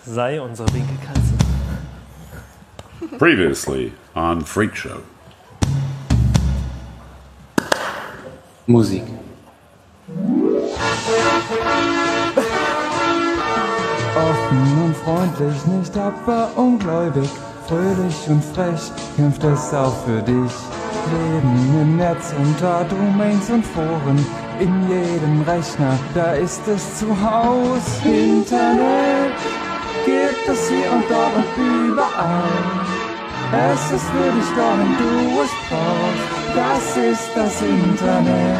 Sei unsere Winkelkatze. Previously on Freak Show. Musik. Offen und freundlich, nicht tapfer, ungläubig, fröhlich und frech, kämpft es auch für dich. Leben im Netz unter Domains und Foren, in jedem Rechner, da ist es zu Haus. Internet gibt es hier und dort und überall. Es ist für dich da, wenn du es brauchst. Das ist das Internet.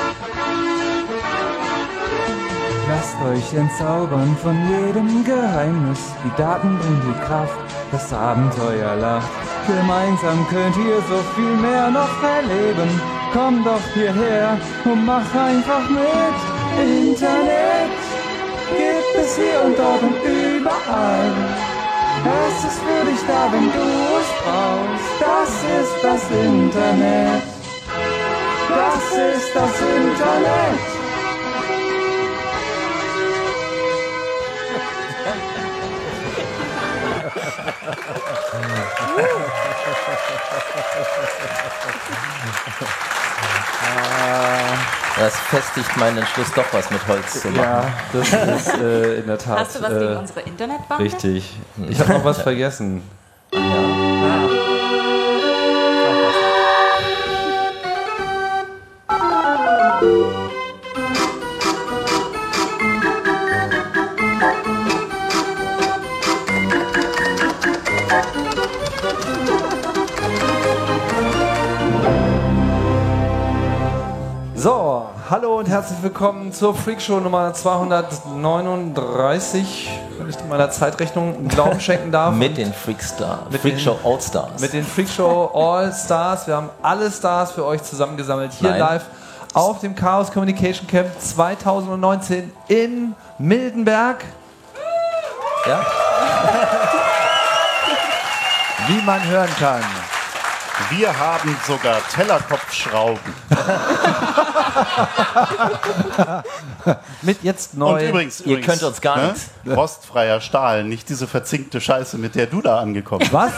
Lasst euch entzaubern von jedem Geheimnis. Die Daten bringen die Kraft, das Abenteuer lacht. Gemeinsam könnt ihr so viel mehr noch erleben. Komm doch hierher und mach einfach mit. Internet gibt es hier und dort und überall. Es ist für dich da, wenn du es brauchst. Das ist das Internet. Das ist das Internet. Das festigt meinen Entschluss, doch was mit Holz zu machen. Ja, das ist in der Tat. Hast du was gegen unsere Internetbande? Richtig. Ich habe noch was vergessen. So, hallo und herzlich willkommen zur Freakshow Nummer 239, wenn ich meiner Zeitrechnung Glauben schenken darf. Mit den Freakshow All-Stars. Mit den Freakshow All-Stars. Wir haben alle Stars für euch zusammengesammelt, hier live auf dem Chaos Communication Camp 2019 in Mildenberg. Ja? Wie man hören kann. Wir haben sogar Tellerkopfschrauben. Mit jetzt neu. Und übrigens, Ihr könnt uns gar nichts. Rostfreier Stahl, nicht diese verzinkte Scheiße, mit der du da angekommen bist. Was?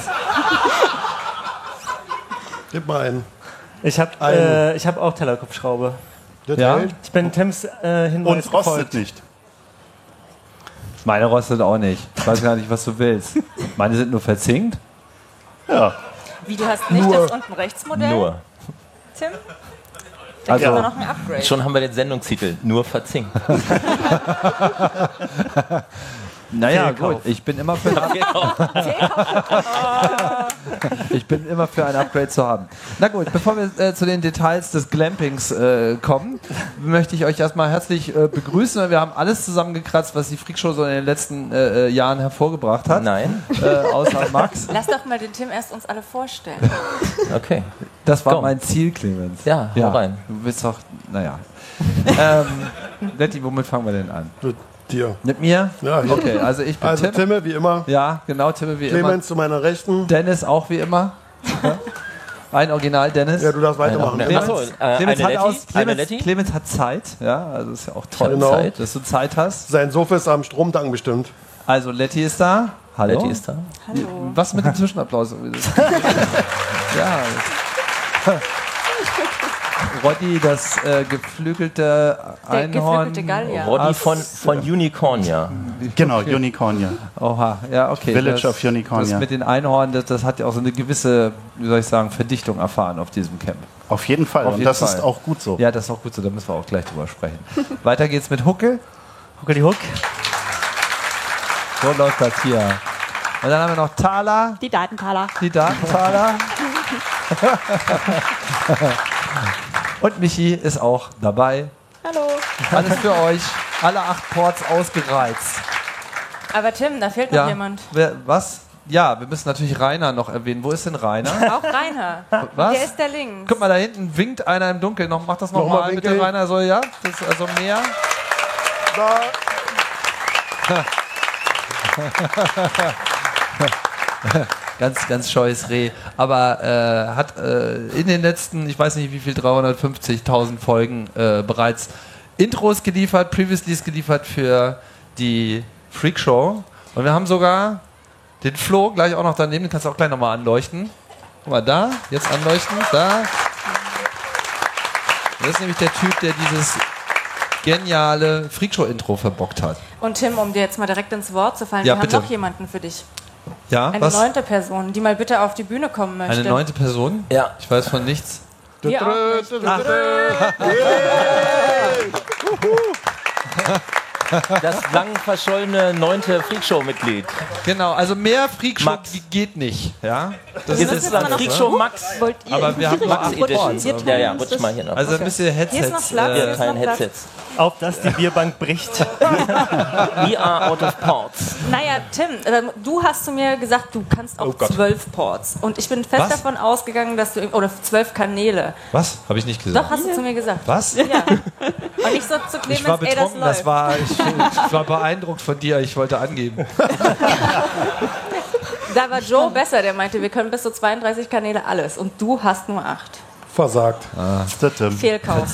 Gib mal einen. Ich hab auch Tellerkopfschraube. Ja? Ich bin Tims Hinweis Und rostet gefolgt. nicht. Meine rostet auch nicht. Ich weiß gar nicht, was du willst. Meine sind nur verzinkt. Ja. Wie, du hast nicht das unten rechts Modell, Nur. Tim? Da Also- gibt es noch ein Upgrade. Schon haben wir den Sendungstitel. Nur verzinkt. Naja, gut. Ich bin immer für Ich bin immer für ein Upgrade zu haben. Na gut, bevor wir zu den Details des Glampings kommen, möchte ich euch erstmal herzlich begrüßen. Wir haben alles zusammengekratzt, was die Freakshow so in den letzten Jahren hervorgebracht hat. Nein. Außer Max. Lass doch mal den Tim erst uns alle vorstellen. Okay. Das war Komm. mein Ziel, Clemens. Ja, hau rein. Du bist doch, naja. Letty, womit fangen wir denn an? Mit dir. Mit mir? Ja, hier. Okay, also ich bin Also Tim. Timme, wie immer. Ja, genau, Tim wie Clemens zu meiner Rechten. immer. Dennis auch wie immer. Ein Original Dennis. Ja, du darfst weitermachen. Eine- Achso, Clemens, eine hat Letty? Eine Letty? Clemens hat Zeit, ja, also ist ja auch toll, Genau. Zeit, dass du Zeit hast. Sein Sofa ist am Stromtank bestimmt. Also Letty ist da. Hallo. Letty ist da. Hallo. Was mit dem Zwischenapplaus? Ja. Roddy, das geflügelte Der Einhorn. geflügelte Gallier. Roddy von Unicornia. Genau, Unicornia. Oha, ja, okay. Village of Unicornia. Das mit den Einhorn, das hat ja auch so eine gewisse, wie soll ich sagen, Verdichtung erfahren auf diesem Camp. Auf jeden Fall. Auf Und jeden das Fall. ist auch gut so. Ja, das ist auch gut so, da müssen wir auch gleich drüber sprechen. Weiter geht's mit Huckel. Huckeli Huck. So läuft das hier. Und dann haben wir noch Thaler, Die Datentaler. die Datenthaler. Und Michi ist auch dabei. Hallo. Alles für euch. Alle 8 Ports ausgereizt. Aber Tim, da fehlt noch jemand. Was? Ja, wir müssen natürlich Rainer noch erwähnen. Wo ist denn Rainer? Auch Rainer. Was? Der ist da links. Guck mal, da hinten winkt einer im Dunkeln. Mach das Nochmal nochmal, bitte, winkeln. Rainer. So, ja? Das ist also mehr. Da. Ganz, ganz scheues Reh. Aber hat in den letzten, ich weiß nicht wie viel, 350.000 Folgen bereits Intros geliefert, Previouslys geliefert für die Freakshow. Und wir haben sogar den Flo gleich auch noch daneben, den kannst du auch gleich nochmal anleuchten. Guck mal, da, jetzt anleuchten, da. Das ist nämlich der Typ, der dieses geniale Freakshow-Intro verbockt hat. Und Tim, um dir jetzt mal direkt ins Wort zu fallen, Ja, wir bitte. haben noch jemanden für dich. Ja, Eine was? 9. Person, die mal bitte auf die Bühne kommen möchte. Eine 9. Person? Ja. Ich weiß von nichts. Wir auch nicht. Das lang verschollene 9. Freakshow-Mitglied. Genau, also mehr Freakshow Max. geht nicht. Ja? Das Jetzt ist ist dann Freakshow Max. Wollt ihr Aber wir haben nur Max 8 Edition. Ports. Ja, rutsch mal hier noch. Also müsst ihr Hier ist noch Headsets. Platz. Hier, Hier ist keine noch Platz. Headsets. Auf dass die Bierbank bricht. We are out of ports. Naja, Tim, du hast zu mir gesagt, du kannst auch 12 Ports. Und ich bin fest Was? davon ausgegangen, dass du, oder 12 Kanäle. Was? Habe ich nicht gesagt. Doch, hast du zu mir gesagt. Was? Ja. Und ich so zu Clemens, Ich war ey, das betrunken, läuft. ich war beeindruckt von dir, ich wollte angeben. Da war Joe besser, der meinte, wir können bis zu 32 Kanäle alles. Und du hast nur 8. Versagt. Fehlkauf.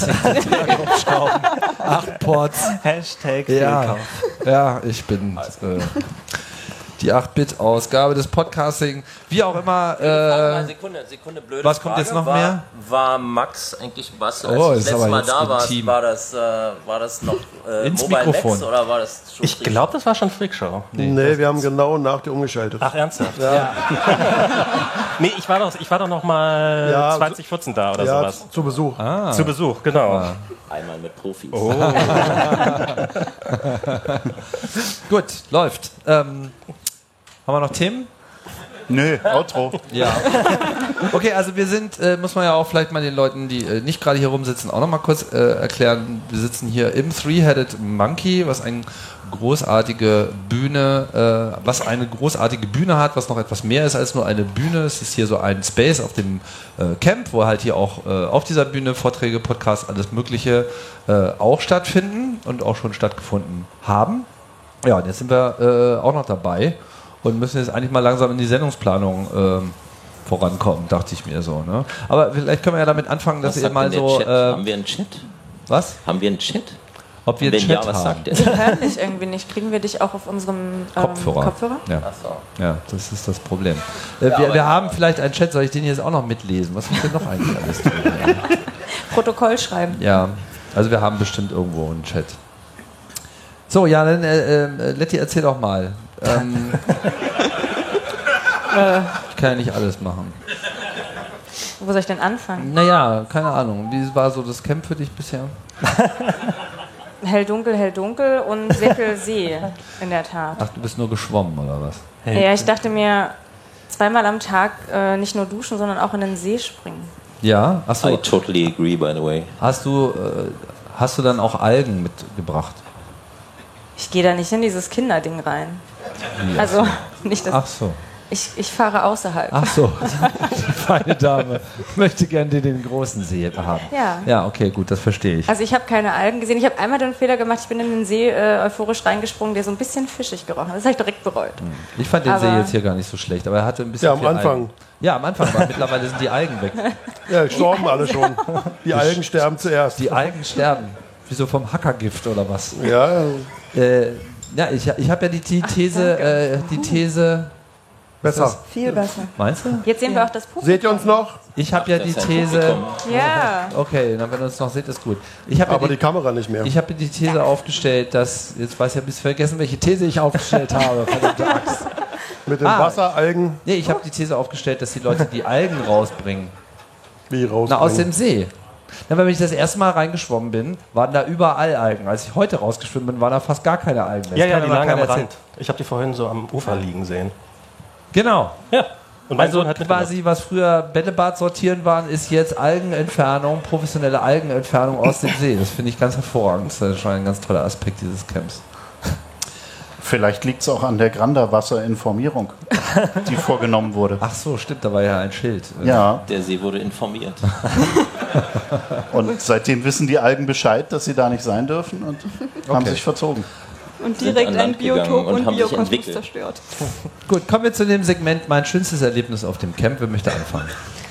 8 Ports. Hashtag Ja, Fehlkauf. ja, ich bin die 8-Bit-Ausgabe des Podcasting. Wie auch immer. Sekunde, blöde was kommt Frage. jetzt noch mehr? War Max eigentlich was, als Oh, du das das ist letzte aber Mal jetzt da warst, intim. war das noch Ins Mobile Mikrofon. Max oder war das schon Ich glaube, das war schon Freakshow. Nee, wir haben genau nach dir umgeschaltet. Ach, ernsthaft? Ja. Nee, ich war doch noch mal Ja, 2014 da oder ja, sowas. zu Besuch. Zu Besuch, genau. einmal mit Profis? Gut, läuft. Haben wir noch Themen? Nö, Outro. Ja. Okay, also wir sind, muss man ja auch vielleicht mal den Leuten, die nicht gerade hier rumsitzen, auch noch mal kurz erklären. Wir sitzen hier im Three-Headed Monkey, was eine großartige Bühne hat, was noch etwas mehr ist als nur eine Bühne. Es ist hier so ein Space auf dem Camp, wo halt hier auch auf dieser Bühne Vorträge, Podcasts, alles Mögliche auch stattfinden und auch schon stattgefunden haben. Ja, und jetzt sind wir auch noch dabei und müssen jetzt eigentlich mal langsam in die Sendungsplanung vorankommen, dachte ich mir so. Ne? Aber vielleicht können wir ja damit anfangen, dass Was ihr sagt mal denn der so... Chat? Haben wir einen Chat? was? Haben wir einen Chat? Ob wir Wenn Chat ja, was haben? sagt der? Wir hören dich irgendwie nicht. Kriegen wir dich auch auf unserem Kopfhörer? Ja. Ach so. Ja, das ist das Problem. Wir haben vielleicht einen Chat, soll ich den jetzt auch noch mitlesen? Was ist denn noch eigentlich alles drin? Protokoll schreiben. Ja, also wir haben bestimmt irgendwo einen Chat. So, ja, dann Letty, erzähl doch mal. Ich kann ja nicht alles machen. Wo soll ich denn anfangen? Naja, keine Ahnung. Wie war so das Camp für dich bisher? Hell, dunkel und sehr viel See, in der Tat. Ach, du bist nur geschwommen oder was? Ja, ich dachte mir, zweimal am Tag nicht nur duschen, sondern auch in den See springen. Ja, I achso. totally agree, by the way. Hast du dann auch Algen mitgebracht? Ich gehe da nicht in dieses Kinderding rein. Also, nicht das. Ach so. Ich fahre außerhalb. Ach so, die feine Dame möchte gerne den großen See haben. Ja. Ja, okay, gut, das verstehe ich. Also ich habe keine Algen gesehen. Ich habe einmal den Fehler gemacht, ich bin in den See euphorisch reingesprungen, der so ein bisschen fischig gerochen hat. Das habe ich direkt bereut. Ich fand den aber- See jetzt hier gar nicht so schlecht, aber er hatte ein bisschen Ja, am viel Anfang. Algen. Ja, am Anfang, aber mittlerweile sind die Algen weg. Ja, gestorben alle schon. Die Algen sterben zuerst. Die Algen sterben. Wieso vom Hackergift oder was? Ja, Ja, ich habe ja die These... besser. Viel besser. Meinst du? Jetzt sehen wir auch das Publikum. Seht ihr uns noch? Ich habe ja die These... Ja. Okay, dann wenn ihr uns noch seht, ist gut. Ich habe Aber ja die Kamera nicht mehr. Ich habe die These aufgestellt, dass, jetzt weiß ich ja bis vergessen, welche These ich aufgestellt habe, verdammte Axt. Mit den Wasseralgen Nee, ich habe die These aufgestellt, dass die Leute die Algen rausbringen. wie raus. Na, aus dem See. Na, wenn ich das erste Mal reingeschwommen bin, waren da überall Algen. Als ich heute rausgeschwommen bin, waren da fast gar keine Algen mehr. Ja, Das ja, kann die mir lagen am keiner Rand. erzählen. Ich habe die vorhin so am Ufer liegen sehen. Genau. Ja. Und mein Also Sohn hat mitgemacht. quasi, was früher Bällebad sortieren waren, ist jetzt Algenentfernung, professionelle Algenentfernung aus dem See. Das finde ich ganz hervorragend. Das ist schon ein ganz toller Aspekt dieses Camps. Vielleicht liegt es auch an der Granda-Wasserinformierung, die vorgenommen wurde. Ach so, stimmt, da war ja ein Schild. Ja, Der See wurde informiert. und seitdem wissen die Algen Bescheid, dass sie da nicht sein dürfen und haben sich verzogen. Und Sind direkt an ein Land gegangen Biotop und und haben sich Biokosmos entwickelt. zerstört. Gut, kommen wir zu dem Segment Mein schönstes Erlebnis auf dem Camp. Wer möchte anfangen?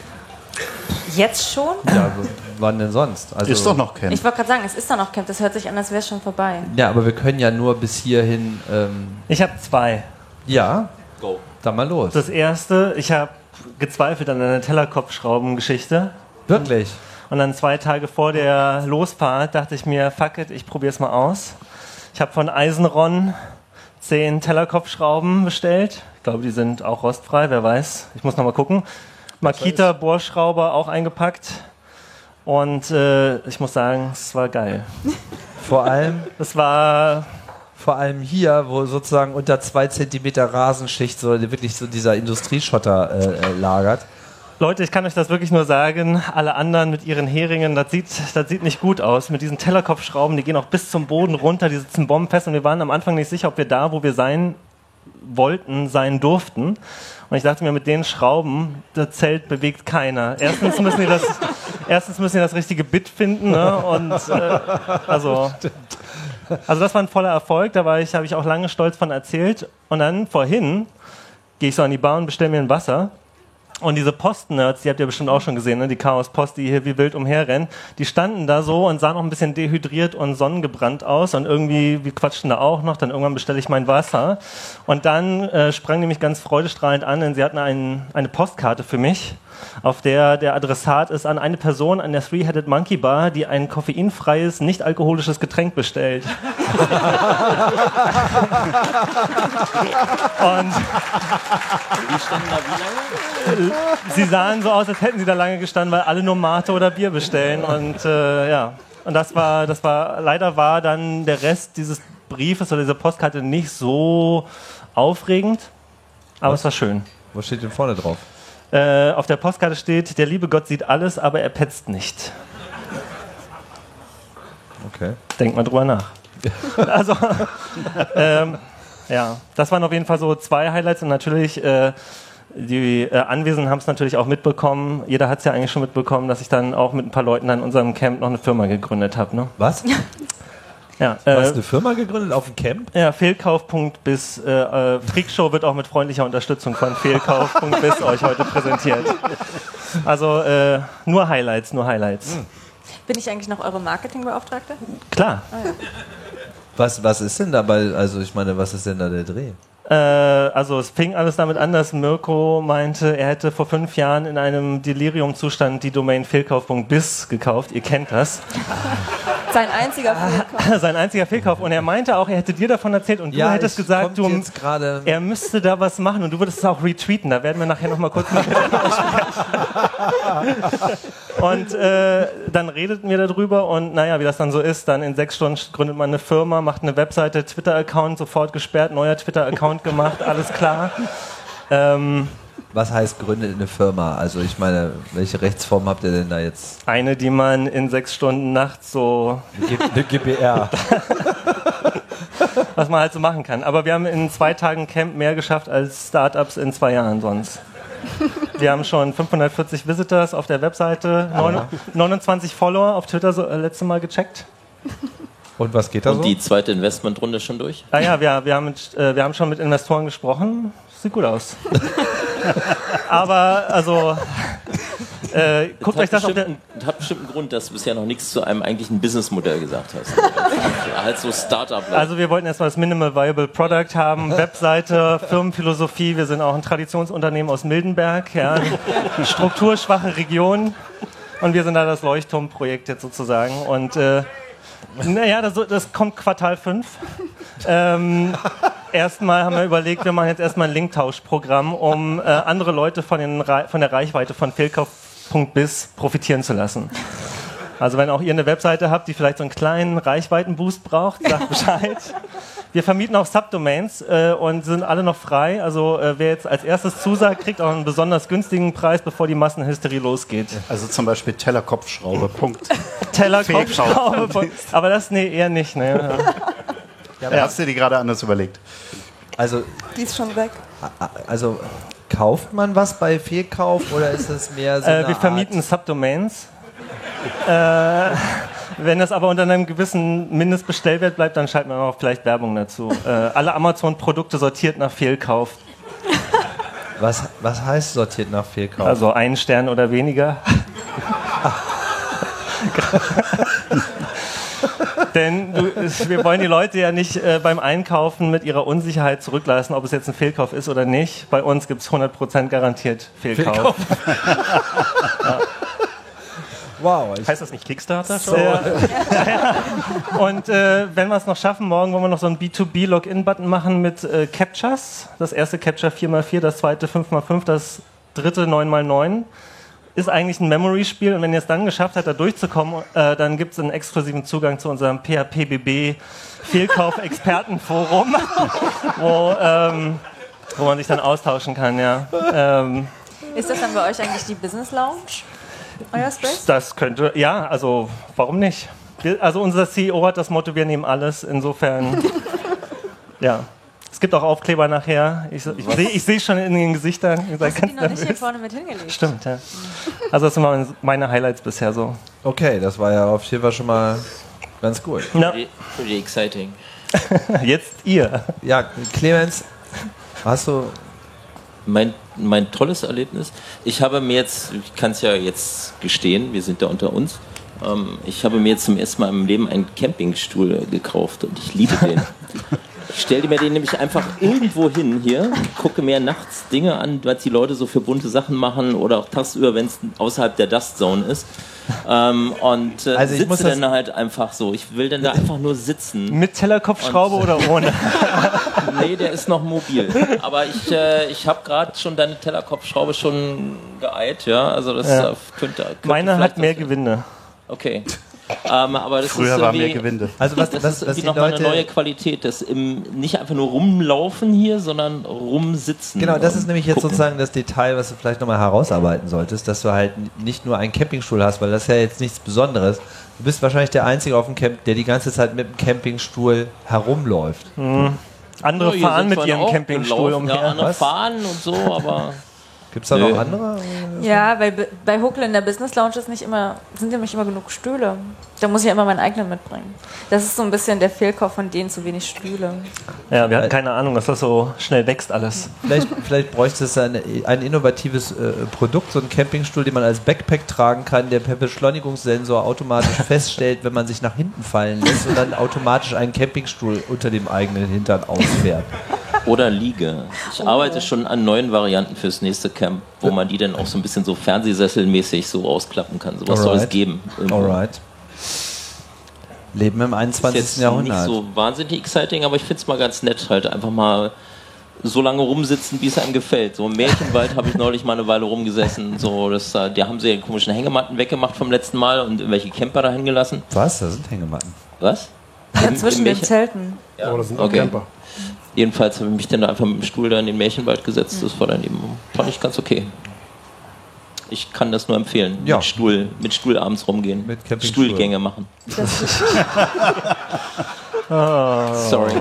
Jetzt schon? Ja, wann denn sonst? Also, Ist doch noch Camp. Ich wollte gerade sagen, es ist doch noch Camp. Das hört sich an, als wäre es schon vorbei. Ja, aber wir können ja nur bis hierhin. Ich habe 2. Ja, Go. dann mal los. Das erste, ich habe gezweifelt an einer Tellerkopfschraubengeschichte. Wirklich? Und dann 2 Tage vor der Losfahrt dachte ich mir, fuck it, ich probiere es mal aus. Ich habe von Eisenron 10 Tellerkopfschrauben bestellt. Ich glaube, die sind auch rostfrei, wer weiß. Ich muss noch mal gucken. Makita Bohrschrauber auch eingepackt. Und ich muss sagen, es war geil. Vor allem hier, wo sozusagen unter 2 Zentimeter Rasenschicht so wirklich so dieser Industrieschotter lagert. Leute, ich kann euch das wirklich nur sagen, alle anderen mit ihren Heringen, das sieht nicht gut aus. Mit diesen Tellerkopfschrauben, die gehen auch bis zum Boden runter, die sitzen bombenfest und wir waren am Anfang nicht sicher, ob wir da, wo wir sein wollten, sein durften. Und ich dachte mir, mit den Schrauben, das Zelt bewegt keiner. Erstens müssen die das richtige Bit finden, ne? Und also das war ein voller Erfolg, habe ich auch lange stolz von erzählt. Und dann vorhin gehe ich so an die Bar und bestelle mir ein Wasser. Und diese Post-Nerds, die habt ihr bestimmt auch schon gesehen, ne? Die Chaos-Post, die hier wie wild umherrennen, die standen da so und sahen noch ein bisschen dehydriert und sonnengebrannt aus und irgendwie, wir quatschten da auch noch, dann irgendwann bestelle ich mein Wasser. Und dann sprang die mich ganz freudestrahlend an, denn sie hatten eine Postkarte für mich, auf der der Adressat ist an eine Person an der Three-Headed Monkey Bar, die ein koffeinfreies, nicht alkoholisches Getränk bestellt. Und Die standen da wie lange? sie sahen so aus, als hätten sie da lange gestanden, weil alle nur Mate oder Bier bestellen. Und ja, und leider war dann der Rest dieses Briefes oder dieser Postkarte nicht so aufregend, aber es war schön. Wo steht denn vorne drauf? Auf der Postkarte steht, der liebe Gott sieht alles, aber er petzt nicht. Okay. Denkt mal drüber nach. Also, ja, das waren auf jeden Fall so 2 Highlights und natürlich die Anwesenden haben es natürlich auch mitbekommen. Jeder hat es ja eigentlich schon mitbekommen, dass ich dann auch mit ein paar Leuten an unserem Camp noch eine Firma gegründet habe. Ne? Was? Ja, Du hast eine Firma gegründet auf dem Camp? ja, Fehlkauf.biz. Freakshow wird auch mit freundlicher Unterstützung von Fehlkauf.biz euch heute präsentiert. Also nur Highlights. Bin ich eigentlich noch eure Marketingbeauftragte? Klar. Was ist denn dabei, also ich meine, was ist denn da der Dreh? Also es fing alles damit an, dass Mirko meinte, er hätte vor 5 Jahren in einem Delirium-Zustand die Domain Fehlkauf.biz gekauft. Ihr kennt das. Sein einziger Fehlkauf. Sein einziger Fehlkauf. Und er meinte auch, er hätte dir davon erzählt und du hättest gesagt, er müsste da was machen und du würdest es auch retweeten. Da werden wir nachher nochmal kurz mit Und dann redeten wir darüber und naja, wie das dann so ist, dann in 6 Stunden gründet man eine Firma, macht eine Webseite, Twitter-Account sofort gesperrt, neuer Twitter-Account gemacht, alles klar. Was heißt gründet eine Firma? Also ich meine, welche Rechtsform habt ihr denn da jetzt? Eine, die man in 6 Stunden nachts so... Eine GbR. was man halt so machen kann. Aber wir haben in 2 Tagen Camp mehr geschafft als Startups in 2 Jahren sonst. Wir haben schon 540 Visitors auf der Webseite, 29 Follower auf Twitter letztes Mal gecheckt. Und was geht da so? Und die zweite Investmentrunde ist schon durch? Ah ja, wir haben schon mit Investoren gesprochen. Sieht gut aus. Aber also guckt euch das auf der... Das hat bestimmt einen Grund, dass du bisher noch nichts zu einem eigentlichen Businessmodell gesagt hast. Halt so Startup. Also wir wollten erstmal das Minimal Viable Product haben, Webseite, Firmenphilosophie. Wir sind auch ein Traditionsunternehmen aus Mildenberg, ja, eine strukturschwache Region. Und wir sind da das Leuchtturmprojekt jetzt sozusagen. Und naja, das kommt Quartal 5. Erstmal haben wir überlegt, wir machen jetzt erstmal ein Linktauschprogramm, um andere Leute von der Reichweite von Fehlkauf.biz profitieren zu lassen. Also wenn auch ihr eine Webseite habt, die vielleicht so einen kleinen Reichweitenboost braucht, sagt Bescheid. Wir vermieten auch Subdomains und sind alle noch frei. Also wer jetzt als erstes zusagt, kriegt auch einen besonders günstigen Preis, bevor die Massenhysterie losgeht. Also zum Beispiel Tellerkopfschraube. Tellerkopfschraube. Aber das, nee, eher nicht. Ne? Ja, hast du dir gerade anders überlegt? Also, Die ist schon weg. also kauft man was bei Fehlkauf oder ist es mehr so eine wir vermieten Art Subdomains. Wenn das aber unter einem gewissen Mindestbestellwert bleibt, dann schalten wir auch vielleicht Werbung dazu. Alle Amazon-Produkte sortiert nach Fehlkauf. Was heißt sortiert nach Fehlkauf? Also 1 Stern oder weniger. Denn wir wollen die Leute ja nicht beim Einkaufen mit ihrer Unsicherheit zurücklassen, ob es jetzt ein Fehlkauf ist oder nicht. Bei uns gibt es 100% garantiert Fehlkauf. Ja. Wow. Heißt das nicht Kickstarter schon? Und wenn wir es noch schaffen, morgen wollen wir noch so einen B2B-Login-Button machen mit Captchas. Das erste Captcha 4x4, das zweite 5x5, das dritte 9x9. Ist eigentlich ein Memory-Spiel und wenn ihr es dann geschafft habt, da durchzukommen, dann gibt es einen exklusiven Zugang zu unserem PHPBB Fehlkauf-Expertenforum, wo man sich dann austauschen kann. Ja. Ist das dann bei euch eigentlich die Business Lounge? Euer Space? Das könnte, ja, also warum nicht? Also unser CEO hat das Motto, wir nehmen alles, insofern, ja. Es gibt auch Aufkleber nachher. Ich sehe schon in den Gesichtern. Hast du die noch nicht hier vorne mit hingelegt? Stimmt, ja. Also das sind meine Highlights bisher so. Okay, das war ja auf jeden Fall schon mal ganz cool. Ja. Pretty exciting. Jetzt ihr. Ja, Clemens, hast du... Mein tolles Erlebnis, ich habe mir jetzt, ich kann es ja jetzt gestehen, wir sind da unter uns, ich habe mir jetzt zum ersten Mal im Leben einen Campingstuhl gekauft und ich liebe den. Ich stelle mir den nämlich einfach irgendwo hin hier, gucke mir nachts Dinge an, was die Leute so für bunte Sachen machen oder auch tagsüber, wenn es außerhalb der Dust Zone ist. Und Also ich sitze dann halt einfach so. Ich will dann da einfach nur sitzen. Mit Tellerkopfschraube oder ohne? Nee, der ist noch mobil. Aber ich habe gerade schon deine Tellerkopfschraube schon geeilt, ja. Also das könnte Meine vielleicht hat mehr was- Gewinde. Okay. Aber das Früher ist war mehr irgendwie- Gewinde. Also Das ist irgendwie nochmal eine neue Qualität, das nicht einfach nur rumlaufen hier, sondern rumsitzen. Genau, das ist und nämlich jetzt gucken. sozusagen das Detail, was du vielleicht nochmal herausarbeiten solltest, dass du halt nicht nur einen Campingstuhl hast, weil das ist ja jetzt nichts Besonderes. Du bist wahrscheinlich der Einzige auf dem Camp, der die ganze Zeit mit dem Campingstuhl herumläuft. Andere Ja, hier fahren sind mit wir ihrem auch Campingstuhl gelaufen. Ja, umher. andere Was? fahren und so, aber Gibt es da Nö. noch andere? Ja, weil bei Huckle in der Business Lounge sind ja nicht immer genug Stühle. Da muss ich ja immer meinen eigenen mitbringen. Das ist so ein bisschen der Fehlkauf von denen, zu wenig Stühle. Ja, wir hatten keine Ahnung, dass das so schnell wächst alles. Vielleicht bräuchte es ein innovatives Produkt, so ein Campingstuhl, den man als Backpack tragen kann, der per Beschleunigungssensor automatisch feststellt, wenn man sich nach hinten fallen lässt und dann automatisch einen Campingstuhl unter dem eigenen Hintern ausfährt. oder Liege. Ich arbeite schon an neuen Varianten fürs nächste Camp, wo man die dann auch so ein bisschen so Fernsehsesselmäßig so ausklappen kann. Sowas soll es geben. irgendwo. Alright. Leben im Ist 21. jetzt Jahrhundert. nicht so wahnsinnig exciting, aber ich finde es mal ganz nett, halt einfach mal so lange rumsitzen, wie es einem gefällt. So im Märchenwald habe ich neulich mal eine Weile rumgesessen. So, die haben sie die komischen Hängematten weggemacht vom letzten Mal und irgendwelche Camper dahin gelassen. Was? Da sind Hängematten. Was? Ja, zwischen den Märchen- Zelten. Ja. Oh, das sind auch Okay. Camper. Jedenfalls habe ich mich dann da einfach mit dem Stuhl da in den Märchenwald gesetzt. Das war dann eben, fand ich ganz okay. Ich kann das nur empfehlen. Ja. Mit Stuhl abends rumgehen. Mit Campingstuhl. Stuhlgänge machen. Das ist Sorry.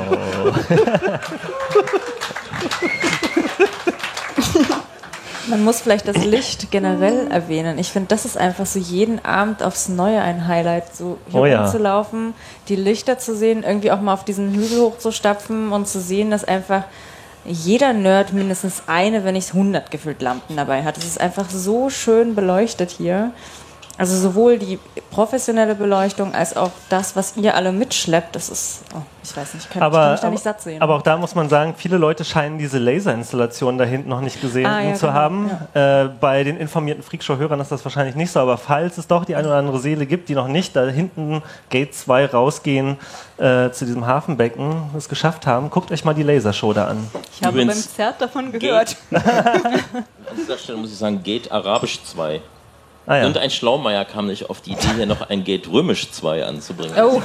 Man muss vielleicht das Licht generell erwähnen. Ich finde, das ist einfach so jeden Abend aufs Neue ein Highlight, so hier Oh ja. rumzulaufen, die Lichter zu sehen, irgendwie auch mal auf diesen Hügel hochzustapfen und zu sehen, dass einfach jeder Nerd mindestens eine, wenn nicht 100 gefüllt Lampen dabei hat. Es ist einfach so schön beleuchtet hier. Also sowohl die professionelle Beleuchtung als auch das, was ihr alle mitschleppt, das ist, oh, ich weiß nicht, ich kann mich da nicht satt sehen. Aber auch da muss man sagen, viele Leute scheinen diese Laserinstallation da hinten noch nicht gesehen ja, zu genau, haben. Bei den informierten Freakshow-Hörern ist das wahrscheinlich nicht so, aber falls es doch die eine oder andere Seele gibt, die noch nicht da hinten Gate 2 rausgehen zu diesem Hafenbecken, es geschafft haben, guckt euch mal die Lasershow da an. Ich habe beim Übrigens- Zert davon gehört. An dieser Stelle muss ich sagen, Gate Arabisch 2. Ah, ja. Und ein Schlaumeier kam nicht auf die Idee, hier noch ein Gate Römisch 2 anzubringen. Oh.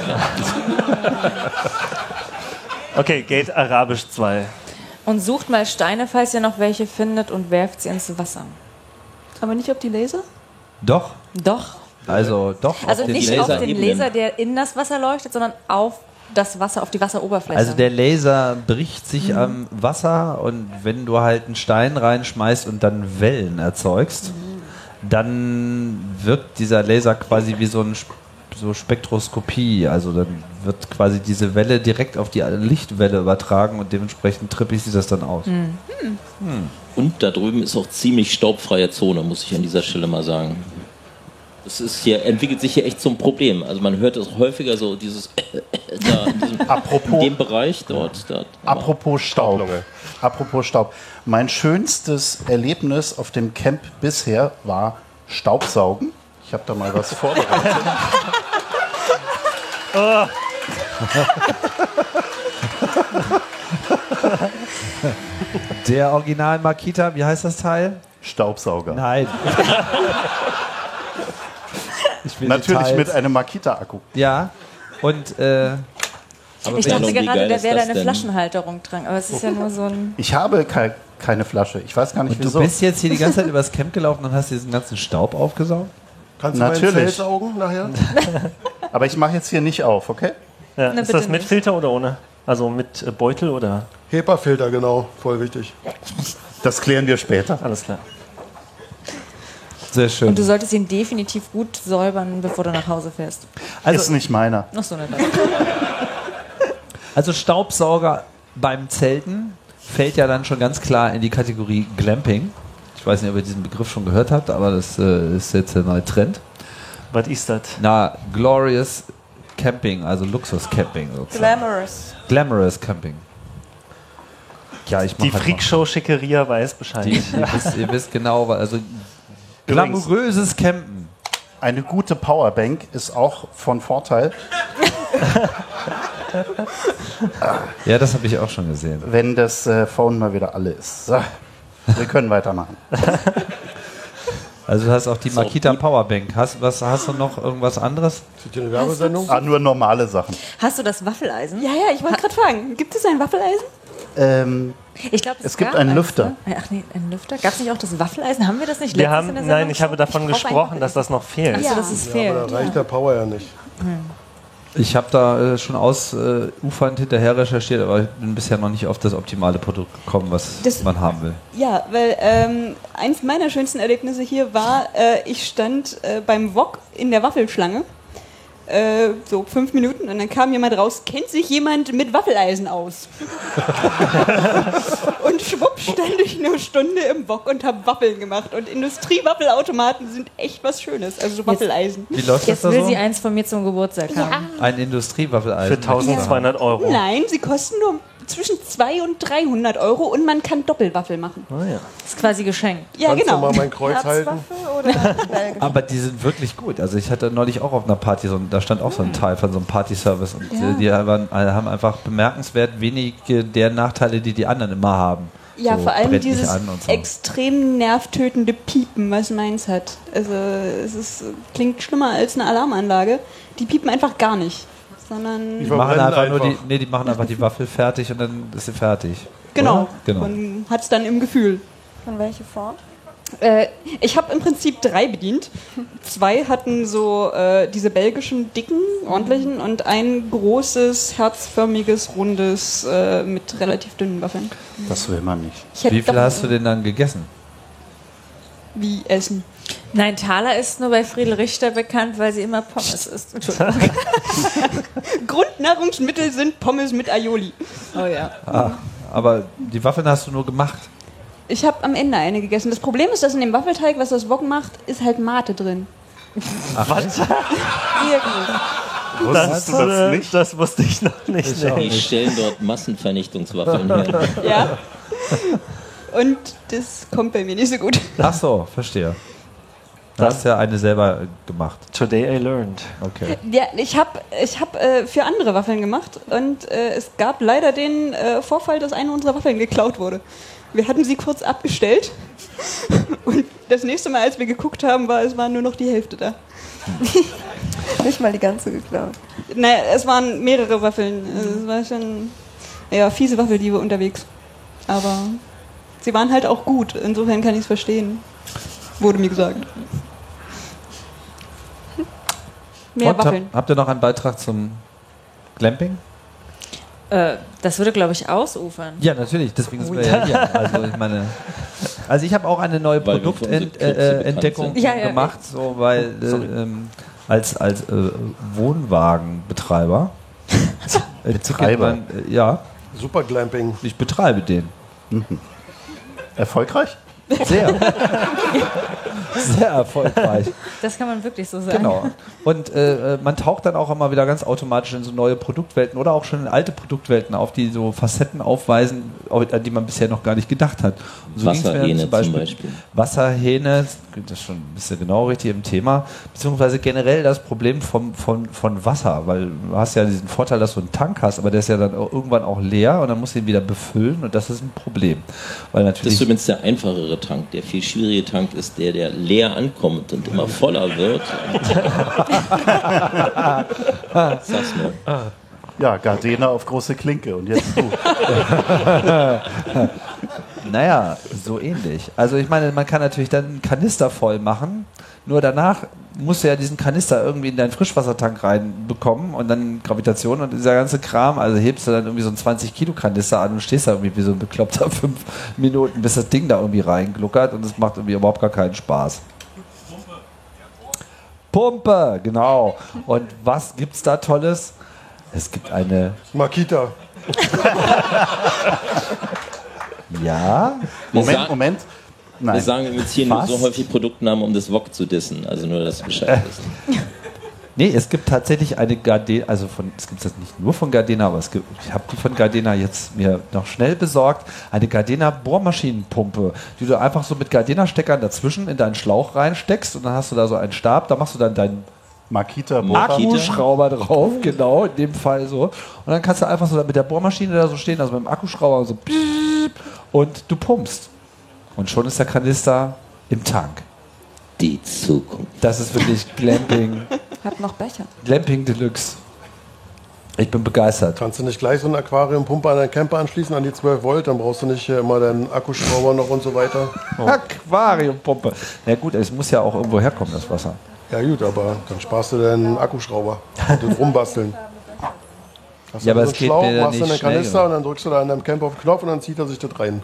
Okay, Gate Arabisch 2. Und sucht mal Steine, falls ihr noch welche findet, und werft sie ins Wasser. Aber nicht auf die Laser? Doch. Doch. Also doch. Also auf den nicht Laser. auf den Laserebenen. Laser, der in das Wasser leuchtet, sondern auf das Wasser, auf die Wasseroberfläche. Also der Laser bricht sich am Wasser und wenn du halt einen Stein reinschmeißt und dann Wellen erzeugst, dann wirkt dieser Laser quasi wie so Spektroskopie. Also dann wird quasi diese Welle direkt auf die Lichtwelle übertragen und dementsprechend trippig sieht das dann aus. Und da drüben ist auch ziemlich staubfreie Zone, muss ich an dieser Stelle mal sagen. Das ist hier, entwickelt sich hier echt zum Problem. Also man hört es häufiger so, dieses da in dem Bereich dort. Apropos Staub. Apropos Staub. Mein schönstes Erlebnis auf dem Camp bisher war Staubsaugen. Ich habe da mal was vorbereitet. Der Original Makita, wie heißt das Teil? Staubsauger. Nein. Ich will Natürlich Details. mit einem Makita-Akku. Ja, und Ich dachte wie gerade, geil da ist wäre da das eine denn? Flaschenhalterung dran, aber es ist ja nur so ein... Ich habe keine Flasche. Ich weiß gar nicht, und du wieso. bist jetzt hier die ganze Zeit übers Camp gelaufen und hast diesen ganzen Staub aufgesaugt? Kannst du mal ins Natürlich. Zelt saugen nachher? Aber ich mache jetzt hier nicht auf, okay? Ja, Na, ist bitte das mit nicht. Filter oder ohne? Also mit Beutel oder? HEPA-Filter, genau. Voll wichtig. Das klären wir später. Alles klar. Sehr schön. Und du solltest ihn definitiv gut säubern, bevor du nach Hause fährst. Ist Also, nicht meiner. Noch so eine also Staubsauger beim Zelten fällt ja dann schon ganz klar in die Kategorie Glamping. Ich weiß nicht, ob ihr diesen Begriff schon gehört habt, aber das ist jetzt der neue Trend. Was ist das? Na, Glorious Camping, also Luxus-Camping sozusagen. Glamorous. Glamorous Camping. Ja, ich mach Die halt Freakshow-Schickeria weiß Bescheid. ihr wisst genau, also glamouröses Campen. Eine gute Powerbank ist auch von Vorteil, Ja, das habe ich auch schon gesehen. wenn das Phone mal wieder alle ist. So, wir können weitermachen. Also du hast auch die Ist auch Makita gut. Powerbank. Hast du noch irgendwas anderes? Ist das hier eine Werbesendung? Nur normale Sachen. Hast du das Waffeleisen? Ja, ich wollte gerade fragen, gibt es ein Waffeleisen? Ich glaube, Es gibt einen Lüfter. Ne? Ach nee, einen Lüfter? Gab es nicht auch das Waffeleisen? Haben wir das nicht Wir letztens haben, in der nein, Sendung ich habe schon? davon Ich brauch ein gesprochen, dass das noch fehlt. Achso, dass es Ja, fehlt. aber da reicht der Power ja nicht. Ich habe da schon ausufernd hinterher recherchiert, aber ich bin bisher noch nicht auf das optimale Produkt gekommen, was Das- man haben will. Ja, weil eins meiner schönsten Erlebnisse hier war, ich stand beim Wok in der Waffelschlange, so 5 Minuten, und dann kam jemand raus, kennt sich jemand mit Waffeleisen aus? Und schwupp stand ich eine Stunde im Wok und habe Waffeln gemacht. Und Industriewaffelautomaten sind echt was Schönes, also so Waffeleisen. Wie läuft das Jetzt da will so? sie eins von mir zum Geburtstag haben. Ein Industriewaffeleisen. Für 1200 Euro. Nein, sie kosten nur zwischen 200 und 300 Euro und man kann Doppelwaffel machen. Oh, ja. Das ist quasi geschenkt. Ja, Kannst genau. du mal mein Kreuz halten? Aber die sind wirklich gut. Also ich hatte neulich auch auf einer Party, da stand auch so ein Teil von so einem Party-Service und die haben einfach bemerkenswert wenige der Nachteile, die die anderen immer haben. Ja, So, vor allem brennt nicht dieses an und so. extrem nervtötende Piepen, was meins hat. Also klingt schlimmer als eine Alarmanlage. Die piepen einfach gar nicht, sondern Die Die machen verbrennen einfach nur einfach. die machen einfach die Waffel fertig und dann ist sie fertig. genau. Oder? Genau. Man hat es dann im Gefühl. Von welcher Form? Ich habe im Prinzip 3 bedient. 2 hatten so diese belgischen, dicken, ordentlichen und ein großes, herzförmiges, rundes mit relativ dünnen Waffeln. Das will man nicht. Ich hätte Wie viel doch- hast du denn dann gegessen? Wie essen? Nein, Thaler ist nur bei Friedel Richter bekannt, weil sie immer Pommes isst. Entschuldigung. Grundnahrungsmittel sind Pommes mit Aioli. Oh ja. Aber die Waffeln hast du nur gemacht. Ich habe am Ende eine gegessen. Das Problem ist, dass in dem Waffelteig, was das Wok macht, ist halt Mate drin. Was? Irgendwie. Wusstest du das nicht? Das wusste ich noch nicht. Ich auch Die nicht. stellen dort Massenvernichtungswaffeln her. Ja. Und das kommt bei mir nicht so gut. Ach so, verstehe. Du hast ja eine selber gemacht. Today I learned. Okay. Ja, ich hab für andere Waffeln gemacht und es gab leider den Vorfall, dass eine unserer Waffeln geklaut wurde. Wir hatten sie kurz abgestellt und das nächste Mal, als wir geguckt haben, es war nur noch die Hälfte da. Nicht mal die ganze geklaut. Naja, es waren mehrere Waffeln. Es war schon fiese Waffeldiebe unterwegs. Aber sie waren halt auch gut. Insofern kann ich es verstehen. Wurde mir gesagt. Mehr Und, Waffeln. habt ihr noch einen Beitrag zum Glamping? Das würde, glaube ich, ausufern. Ja, natürlich, deswegen sind wir ja hier. Also ich meine, ich habe auch eine neue Weil wir für unsere Clubs so bekannt Produktentdeckung sind. Ja, gemacht, so weil als Wohnwagenbetreiber Betreiber? ja, Super Glamping. ich betreibe den. Erfolgreich? Sehr. Sehr erfolgreich. Das kann man wirklich so sagen. Genau. Und man taucht dann auch immer wieder ganz automatisch in so neue Produktwelten oder auch schon in alte Produktwelten auf, die so Facetten aufweisen, an die man bisher noch gar nicht gedacht hat. Und so Wasserhähne zum Beispiel. Wasserhähne, das ist schon ein bisschen genau richtig im Thema, beziehungsweise generell das Problem von Wasser, weil du hast ja diesen Vorteil, dass du einen Tank hast, aber der ist ja dann auch irgendwann auch leer und dann musst du ihn wieder befüllen und das ist ein Problem. Weil Das ist natürlich übrigens der einfachere Tank. Der viel schwierige Tank ist der leer ankommt und immer voller wird. Sag's nur. Ja, Gardena auf große Klinke und jetzt du. Naja, so ähnlich. Also ich meine, man kann natürlich dann einen Kanister voll machen, nur danach musst du ja diesen Kanister irgendwie in deinen Frischwassertank reinbekommen und dann Gravitation und dieser ganze Kram, also hebst du dann irgendwie so einen 20-Kilo-Kanister an und stehst da irgendwie wie so ein Bekloppter 5 Minuten, bis das Ding da irgendwie reingluckert und es macht irgendwie überhaupt gar keinen Spaß. Pumpe, genau. Und was gibt's da Tolles? Es gibt eine... Makita. Ja? Moment. Wir Nein. sagen jetzt hier nur Was? so häufig Produktnamen, um das Wok zu dissen. Also nur, dass du Bescheid wisst. Nee, es gibt tatsächlich eine Gardena, also es gibt das nicht nur von Gardena, aber ich habe die von Gardena jetzt mir noch schnell besorgt, eine Gardena Bohrmaschinenpumpe, die du einfach so mit Gardena-Steckern dazwischen in deinen Schlauch reinsteckst und dann hast du da so einen Stab, da machst du dann deinen Makita Bohrer. Akkuschrauber drauf, genau, in dem Fall so. Und dann kannst du einfach so mit der Bohrmaschine da so stehen, also mit dem Akkuschrauber so piep, und du pumpst. Und schon ist der Kanister im Tank. Die Zukunft. Das ist wirklich Glamping. Hab noch Becher. Glamping Deluxe. Ich bin begeistert. Kannst du nicht gleich so eine Aquariumpumpe an deinen Camper anschließen, an die 12 Volt, dann brauchst du nicht immer deinen Akkuschrauber noch und so weiter. Aquariumpumpe. Na gut, es muss ja auch irgendwo herkommen, das Wasser. Ja gut, aber dann sparst du deinen Akkuschrauber und den rumbasteln. Hast Ja, du aber so es einen geht Schlauch, mir ja machst du nicht einen schnell Kanister genug. und dann drückst du da an deinem Camper auf den Knopf und dann zieht er sich das rein.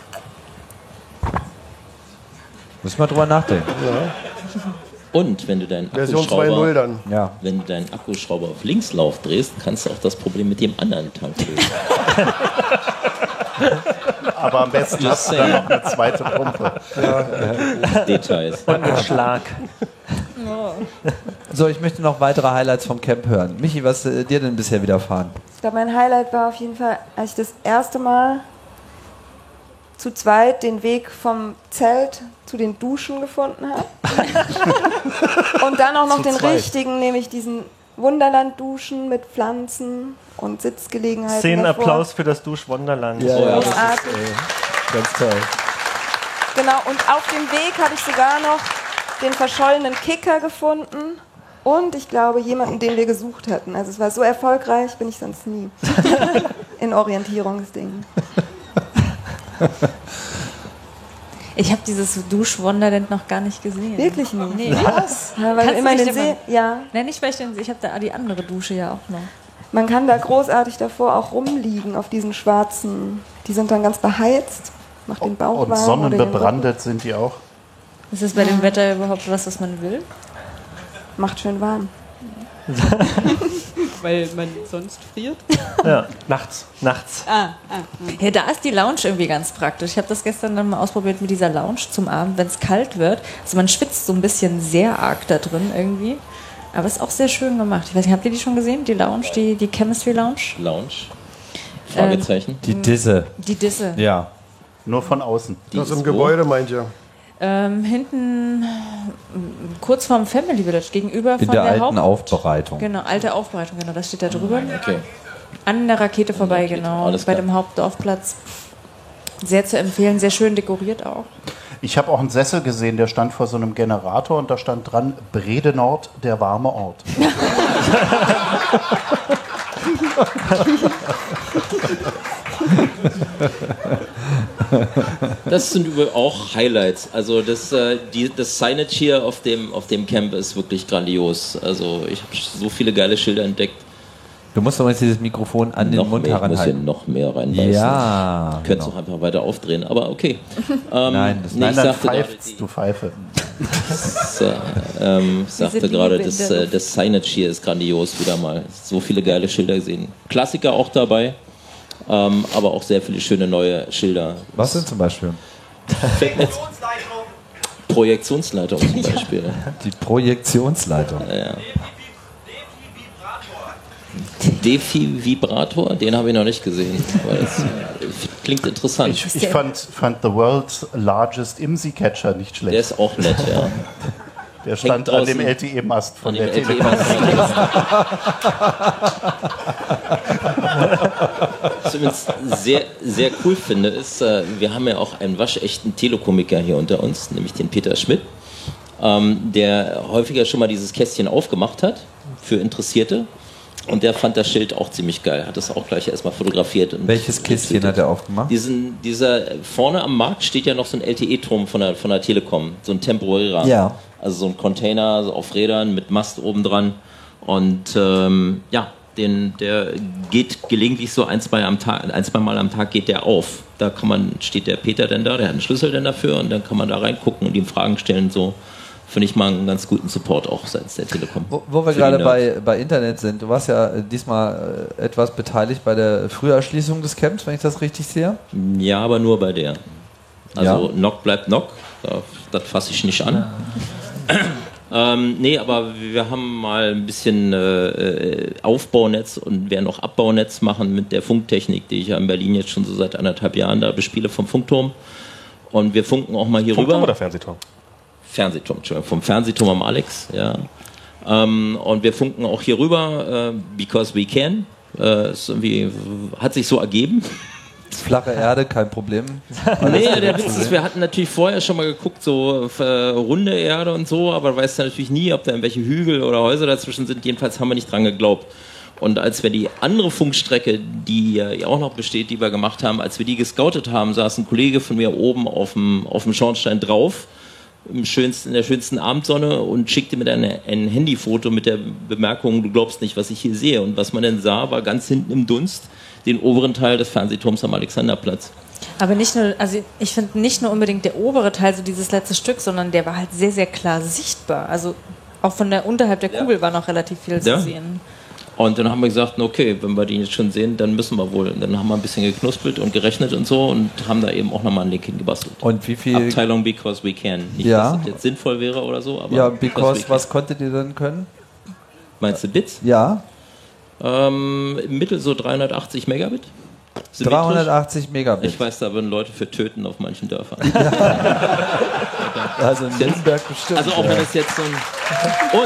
Müssen wir drüber nachdenken. Und wenn du deinen Version 2.0 Akkuschrauber, dann. Ja. wenn du deinen Akkuschrauber auf Linkslauf drehst, kannst du auch das Problem mit dem anderen Tank lösen. Aber am besten Just hast du dann saying. noch eine zweite Pumpe. Details. Und mit Schlag. So, ich möchte noch weitere Highlights vom Camp hören. Michi, was ist dir denn bisher widerfahren? Ich glaube, mein Highlight war auf jeden Fall, als ich das erste Mal zu zweit den Weg vom Zelt zu den Duschen gefunden habe. Und dann auch noch Zu den zweit. richtigen, nämlich diesen Wunderland-Duschen mit Pflanzen und Sitzgelegenheiten. Szenenapplaus für das Duschwunderland. Ja, davor. Großartig. Ganz toll. Genau, und auf dem Weg habe ich sogar noch den verschollenen Kicker gefunden und ich glaube jemanden, den wir gesucht hatten. Also es war so erfolgreich, bin ich sonst nie in Orientierungsdingen. Ich habe dieses Duschwunderland noch gar nicht gesehen. Wirklich nicht? Nee. Was? Ja, weil Kannst wir du immer mich den denn See, ja. Nein, nicht weil ich habe da die andere Dusche ja auch noch. Man kann da großartig davor auch rumliegen auf diesen schwarzen, die sind dann ganz beheizt, macht den Bauch Und warm. oder den sonnenbebrandet sind die auch. Ist das bei dem Wetter überhaupt was man will? Rücken. Macht schön warm. Weil man sonst friert. Ja, nachts. Nachts. Ja, da ist die Lounge irgendwie ganz praktisch. Ich habe das gestern dann mal ausprobiert mit dieser Lounge zum Abend, wenn es kalt wird. Also man schwitzt so ein bisschen sehr arg da drin irgendwie. Aber ist auch sehr schön gemacht. Ich weiß nicht, habt ihr die schon gesehen? Die Lounge, die Chemistry Lounge? Lounge? Fragezeichen. Die Disse. Die Disse. Ja. Nur von außen. Das ist im wo? Gebäude meint ihr? Hinten, kurz vorm Family Village, gegenüber In von der der alten Aufbereitung. Genau, alte Aufbereitung, genau, das steht da drüber. Okay. An der Rakete vorbei, Rakete, genau, alles bei klar. dem Hauptdorfplatz. Sehr zu empfehlen, sehr schön dekoriert auch. Ich habe auch einen Sessel gesehen, der stand vor so einem Generator und da stand dran, Brede Nord, der warme Ort. Das sind übrigens auch Highlights. Also das Signage hier auf dem Camp ist wirklich grandios. Also ich habe so viele geile Schilder entdeckt. Du musst doch jetzt dieses Mikrofon an den Mund mehr, ich muss hier heranhalten. noch mehr reinbeißen. Ja. Ich könnte es genau. auch einfach weiter aufdrehen, aber okay. Nein, das nee, ich Dann sagte pfeift's, du Pfeife. sagte Diese gerade, Liebe in der Luft. das Signage hier ist grandios wieder mal. So viele geile Schilder gesehen. Klassiker auch dabei, aber auch sehr viele schöne neue Schilder. Was denn zum Beispiel? Fällt mir jetzt Projektionsleitung zum Beispiel. Die Projektionsleitung. Ja. Defi-Vibrator, den habe ich noch nicht gesehen. Aber das klingt interessant. Ich fand The World's Largest IMSI-Catcher nicht schlecht. Der ist auch nett, ja. Der stand an dem LTE-Mast von der Telekom. Was ich übrigens sehr, sehr cool finde, ist, wir haben ja auch einen waschechten Telekomiker hier unter uns, nämlich den Peter Schmidt, der häufiger schon mal dieses Kästchen aufgemacht hat für Interessierte. Und der fand das Schild auch ziemlich geil, hat das auch gleich erstmal fotografiert. Und welches Kästchen hat er aufgemacht? Dieser vorne am Markt steht ja noch so ein LTE-Turm von der Telekom, so ein temporärer. Ja. Also so ein Container so auf Rädern mit Mast oben dran. Und ja, der geht gelegentlich so ein, zwei Mal am Tag geht der auf. Da steht der Peter denn da, der hat einen Schlüssel denn dafür und dann kann man da reingucken und ihm Fragen stellen. So finde ich mal einen ganz guten Support auch seitens der Telekom. Wo wir gerade bei Internet sind, du warst ja diesmal etwas beteiligt bei der Früherschließung des Camps, wenn ich das richtig sehe? Ja, aber nur bei der. Also Knock bleibt Knock, das fasse ich nicht an. Nee, aber wir haben mal ein bisschen Aufbaunetz und werden auch Abbaunetz machen mit der Funktechnik, die ich ja in Berlin jetzt schon so seit 1,5 Jahren da bespiele vom Funkturm. Und wir funken auch mal hier Funkturm rüber. Oder Fernsehturm? Fernsehturm, Entschuldigung, vom Fernsehturm am Alex, ja. Und wir funken auch hier rüber, because we can. Hat sich so ergeben. Flache Erde, kein Problem. Nee, der Witz ist, wir hatten natürlich vorher schon mal geguckt, so runde Erde und so, aber weißt du natürlich nie, ob da irgendwelche Hügel oder Häuser dazwischen sind. Jedenfalls haben wir nicht dran geglaubt. Und als wir die andere Funkstrecke, die ja auch noch besteht, die wir gemacht haben, als wir die gescoutet haben, saß ein Kollege von mir oben auf dem Schornstein drauf, in der schönsten Abendsonne und schickte mir dann ein Handyfoto mit der Bemerkung, du glaubst nicht, was ich hier sehe. Und was man dann sah, war ganz hinten im Dunst den oberen Teil des Fernsehturms am Alexanderplatz. Aber nicht nur, also ich finde nicht nur unbedingt der obere Teil, so dieses letzte Stück, sondern der war halt sehr, sehr klar sichtbar. Also auch von unterhalb der Kugel war noch relativ viel zu sehen. Und dann haben wir gesagt, okay, wenn wir den jetzt schon sehen, dann müssen wir wohl. Und dann haben wir ein bisschen geknuspelt und gerechnet und so und haben da eben auch nochmal einen Link hingebastelt. Und wie viel? Abteilung Because We Can. Nicht, dass das jetzt sinnvoll wäre oder so, aber... Ja, because was konntet ihr denn können? Meinst du Bits? Ja. Im Mittel so 380 Megabit. 380 Megabit. Ich weiß, da würden Leute für töten auf manchen Dörfern. Also in Nürnberg bestimmt. Also auch wenn es jetzt so ein... Und...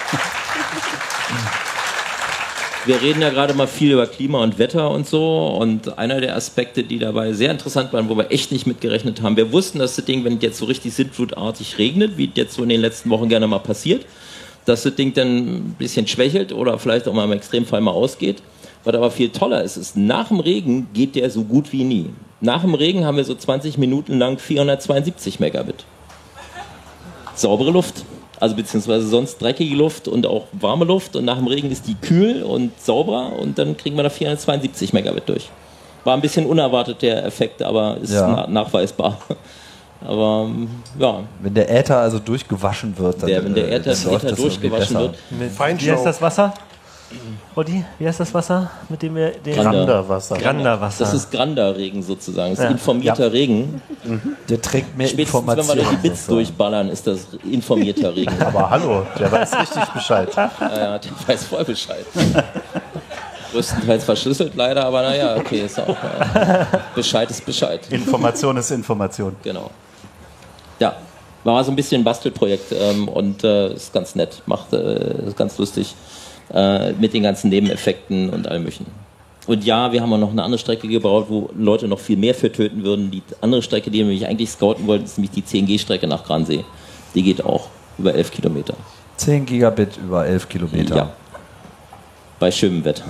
Wir reden ja gerade mal viel über Klima und Wetter und so und einer der Aspekte, die dabei sehr interessant waren, wo wir echt nicht mitgerechnet haben, wir wussten, dass das Ding, wenn es jetzt so richtig sintflutartig regnet, wie jetzt so in den letzten Wochen gerne mal passiert, dass das Ding dann ein bisschen schwächelt oder vielleicht auch mal im Extremfall mal ausgeht. Was aber viel toller ist, nach dem Regen geht der so gut wie nie. Nach dem Regen haben wir so 20 Minuten lang 472 Megabit. Saubere Luft. Also beziehungsweise sonst dreckige Luft und auch warme Luft und nach dem Regen ist die kühl und sauberer und dann kriegen wir da 472 Megabit durch. War ein bisschen unerwartet der Effekt, aber ist nachweisbar. Aber ja. Wenn der Äther also durchgewaschen wird, dann wenn der Äther durchgewaschen wird. Wie heißt das Wasser? Roddy, wie heißt das Wasser, mit dem wir den Granderwasser. Granderwasser. Das ist Granderregen sozusagen. Das ist informierter Regen. Der trägt mehr Spätestens, Informationen. wenn wir durch die Bits durchballern, ist das informierter Regen. Aber hallo, der weiß richtig Bescheid. Ja, der weiß voll Bescheid. Größtenteils verschlüsselt leider, aber naja, okay, ist auch. Bescheid ist Bescheid. Information ist Information. Genau. Ja, war so ein bisschen ein Bastelprojekt und ist ganz nett, ist ganz lustig. Mit den ganzen Nebeneffekten und allem möglichen. Und ja, wir haben auch noch eine andere Strecke gebaut, wo Leute noch viel mehr für töten würden. Die andere Strecke, die wir nämlich eigentlich scouten wollten, ist nämlich die 10G-Strecke nach Gransee. Die geht auch über 11 Kilometer. 10 Gigabit über 11 Kilometer. Ja. Bei schönem Wetter.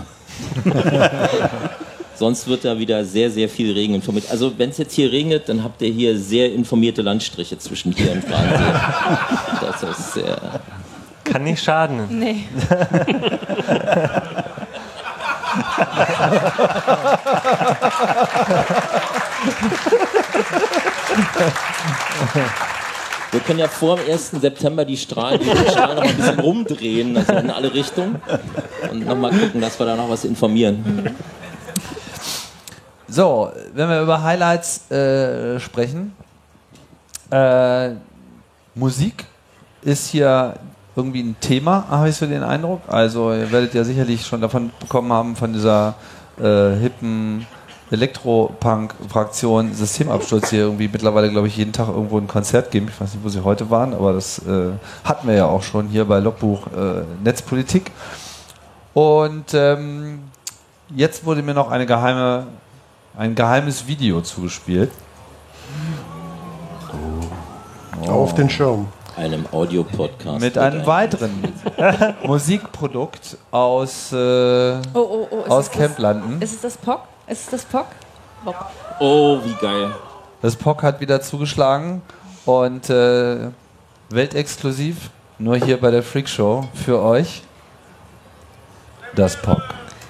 Sonst wird da wieder sehr, sehr viel Regen informiert. Also wenn es jetzt hier regnet, dann habt ihr hier sehr informierte Landstriche zwischen hier und Gransee. Das ist sehr... Kann nicht schaden. Nee. Wir können ja vor dem 1. September die Strahlen noch ein bisschen rumdrehen, also in alle Richtungen. Und nochmal gucken, dass wir da noch was informieren. So, wenn wir über Highlights sprechen, Musik ist hier irgendwie ein Thema, habe ich so den Eindruck. Also ihr werdet ja sicherlich schon davon bekommen haben, von dieser hippen Elektropunk-Fraktion Systemabsturz hier irgendwie mittlerweile, glaube ich, jeden Tag irgendwo ein Konzert geben. Ich weiß nicht, wo sie heute waren, aber das hatten wir ja auch schon hier bei Logbuch Netzpolitik. Und jetzt wurde mir noch ein geheimes Video zugespielt. Auf den Schirm. Einem Audio-Podcast. Mit einem weiteren Musikprodukt aus Camplanden. Ist es das POC? Ist es das POC? Oh, wie geil. Das POC hat wieder zugeschlagen und weltexklusiv, nur hier bei der Freak Show für euch, das POC.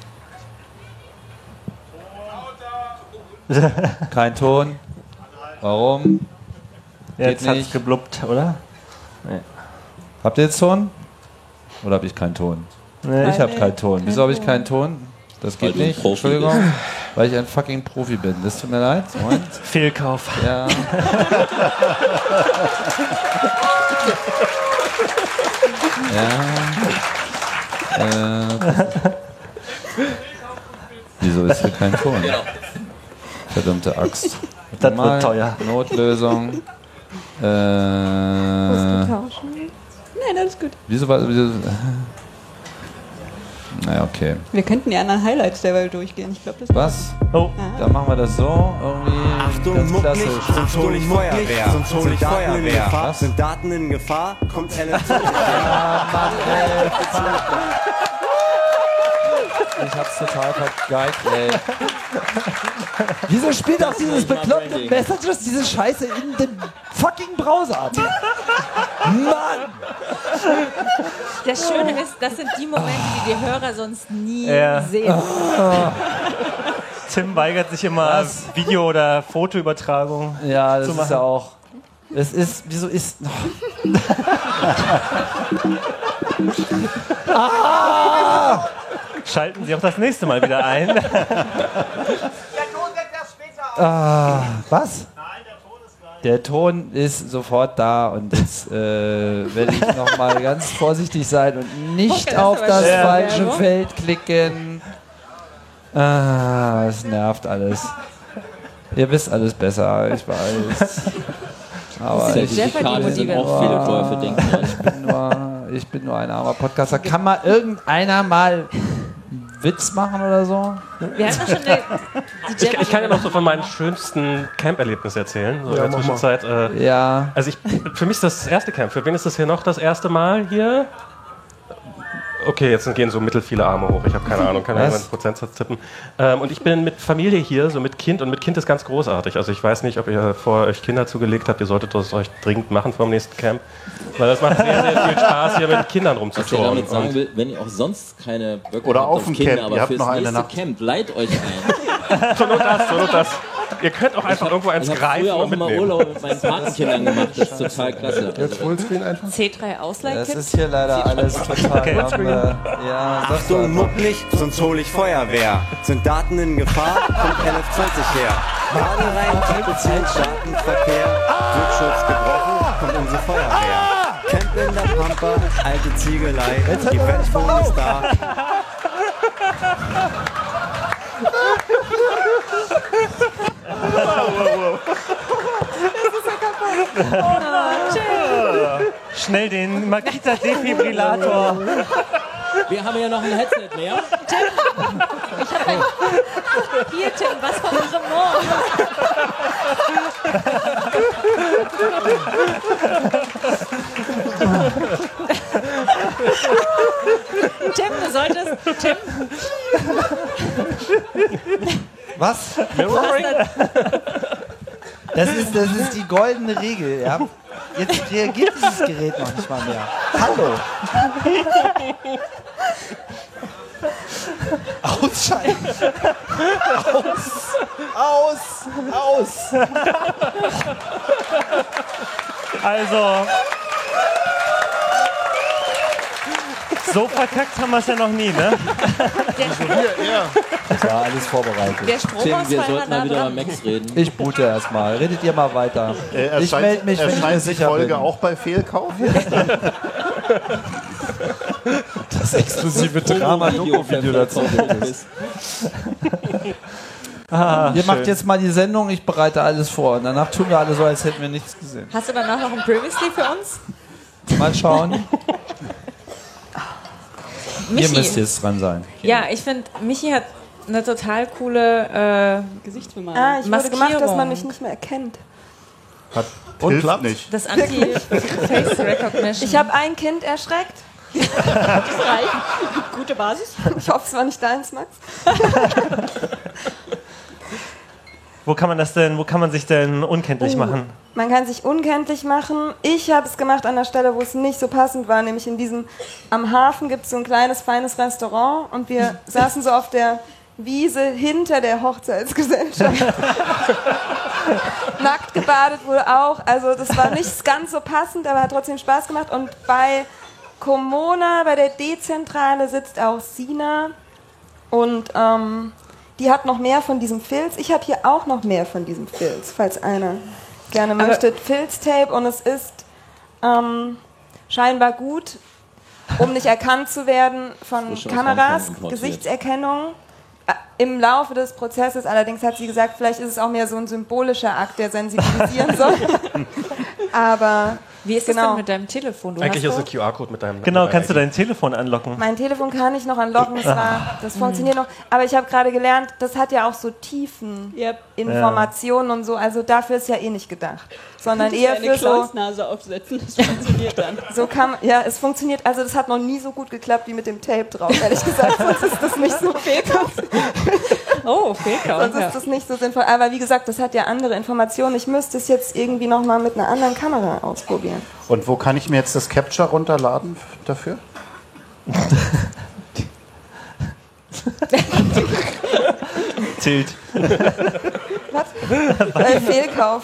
Kein Ton. Warum? Jetzt Geht hat's nicht. geblubbt, oder? Habt ihr jetzt Ton? Oder habe ich keinen Ton? Nee. Ich habe keinen Ton. Wieso habe ich keinen Ton? Das geht Weil du ein nicht. Profi Entschuldigung. Weil ich ein fucking Profi bin. Das tut mir leid. Moment. Fehlkauf. Ja. Wieso ist hier kein Ton? Verdammte Axt. Das wird teuer. Notlösung. Nein, alles gut. Wieso? Naja, okay. Wir könnten die anderen Highlights derweil durchgehen. Ich glaube, das Was? Oh. Dann machen wir das so. Irgendwie Achtung, ganz mucklig, klassisch. sonst hol ich Feuerwehr. Sonst hol ich Feuerwehr. Was? Sind Daten in Gefahr? Kommt LF20. Ich hab's total vergeigt, ey. Wieso spielt auch dieses bekloppte Messages, diese Scheiße in den fucking Browser ab? Mann! Das Schöne ist, das sind die Momente, die die Hörer sonst nie Ja. sehen. Tim weigert sich immer, Video- oder Fotoübertragung. Ja, das zu ist machen. ja auch. Es ist, wieso ist. Schalten Sie auch das nächste Mal wieder ein. Was? Der Ton ist sofort da und jetzt werde ich nochmal ganz vorsichtig sein und nicht Okay, auf das das ist aber falsche Werbung. Feld klicken. Es nervt alles. Ihr wisst alles besser, ich weiß. Aber ich Zertifikate sind auch Fehlkäufe, denke ich. ich bin nur ein armer Podcaster. Kann mal irgendeiner mal einen Witz machen oder so? Wir hatten doch schon die Ich kann ja noch so von meinen schönsten Camp-Erlebnissen erzählen. So Ja, in der mach mal. Zwischenzeit. Ja. Also für mich ist das erste Camp. Für wen ist das hier noch das erste Mal hier? Okay, jetzt gehen so mittelfiele Arme hoch. Ich habe keine Ahnung, kann ja jemand einen Prozentsatz tippen. Und ich bin mit Familie hier, so mit Kind. Und mit Kind ist ganz großartig. Also ich weiß nicht, ob ihr vor euch Kinder zugelegt habt. Ihr solltet das euch dringend machen vor dem nächsten Camp. Weil das macht sehr, sehr viel Spaß, hier mit Kindern Was ich rumzutouren. damit sagen will, wenn ihr auch sonst keine Böcke Oder habt auf dem Kinder, Camp, aber ihr habt fürs noch eine nächste Nacht. Camp leiht euch ein. Zur Not das. Ihr könnt auch einfach irgendwo eins Ich habe greifen früher auch und immer mitnehmen. Urlaub mit meinen Patenkindern gemacht. Das ist total klasse. Jetzt Fullscreen einfach. C3 Das Ausleihkit. ist hier leider alles total ja, sagst du Achtung, einfach. mucklig, sonst hol ich Feuerwehr. Sind Daten in Gefahr? Kommt LF20 her. Gerade rein, Typezeit, Datenverkehr. Wird Schutz gebrochen? Kommt unsere Feuerwehr. Camp in der Pampa, alte Ziegelei. Die Bettwohnung ist da. Schnell den Makita-Defibrillator. Wir haben ja noch ein Headset mehr. Hier, Tim, was von unserem Mond? Tim, du solltest. Tim, Was? Mirroring? Das ist die goldene Regel, ja. Jetzt reagiert dieses Gerät noch nicht mal mehr. Hallo. Ausschalten. Aus. Also, So verkackt haben wir es ja noch nie, ne? Das war alles vorbereitet. Der Tim, Stromausfall wir war sollten mal nah wieder dran. über Max reden. Ich boote erstmal. Redet ihr mal weiter. Ich melde mich, wenn ich mir erscheint die sicher Folge bin. auch bei Fehlkauf? Das exklusive Drama-Doku-Video dazu. Ihr macht jetzt mal die Sendung, ich bereite alles vor. Und danach tun wir alle so, als hätten wir nichts gesehen. Hast du danach noch ein Previously für uns? Mal schauen. Ihr Michi. müsst jetzt dran sein. Ja, ich finde, Michi hat eine total coole Gesichtsbemalung. Ich wurde gemacht, dass man Maskierung. mich nicht mehr erkennt. Und klappt nicht. Das Anti-Face Recognition. Ich habe ein Kind erschreckt. Gute Basis. Ich hoffe, es war nicht deins, Max. Wo kann man sich denn unkenntlich machen? Man kann sich unkenntlich machen. Ich habe es gemacht an der Stelle, wo es nicht so passend war, nämlich in diesem, am Hafen gibt es so ein kleines, feines Restaurant und wir saßen so auf der Wiese hinter der Hochzeitsgesellschaft. Nackt gebadet wurde auch, also das war nicht ganz so passend, aber hat trotzdem Spaß gemacht. Und bei Komona, bei der D-Zentrale sitzt auch Sina und die hat noch mehr von diesem Filz. Ich habe hier auch noch mehr von diesem Filz, falls einer gerne möchte. Filztape und es ist scheinbar gut, um nicht erkannt zu werden von Frisch aus Kameras, Hongkong importiert. Gesichtserkennung. Im Laufe des Prozesses allerdings hat sie gesagt, vielleicht ist es auch mehr so ein symbolischer Akt, der sensibilisieren soll. Aber wie ist es denn mit deinem Telefon? Eigentlich ist ein QR-Code mit deinem... Genau, mit kannst du deiner dein Telefon anlocken? mein Telefon kann ich noch anlocken, das funktioniert noch. Aber ich habe gerade gelernt, das hat ja auch so tiefen Informationen und so, also dafür ist ja eh nicht gedacht. Sondern eher eine für so... Clownsnase aufsetzen, das funktioniert dann. So kann, ja, es funktioniert, also das hat noch nie so gut geklappt wie mit dem Tape drauf, ehrlich gesagt, sonst ist das nicht so Fehlkauf. Oh, Fehlkauf. Sonst ist das nicht so sinnvoll. Aber wie gesagt, das hat ja andere Informationen. Ich müsste es jetzt irgendwie nochmal mit einer anderen Kamera ausprobieren. Und wo kann ich mir jetzt das Capture runterladen dafür? Tilt. Was? Fehlkauf.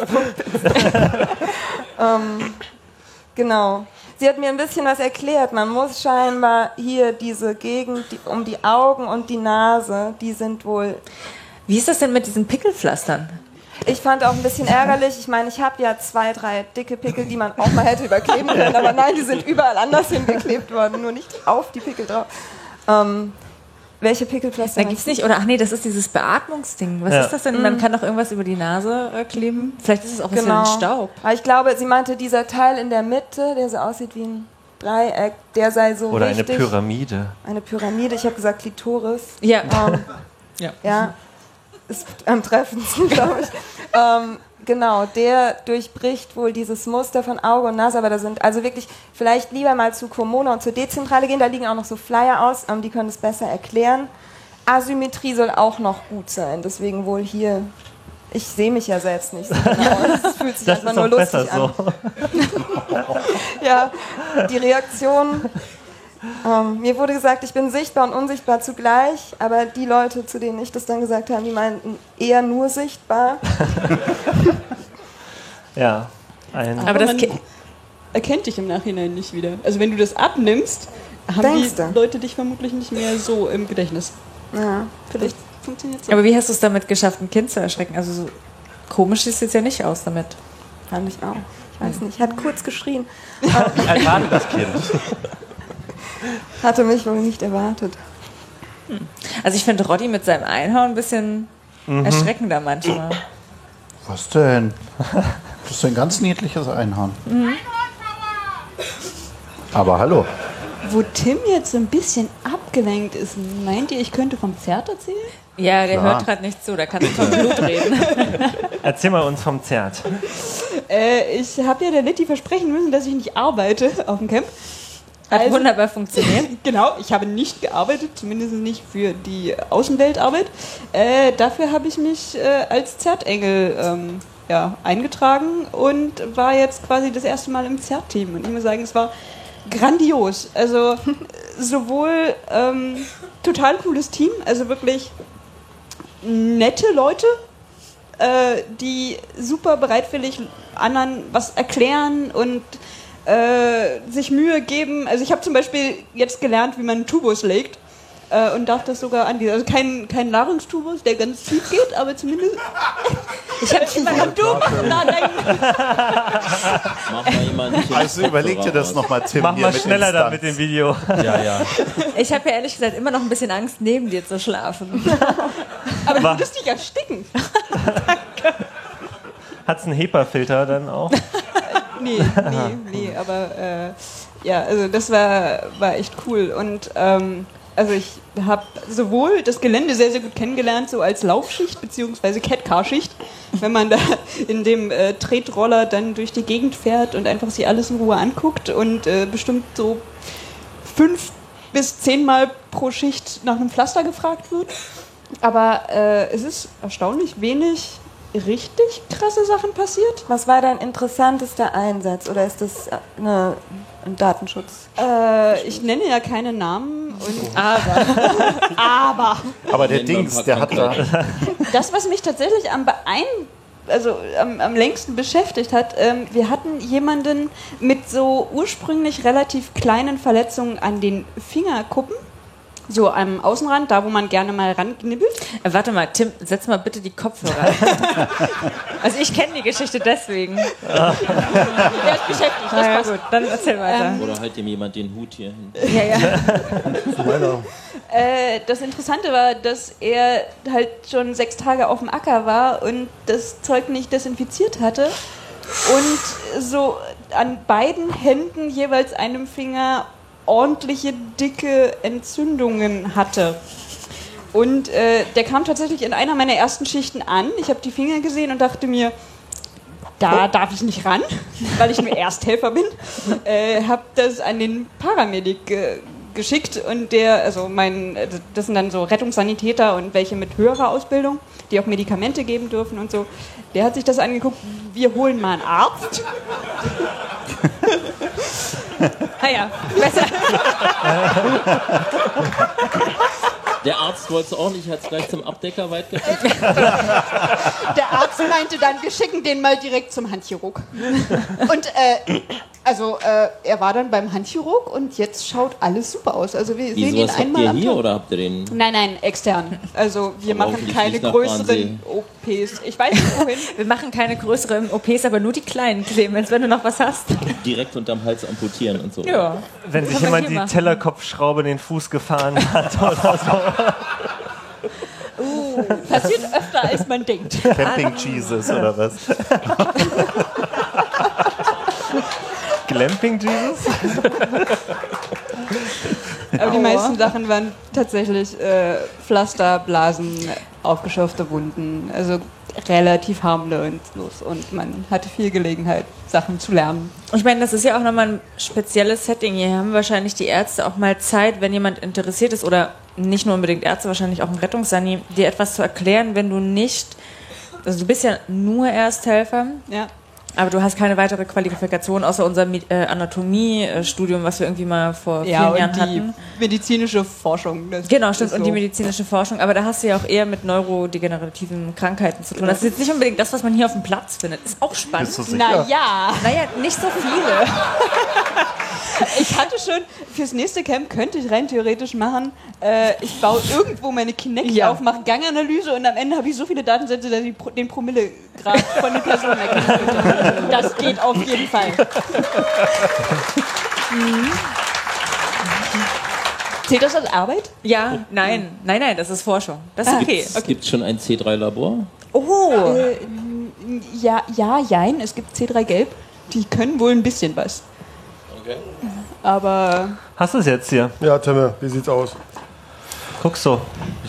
Genau. Sie hat mir ein bisschen was erklärt. Man muss scheinbar hier diese Gegend um die Augen und die Nase, die sind wohl... Wie ist das denn mit diesen Pickelpflastern? Ich fand auch ein bisschen ärgerlich. Ich meine, ich habe ja 2, 3 dicke Pickel, die man auch mal hätte überkleben können. Aber nein, die sind überall anders hingeklebt worden, nur nicht auf die Pickel drauf. Welche Pickelpflaster? Da gibt's nicht, oder ach nee, das ist dieses Beatmungsding. Was ist das denn? Man kann doch irgendwas über die Nase kleben. Vielleicht ist es auch ein Staub. Aber ich glaube, sie meinte, dieser Teil in der Mitte, der so aussieht wie ein Dreieck, der sei so Oder wichtig. eine Pyramide. Eine Pyramide, ich habe gesagt Klitoris. Ja. Ja, ist am treffendsten, glaube ich. Genau, der durchbricht wohl dieses Muster von Auge und Nase, aber da sind also wirklich vielleicht lieber mal zu Komona und zur D-Zentrale gehen, da liegen auch noch so Flyer aus, die können es besser erklären. Asymmetrie soll auch noch gut sein, deswegen wohl hier, ich sehe mich ja selbst nicht so genau, es fühlt sich Das einfach ist nur auch lustig besser an. so. Ja, die Reaktion... mir wurde gesagt, ich bin sichtbar und unsichtbar zugleich, aber die Leute, zu denen ich das dann gesagt habe, die meinten eher nur sichtbar. Ja. Aber das erkennt dich im Nachhinein nicht wieder. Also wenn du das abnimmst, haben die Leute dich vermutlich nicht mehr so im Gedächtnis. Ja, vielleicht funktioniert es. Aber wie hast du es damit geschafft, ein Kind zu erschrecken? Also so komisch sieht es jetzt ja nicht aus damit. Fand ich auch. Ich weiß nicht, hat kurz geschrien. Wie alt war denn das Kind? Hatte mich wohl nicht erwartet. Also ich finde Roddy mit seinem Einhorn ein bisschen erschreckender manchmal. Was denn? Das ist ein ganz niedliches Einhorn. Aber hallo. Wo Tim jetzt so ein bisschen abgelenkt ist, meint ihr, ich könnte vom Zert erzählen? Ja, der Klar. hört gerade nicht zu, da kann ich vom Blut reden. Erzähl mal uns vom Zert. Ich habe ja der Litti versprechen müssen, dass ich nicht arbeite auf dem Camp. Hat wunderbar funktioniert. Genau, ich habe nicht gearbeitet, zumindest nicht für die Außenweltarbeit. Dafür habe ich mich als Zertengel eingetragen und war jetzt quasi das erste Mal im Zert-Team. Und ich muss sagen, es war grandios. Also sowohl total cooles Team, also wirklich nette Leute, die super bereitwillig anderen was erklären und sich Mühe geben. Also ich habe zum Beispiel jetzt gelernt, wie man einen Tubus legt. Und darf das sogar anbieten. Also kein Ladungstubus, der ganz tief geht, aber zumindest. Ich habe immer am Tubus nachdenken. Mach mal jemand Also überleg dir das nochmal, Tim. Mach mal schneller dann mit dem Video. Ja. Ich habe ja ehrlich gesagt immer noch ein bisschen Angst, neben dir zu schlafen. Aber du würdest dich ersticken. Hat's einen HEPA-Filter dann auch? Nee, aber ja, also das war echt cool. Und also ich habe sowohl das Gelände sehr, sehr gut kennengelernt, so als Laufschicht bzw. Catcar-Schicht, wenn man da in dem Tretroller dann durch die Gegend fährt und einfach sich alles in Ruhe anguckt und bestimmt so 5 bis 10 Mal pro Schicht nach einem Pflaster gefragt wird. Aber es ist erstaunlich wenig richtig krasse Sachen passiert. Was war dein interessantester Einsatz oder ist das ein Datenschutz? Ich nenne ja keine Namen. Aber der Dings, der hat da... Das, was mich tatsächlich am längsten beschäftigt hat, wir hatten jemanden mit so ursprünglich relativ kleinen Verletzungen an den Fingerkuppen. So am Außenrand, da wo man gerne mal ranknibbelt. Warte mal, Tim, setz mal bitte die Kopfhörer. Also ich kenne die Geschichte deswegen. Der ist beschäftigt, das passt. Gut, dann erzähl weiter. Oder halt ihm jemand den Hut hier hin. Ja. Das Interessante war, dass er halt schon 6 Tage auf dem Acker war und das Zeug nicht desinfiziert hatte und so an beiden Händen jeweils einem Finger ordentliche, dicke Entzündungen hatte. Und der kam tatsächlich in einer meiner ersten Schichten an. Ich habe die Finger gesehen und dachte mir, da darf ich nicht ran, weil ich nur Ersthelfer bin. Habe das an den Paramedic geschickt und das sind dann so Rettungssanitäter und welche mit höherer Ausbildung, die auch Medikamente geben dürfen und so. Der hat sich das angeguckt, wir holen mal einen Arzt. Ja, besser. Der Arzt wollte es auch nicht, hat es gleich zum Abdecker weit geschickt. Der Arzt meinte dann, wir schicken den mal direkt zum Handchirurg. Und er war dann beim Handchirurg und jetzt schaut alles super aus. Also wir sehen ihn einmal am hier Tag. Oder habt ihr den? Nein, extern. Also wir machen keine größeren OPs. Ich weiß nicht wohin. Wir machen keine größeren OPs, aber nur die kleinen, Clemens, wenn du noch was hast. Direkt unterm Hals amputieren und so. Ja. Wenn sich jemand die Tellerkopfschraube in den Fuß gefahren hat oder so. Passiert öfter, als man denkt. Camping Jesus oder was? Glamping Jesus? Aber die meisten Sachen waren tatsächlich Pflaster, Blasen, aufgeschürfte Wunden. Also relativ harmlos und man hatte viel Gelegenheit, Sachen zu lernen. Ich meine, das ist ja auch nochmal ein spezielles Setting. Hier haben wahrscheinlich die Ärzte auch mal Zeit, wenn jemand interessiert ist oder nicht nur unbedingt Ärzte, wahrscheinlich auch ein Rettungssani, dir etwas zu erklären, wenn du nicht, also du bist ja nur Ersthelfer. Ja. Aber du hast keine weitere Qualifikation außer unserem Anatomiestudium, was wir irgendwie mal vor vielen Jahren hatten. Medizinische Forschung. Genau, stimmt. Und die medizinische Forschung. Aber da hast du ja auch eher mit neurodegenerativen Krankheiten zu tun. Das ist jetzt nicht unbedingt das, was man hier auf dem Platz findet. Ist auch spannend. Bist du sicher? Naja, nicht so viele. Ich hatte schon, fürs nächste Camp könnte ich rein theoretisch machen, ich baue irgendwo meine Kinect auf, mache Ganganalyse und am Ende habe ich so viele Datensätze, dass ich den Promillegrad von den Personen erkennen könnte. Das geht auf jeden Fall. Zählt das als Arbeit? Ja, nein, das ist Forschung. Das ist okay. Gibt es schon ein C3-Labor? Oh! Jein, es gibt C3 Gelb. Die können wohl ein bisschen was. Okay. Aber... Hast du es jetzt hier? Ja, Timme, wie sieht's aus? Guck so.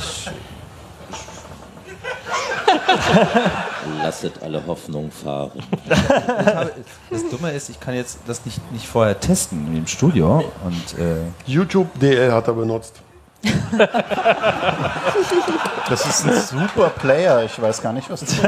Lasset alle Hoffnung fahren. Das Dumme ist, ich kann jetzt das nicht vorher testen im Studio. Und, YouTube DL hat er benutzt. Das ist ein super Player. Ich weiß gar nicht, was das ist.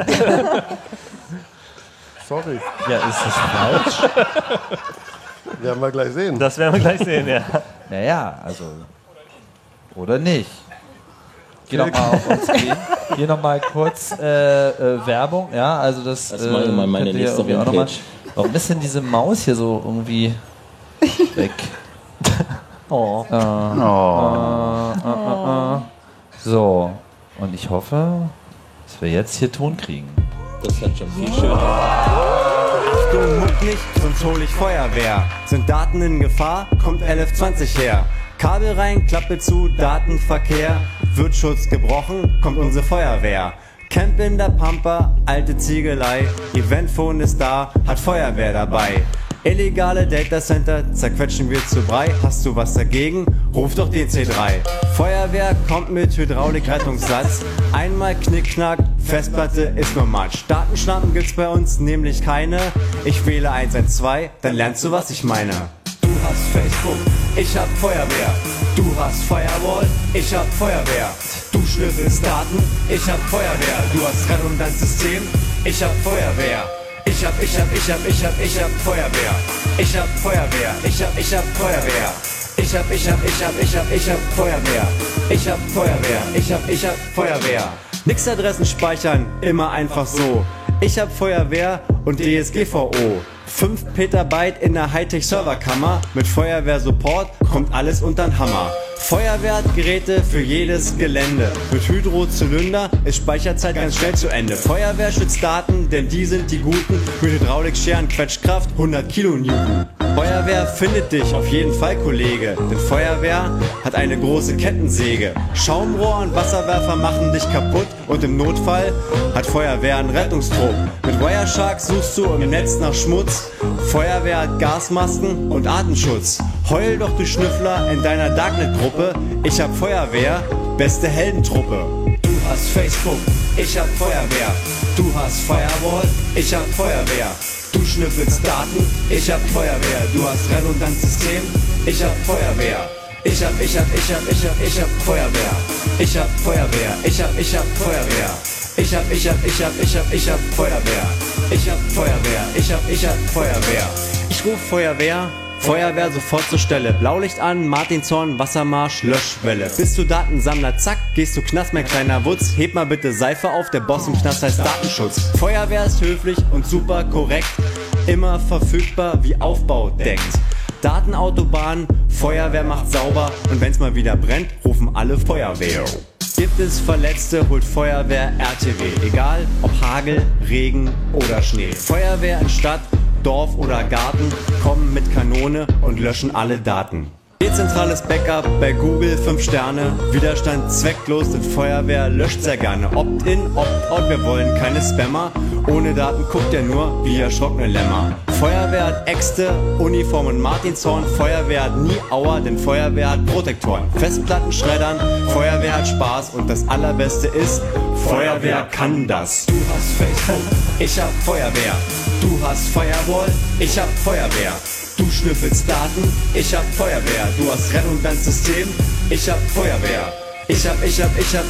Sorry. ja, ist das falsch? Werden wir gleich sehen. Das werden wir gleich sehen, ja. Naja, also. Oder nicht. Geh doch mal auf uns gehen. Hier nochmal kurz Werbung. Ja, also das mache ich mal meine nächste Homepage. Warum ist denn diese Maus hier so irgendwie weg? Oh. So, und ich hoffe, dass wir jetzt hier Ton kriegen. Das hat schon viel schöner. Achtung, muck nicht, sonst hol ich Feuerwehr. Sind Daten in Gefahr, kommt 1120 her. Kabel rein, Klappe zu, Datenverkehr. Wird Schutz gebrochen, kommt unsere Feuerwehr. Camp in der Pampa, alte Ziegelei. Eventphone ist da, hat Feuerwehr dabei. Illegale Datacenter zerquetschen wir zu Brei. Hast du was dagegen? Ruf doch den C3. Feuerwehr kommt mit Hydraulik-Rettungssatz. Einmal Knickknack, Festplatte ist nur Matsch. Datenschnappen gibt's bei uns nämlich keine. Ich wähle 112, dann lernst du, was ich meine. Du hast Facebook, ich hab Feuerwehr. Du hast Firewall, ich hab Feuerwehr. Du schnüffelst Daten, ich hab Feuerwehr. Du hast Redundanzsystem, ich hab Feuerwehr. Ich hab Feuerwehr. Ich hab Feuerwehr. Ich hab Feuerwehr. Ich hab Feuerwehr. Ich hab Feuerwehr. Ich hab Feuerwehr. Nix Adressen speichern, immer einfach so. Ich hab Feuerwehr und DSGVO. 5 Petabyte in der Hightech-Serverkammer. Mit Feuerwehr-Support kommt alles untern Hammer. Feuerwehr hat Geräte für jedes Gelände. Mit Hydrozylinder ist Speicherzeit ganz schnell zu Ende. Feuerwehr schützt Daten, denn die sind die Guten. Mit Hydraulikscheren Quetschkraft 100 Kilonewton. Feuerwehr findet dich auf jeden Fall, Kollege. Denn Feuerwehr hat eine große Kettensäge. Schaumrohr und Wasserwerfer machen dich kaputt. Und im Notfall hat Feuerwehr einen Rettungstrupp. Mit Wireshark suchst du im Netz nach Schmutz. Feuerwehr hat Gasmasken und Atemschutz. Heul doch, du Schnüffler, in deiner Darknet-Gruppe. Ich hab Feuerwehr, beste Heldentruppe. Du hast Facebook, ich hab Feuerwehr. Du hast Firewall, ich hab Feuerwehr. Du schnüffelst Daten, ich hab Feuerwehr. Du hast Redundanzsystem, ich hab Feuerwehr. Ich hab Feuerwehr. Ich hab Feuerwehr. Ich hab Feuerwehr. Ich hab Feuerwehr. Ich hab Feuerwehr. Ich hab Feuerwehr. Ich ruf Feuerwehr. Feuerwehr sofort zur Stelle. Blaulicht an, Martinshorn, Wassermarsch, Löschwelle. Bist du Datensammler, zack, gehst du Knast, mein kleiner Wutz. Heb mal bitte Seife auf, der Boss im Knast heißt Datenschutz. Feuerwehr ist höflich und super korrekt. Immer verfügbar wie Aufbau deckt. Datenautobahn, Feuerwehr macht sauber. Und wenn's mal wieder brennt, rufen alle Feuerwehr. Gibt es Verletzte, holt Feuerwehr RTW. Egal ob Hagel, Regen oder Schnee. Feuerwehr in Stadt, Dorf oder Garten kommen mit Kanone und löschen alle Daten. Dezentrales Backup bei Google 5 Sterne. Widerstand zwecklos, denn Feuerwehr löscht sehr gerne. Opt-in, Opt-out, wir wollen keine Spammer. Ohne Daten guckt er nur wie erschrockene Lämmer. Feuerwehr hat Äxte, Uniform und Martinshorn. Feuerwehr hat nie Aua, denn Feuerwehr hat Protektoren. Festplatten schreddern, Feuerwehr hat Spaß. Und das Allerbeste ist, Feuerwehr kann das. Du hast Facebook, ich hab Feuerwehr. Du hast Firewall, ich hab Feuerwehr. Du schnüffelst Daten, ich hab Feuerwehr. Du hast Redundanzsystem, ich hab Feuerwehr. Ich hab Feuerwehr.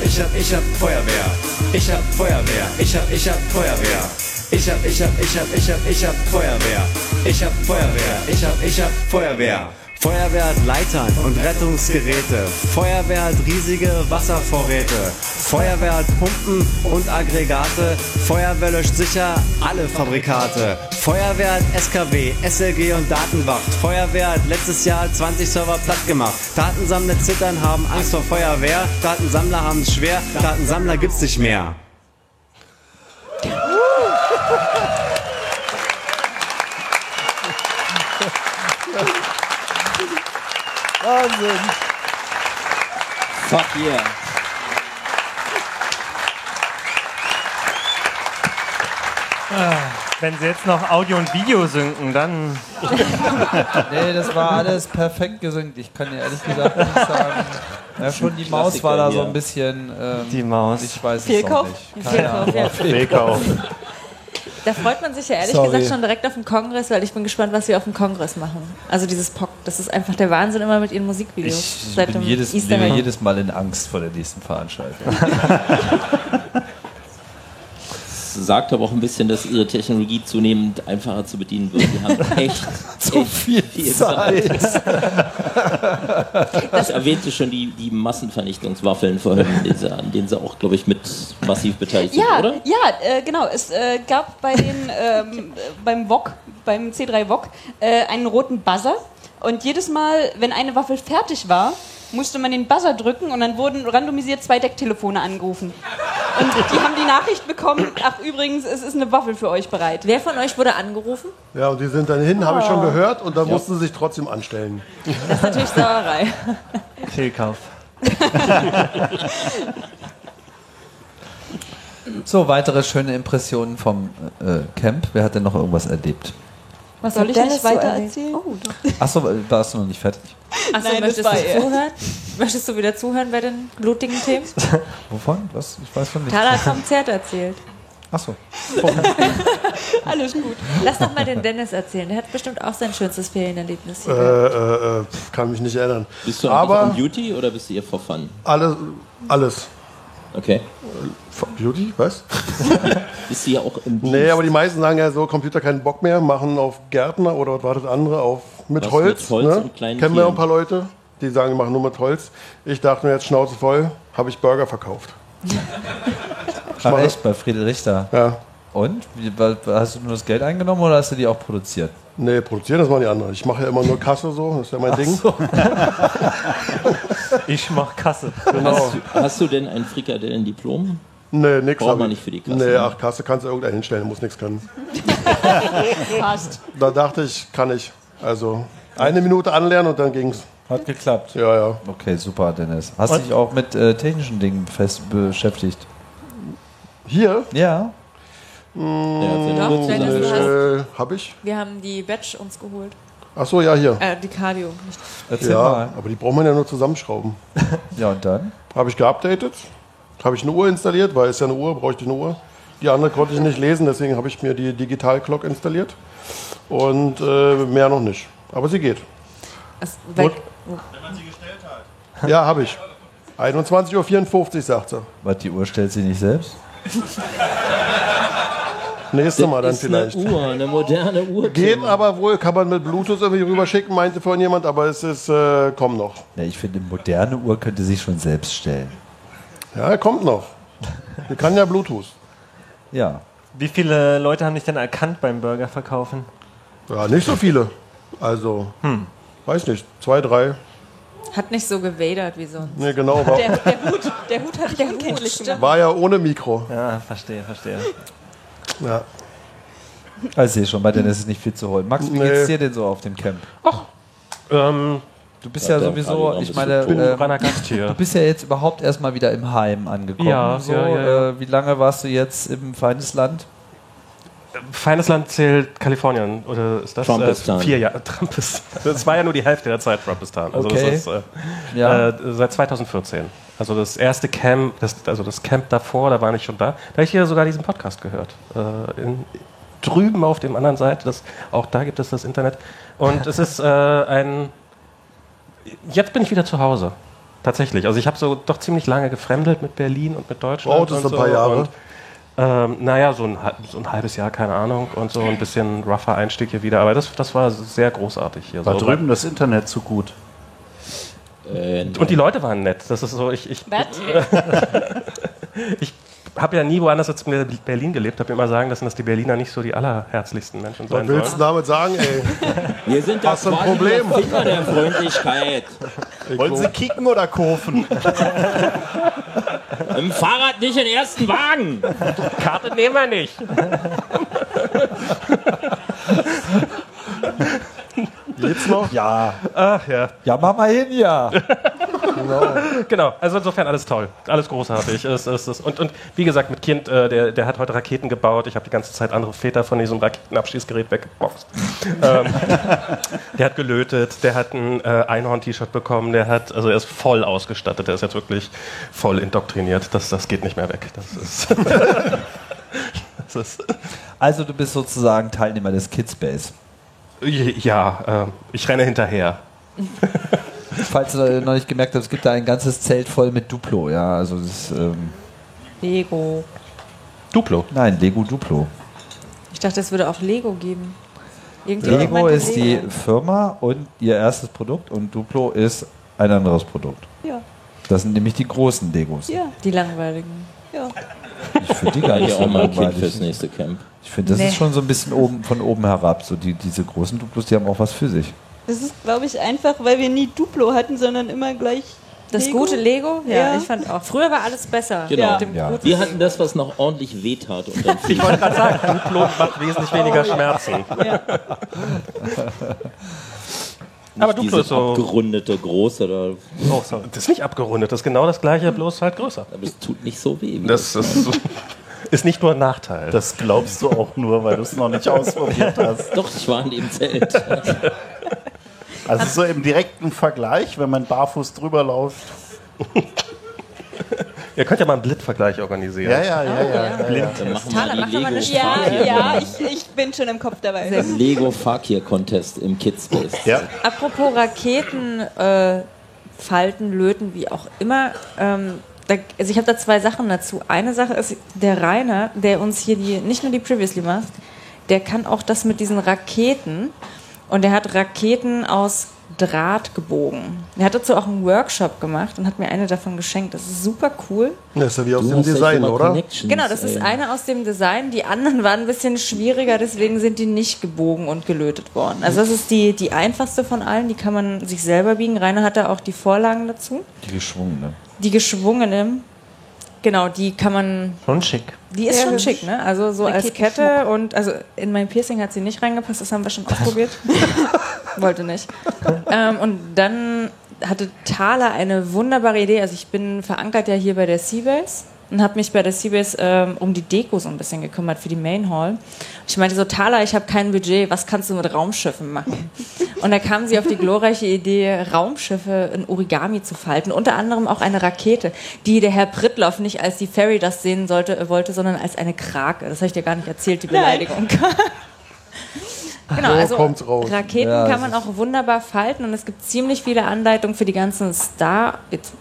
Ich hab Feuerwehr. Ich hab Feuerwehr. Ich hab Feuerwehr. Ich hab Feuerwehr. Feuerwehr hat Leitern und Rettungsgeräte. Feuerwehr hat riesige Wasservorräte. Feuerwehr hat Pumpen und Aggregate. Feuerwehr löscht sicher alle Fabrikate. Feuerwehr hat SKW, SLG und Datenwacht. Feuerwehr hat letztes Jahr 20 Server platt gemacht. Datensammler zittern, haben Angst vor Feuerwehr. Datensammler haben es schwer. Datensammler gibt's nicht mehr. Wahnsinn. Fuck yeah. Wenn sie jetzt noch Audio und Video synken, dann... Nee, das war alles perfekt gesynkt. Ich kann dir ehrlich gesagt nicht sagen. Ja, schon die Maus war da so ein bisschen... die Maus. Ich weiß Fehlkauf? es noch nicht. Fehlkauf. Da freut man sich ja ehrlich gesagt schon direkt auf den Kongress, weil ich bin gespannt, was sie auf dem Kongress machen. Also dieses POC, das ist einfach der Wahnsinn immer mit ihren Musikvideos. Ich bin jedes Mal in Angst vor der nächsten Veranstaltung. sagt aber auch ein bisschen, dass ihre Technologie zunehmend einfacher zu bedienen wird. Die haben echt zu viel Zeit. Ich erwähnte schon die Massenvernichtungswaffeln vorhin, an denen sie auch, glaube ich, mit massiv beteiligt sind, oder? Ja, genau. Es gab bei beim VOG, beim C3 VOG, einen roten Buzzer. Und jedes Mal, wenn eine Waffel fertig war, musste man den Buzzer drücken und dann wurden randomisiert 2 Decktelefone angerufen. Und die haben die Nachricht bekommen, ach übrigens, es ist eine Waffel für euch bereit. Wer von euch wurde angerufen? Ja, und die sind dann hin, habe ich schon gehört, und dann mussten sie sich trotzdem anstellen. Das ist natürlich Sauerei. Fehlkauf. So, weitere schöne Impressionen vom Camp. Wer hat denn noch irgendwas erlebt? Was soll ich nicht weiter erzählen? Oh, doch. Achso, warst du noch nicht fertig? Achso, Nein, möchtest das du war zuhören? Möchtest du wieder zuhören bei den blutigen Themen? Wovon? Was? Ich weiß von nicht. Tala hat vom Konzert erzählt. Achso. Alles gut. Lass doch mal den Dennis erzählen. Der hat bestimmt auch sein schönstes Ferienerlebnis hier. Kann mich nicht erinnern. Bist du eigentlich on Duty oder bist du hier for fun? Alles. Okay. Beauty, was? Ist sie ja auch im Dienst. Nee, aber die meisten sagen ja so, Computer keinen Bock mehr, machen auf Gärtner oder was war das andere, auf mit Was Holz. mit Holz Ne? und kleinen Kennen wir Tieren. ein paar Leute, die sagen, die machen nur mit Holz. Ich dachte mir jetzt, Schnauze voll, habe ich Burger verkauft. Ach echt, bei Friedel Richter? Ja. Und? Hast du nur das Geld eingenommen oder hast du die auch produziert? Nee, produzieren, das machen die anderen. Ich mache ja immer nur Kasse so, das ist ja mein Ding. So. Ich mach Kasse. Genau. Hast du denn ein Frikadellen-Diplom? Nee, nix. Braucht man nicht für die Kasse. Nee, ach, Kasse kannst du irgendeinen hinstellen, muss nichts können. Passt. Da dachte ich, kann ich. Also 1 Minute anlernen und dann ging's. Hat geklappt. Ja, ja. Okay, super, Dennis. Hast du dich auch mit technischen Dingen beschäftigt? Hier? Ja. Doch, Dennis, du hast, Hab ich? wir haben die Badge uns geholt. Ach so, ja, hier. Die Cardio. Nicht. Erzähl Ja, mal. aber die braucht man ja nur zusammenschrauben. Ja, und dann? Habe ich geupdatet, habe ich eine Uhr installiert, weil es ja eine Uhr, bräuchte ich eine Uhr. Die andere konnte ich nicht lesen, deswegen habe ich mir die Digital Clock installiert. Und mehr noch nicht. Aber sie geht. Wenn man sie gestellt hat. Ja, habe ich. 21:54 Uhr, sagt sie. Was, die Uhr stellt sie nicht selbst? Nächstes Mal dann ist vielleicht. Eine moderne Uhr. Geht aber wohl, kann man mit Bluetooth irgendwie rüberschicken, meinte vorhin jemand, aber es ist, kommt noch. Ja, ich finde, eine moderne Uhr könnte sich schon selbst stellen. Ja, kommt noch. Die kann ja Bluetooth. Ja. Wie viele Leute haben dich denn erkannt beim Burger verkaufen? Ja, nicht so viele. Also, weiß nicht, 2, 3. hat nicht so gewedert wie sonst. Nee, genau. Der Hut hat dich unkenntlich gemacht. War ja ohne Mikro. Ja, verstehe. Ja. Also ich sehe schon, bei denen ist es nicht viel zu holen. Max, wie geht's dir denn so auf dem Camp? Du bist ja sowieso, ich meine, Gast hier. du bist ja jetzt überhaupt erstmal wieder im Heim angekommen. Ja, so, ja. Wie lange warst du jetzt im Feindesland? Feindesland zählt Kalifornien, oder ist das? Trumpistan. 4 Jahre. Trumpistan. Das war ja nur die Hälfte der Zeit Trumpistan. Also Okay. das ist Ja. seit 2014. Also das erste Camp, das Camp davor, da war ich schon da. Da habe ich hier sogar diesen Podcast gehört. Drüben auf dem anderen Seite, auch da gibt es das Internet. Und es ist jetzt bin ich wieder zu Hause. Tatsächlich. Also ich habe so doch ziemlich lange gefremdelt mit Berlin und mit Deutschland. Oh, das sind ein paar Jahre. Und, naja, so ein halbes Jahr, keine Ahnung, und so ein bisschen rougher Einstieg hier wieder. Aber das war sehr großartig hier. War so. drüben das Internet zu gut? Und die Leute waren nett. Das ist so, ich habe ja nie woanders als in Berlin gelebt, habe mir immer sagen lassen, dass die Berliner nicht so die allerherzlichsten Menschen sein Was willst du sollen. damit sagen, ey? Wir sind Hast du ein quasi Problem? der Finger der Freundlichkeit. Wollen Sie kicken oder kurven? Im Fahrrad nicht in den ersten Wagen. Karte nehmen wir nicht. Geht's noch? Ja. Ach ja. Ja, mach mal hin, ja. Genau, also insofern alles toll, alles großartig. Und wie gesagt, mit Kind, der hat heute Raketen gebaut. Ich habe die ganze Zeit andere Väter von diesem Raketenabschießgerät weggeboxt. Der hat gelötet, der hat ein Einhorn-T-Shirt bekommen, er ist voll ausgestattet, der ist jetzt wirklich voll indoktriniert. Das geht nicht mehr weg. Das ist Also du bist sozusagen Teilnehmer des Kidspace. ja, ich renne hinterher. Falls du noch nicht gemerkt hast, es gibt da ein ganzes Zelt voll mit Duplo, ja, also das Lego. Duplo. Nein, Lego Duplo. Ich dachte, es würde auch Lego geben. Lego ist die Firma und ihr erstes Produkt und Duplo ist ein anderes Produkt. Ja. Das sind nämlich die großen Legos. Ja. Die langweiligen. Ja. Ich finde die gar nicht Ja, so auch mal ein Kind langweilig. fürs nächste Camp. Ich finde, das ist schon so ein bisschen von oben herab. So diese großen Duplos, die haben auch was für sich. Das ist, glaube ich, einfach, weil wir nie Duplo hatten, sondern immer gleich Das Lego? gute Lego? Ja. Ich fand auch. Früher war alles besser. Genau. Mit dem Ja. guten Wir Lego. hatten das, was noch ordentlich wehtat. Und dann Ich wollte gerade sagen, Duplo macht wesentlich weniger Schmerzen. Aber Duplo diese ist so. abgerundete, große, Oh, sorry. Das ist nicht abgerundet, das ist genau das gleiche, bloß halt größer. aber es tut nicht so weh. Wie Das ist nicht nur ein Nachteil. Das glaubst du auch nur, weil du es noch nicht ausprobiert hast. Doch, ich war in dem Zelt. Also so im direkten Vergleich, wenn man barfuß drüber läuft. Ihr könnt ja mal einen Blitvergleich organisieren. Ja. Dann machen Thaler, wir mach doch mal eine die Ja, ich bin schon im Kopf dabei. Lego Fakir Contest im Kidspace. Ja. Apropos Raketen, Falten, Löten, wie auch immer. Also ich habe da zwei Sachen dazu. Eine Sache ist, der Rainer, der uns hier nicht nur die Previously macht, der kann auch das mit diesen Raketen. Und der hat Raketen aus Draht gebogen. Er hat dazu auch einen Workshop gemacht und hat mir eine davon geschenkt. Das ist super cool. Das ist ja wie aus Du dem hast echt Design, immer oder? Connections, Genau, das ist ey. eine aus dem Design. Die anderen waren ein bisschen schwieriger, deswegen sind die nicht gebogen und gelötet worden. Also das ist die einfachste von allen, die kann man sich selber biegen. Rainer hat da auch die Vorlagen dazu. Die geschwungene. Die geschwungene, genau, die kann man, Schon schick. die ist Sehr schon hübsch. schick, ne? Also so als Kette und, also in mein Piercing hat sie nicht reingepasst, das haben wir schon ausprobiert. Wollte nicht. Und dann hatte Thaler eine wunderbare Idee. Also ich bin verankert ja hier bei der Seabase und habe mich bei der Seabase um die Deko so ein bisschen gekümmert für die Main Hall. Ich meinte so, Thaler, ich habe kein Budget, was kannst du mit Raumschiffen machen? Und da kam sie auf die glorreiche Idee, Raumschiffe in Origami zu falten, unter anderem auch eine Rakete, die der Herr Prittloff nicht als die Fairy das sehen wollte, sondern als eine Krake. Das habe ich dir gar nicht erzählt, die Beleidigung. Genau, also kommt's raus. Raketen Ja, kann man auch wunderbar falten und es gibt ziemlich viele Anleitungen für die ganzen Star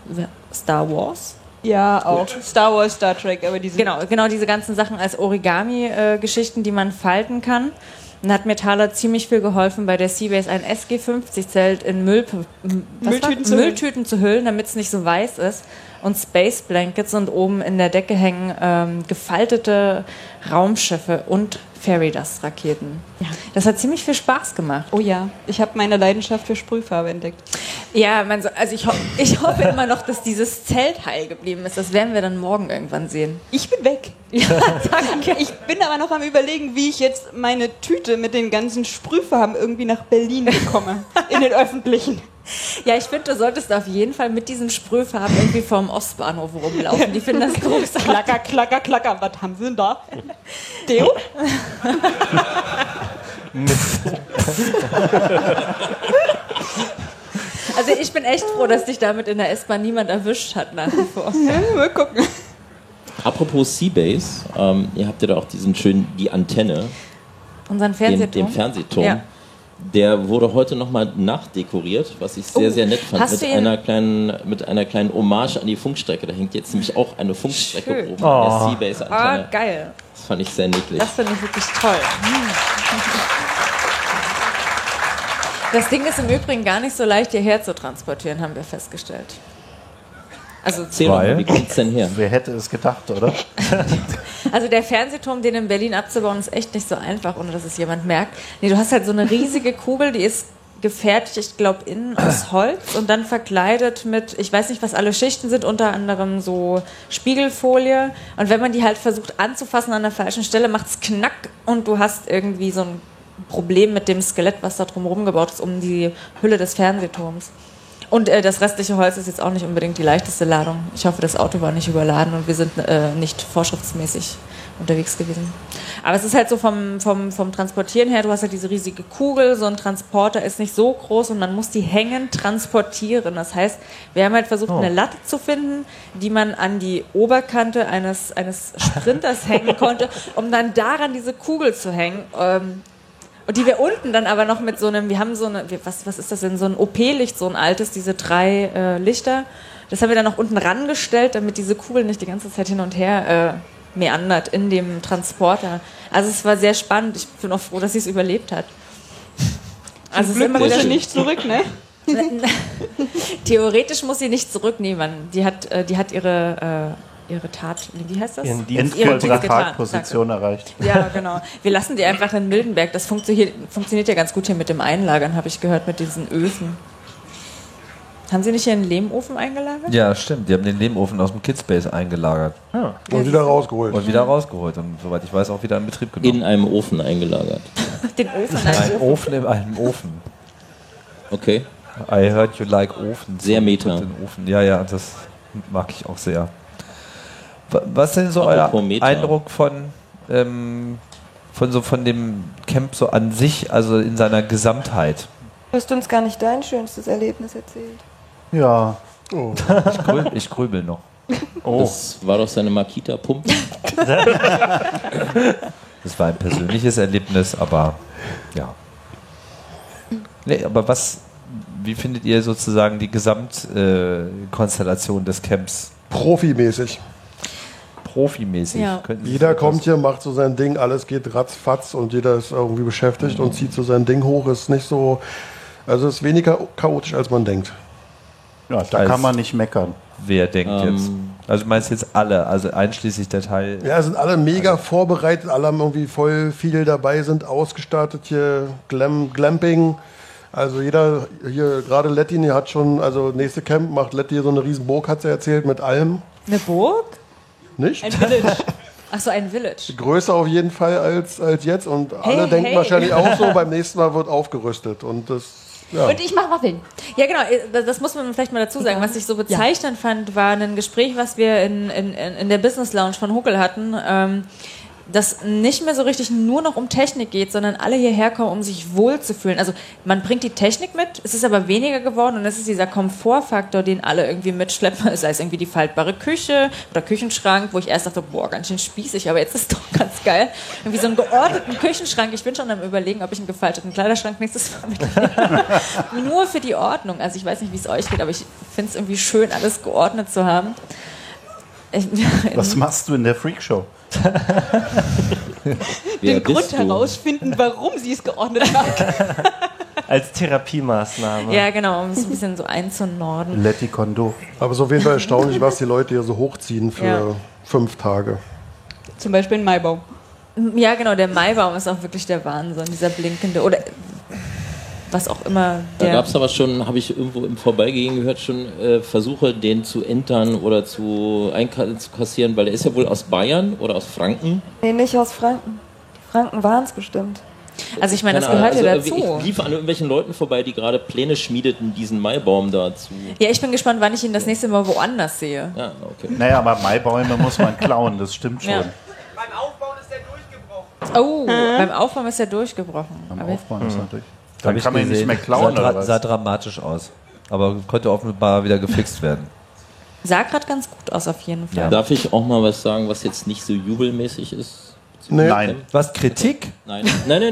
Wars. Ja, auch. Star Wars, Star Trek, aber diese. Genau diese ganzen Sachen als Origami-Geschichten, die man falten kann. Und hat mir Thaler ziemlich viel geholfen, bei der Seabase ein SG-50-Zelt in Mülltüten zu hüllen, damit es nicht so weiß ist. Und Space Blankets und oben in der Decke hängen gefaltete Raumschiffe und Fairy Dust Raketen. Ja. Das hat ziemlich viel Spaß gemacht. Oh ja, ich habe meine Leidenschaft für Sprühfarbe entdeckt. Ja, also ich hoffe immer noch, dass dieses Zelt heil geblieben ist. Das werden wir dann morgen irgendwann sehen. Ich bin weg. Ja, danke. Ich bin aber noch am Überlegen, wie ich jetzt meine Tüte mit den ganzen Sprühfarben irgendwie nach Berlin bekomme. In den öffentlichen. Ja, ich finde, du solltest auf jeden Fall mit diesen Sprühfarben irgendwie vorm Ostbahnhof rumlaufen. Die finden das großartig. Klacker, klacker, klacker. Was haben sie denn da? Deo? Also ich bin echt froh, dass dich damit in der S-Bahn niemand erwischt hat nach wie vor. Ja, mal gucken. Apropos Seabase, ihr habt ja da auch die Antenne, Unseren den Fernsehturm. Fernsehturm. Ja. Der wurde heute nochmal nachdekoriert, was ich sehr, sehr nett fand, hast mit du ihn- mit einer kleinen Hommage an die Funkstrecke. Da hängt jetzt nämlich auch eine Funkstrecke Schön. oben an der Seabase-Antenne. Geil. Das fand ich sehr niedlich. Das finde ich wirklich toll. Das Ding ist im Übrigen gar nicht so leicht hierher zu transportieren, haben wir festgestellt. Also Erzähl doch mal, wie kommt's denn her? Wer hätte es gedacht, oder? Also der Fernsehturm, den in Berlin abzubauen, ist echt nicht so einfach, ohne dass es jemand merkt. Nee, du hast halt so eine riesige Kugel, die ist gefertigt, ich glaube, innen aus Holz und dann verkleidet mit, ich weiß nicht, was alle Schichten sind, unter anderem so Spiegelfolie. Und wenn man die halt versucht anzufassen an der falschen Stelle, macht's knack und du hast irgendwie so ein Problem mit dem Skelett, was da drumherum gebaut ist, um die Hülle des Fernsehturms. Und das restliche Holz ist jetzt auch nicht unbedingt die leichteste Ladung. Ich hoffe, das Auto war nicht überladen und wir sind nicht vorschriftsmäßig unterwegs gewesen. Aber es ist halt so vom Transportieren her, du hast halt diese riesige Kugel, so ein Transporter ist nicht so groß und man muss die hängend transportieren. Das heißt, wir haben halt versucht, eine Latte zu finden, die man an die Oberkante eines Sprinters hängen konnte, um dann daran diese Kugel zu hängen. Und die wir unten dann aber noch mit so einem, wir haben so eine, was ist das denn, so ein OP-Licht, so ein altes, diese 3 Lichter. Das haben wir dann noch unten rangestellt, damit diese Kugel nicht die ganze Zeit hin und her meandert in dem Transporter. Also es war sehr spannend. Ich bin auch froh, dass sie es überlebt hat. Also Glück muss sie nicht zurück, ne? Theoretisch muss sie nicht zurücknehmen. Die hat ihre Tat, wie heißt das? Ihren Dienstvollzug Parkposition erreicht. Ja, genau. Wir lassen die einfach in Mildenberg. Das funktioniert ja ganz gut hier mit dem Einlagern, habe ich gehört, mit diesen Öfen. Haben Sie nicht hier einen Lehmofen eingelagert? Ja, stimmt. Die haben den Lehmofen aus dem Kidspace eingelagert. Ja. Und wieder rausgeholt. Und soweit ich weiß, auch wieder in Betrieb genommen. In einem Ofen eingelagert. Den Ofen in einem Ein Ofen in einem Ofen. Okay. I heard you like Ofen. Sehr meta. Den Ofen. Ja, das mag ich auch sehr. Was ist denn so euer Eindruck von dem Camp so an sich, also in seiner Gesamtheit? Du hast uns gar nicht dein schönstes Erlebnis erzählt. Ja. Oh. Ich grübel noch. Oh. Das war doch seine Makita-Pumpe. Das war ein persönliches Erlebnis, aber ja. Nee, aber wie findet ihr sozusagen die Gesamtkonstellation des Camps? Profimäßig. Ja. Jeder kommt hier, macht so sein Ding, alles geht ratzfatz und jeder ist irgendwie beschäftigt und zieht so sein Ding hoch. Ist nicht so, also ist weniger chaotisch, als man denkt. Ja, da kann man nicht meckern. Wer denkt jetzt? Also du meinst jetzt alle, also einschließlich der Teil... Ja, sind alle mega vorbereitet, alle haben irgendwie voll viel dabei, sind ausgestattet hier, Glamping. Also jeder, hier gerade Letty, die hat schon, also nächste Camp macht Letty hier so eine riesen Burg, hat sie erzählt, mit allem. Eine Burg? Nicht? Ein Village. Achso, ein Village. Größer auf jeden Fall als jetzt und alle denken wahrscheinlich auch so, beim nächsten Mal wird aufgerüstet und das... Ja. Und ich mache Waffeln. Ja, genau, das muss man vielleicht mal dazu sagen. Was ich so bezeichnend fand, war ein Gespräch, was wir in der Business Lounge von Huckel hatten, das nicht mehr so richtig nur noch um Technik geht, sondern alle hierher kommen, um sich wohlzufühlen. Also man bringt die Technik mit, es ist aber weniger geworden und es ist dieser Komfortfaktor, den alle irgendwie mitschleppen, sei es irgendwie die faltbare Küche oder Küchenschrank, wo ich erst dachte, boah, ganz schön spießig, aber jetzt ist es doch ganz geil. Irgendwie so einen geordneten Küchenschrank. Ich bin schon am Überlegen, ob ich einen gefalteten Kleiderschrank nächstes Mal mitnehme. Nur für die Ordnung. Also ich weiß nicht, wie es euch geht, aber ich finde es irgendwie schön, alles geordnet zu haben. Was machst du in der Freakshow? Den Grund herausfinden, warum sie es geordnet hat. Als Therapiemaßnahme. Ja, genau, um es ein bisschen so einzunorden. Letty Kondo. Aber es ist auf jeden Fall erstaunlich, was die Leute hier so hochziehen für 5 Tage. Zum Beispiel ein Maibaum. Ja, genau, der Maibaum ist auch wirklich der Wahnsinn, dieser blinkende, oder was auch immer. Da gab es aber schon, habe ich irgendwo im Vorbeigehen gehört, schon Versuche, den zu entern oder zu einkassieren, weil der ist ja wohl aus Bayern oder aus Franken. Nee, nicht aus Franken. Die Franken waren es bestimmt. Also ich meine, das gehört ja dazu. Ich lief an irgendwelchen Leuten vorbei, die gerade Pläne schmiedeten, diesen Maibaum dazu. Ja, ich bin gespannt, wann ich ihn das nächste Mal woanders sehe. Ja, okay. Naja, aber Maibäume muss man klauen, das stimmt schon. Ja. Beim Aufbauen ist der durchgebrochen. Oh, beim Aufbauen ist er durchgebrochen. Beim Aber Aufbauen ist er durch. Hab Dann ich kann man ihn nicht gesehen. mehr klauen, oder was? Sah dramatisch aus. Aber konnte offenbar wieder gefixt werden. sah gerade ganz gut aus auf jeden Fall. Ja. Darf ich auch mal was sagen, was jetzt nicht so jubelmäßig ist? Nee. Nein. Was, Kritik? Nein. Nein.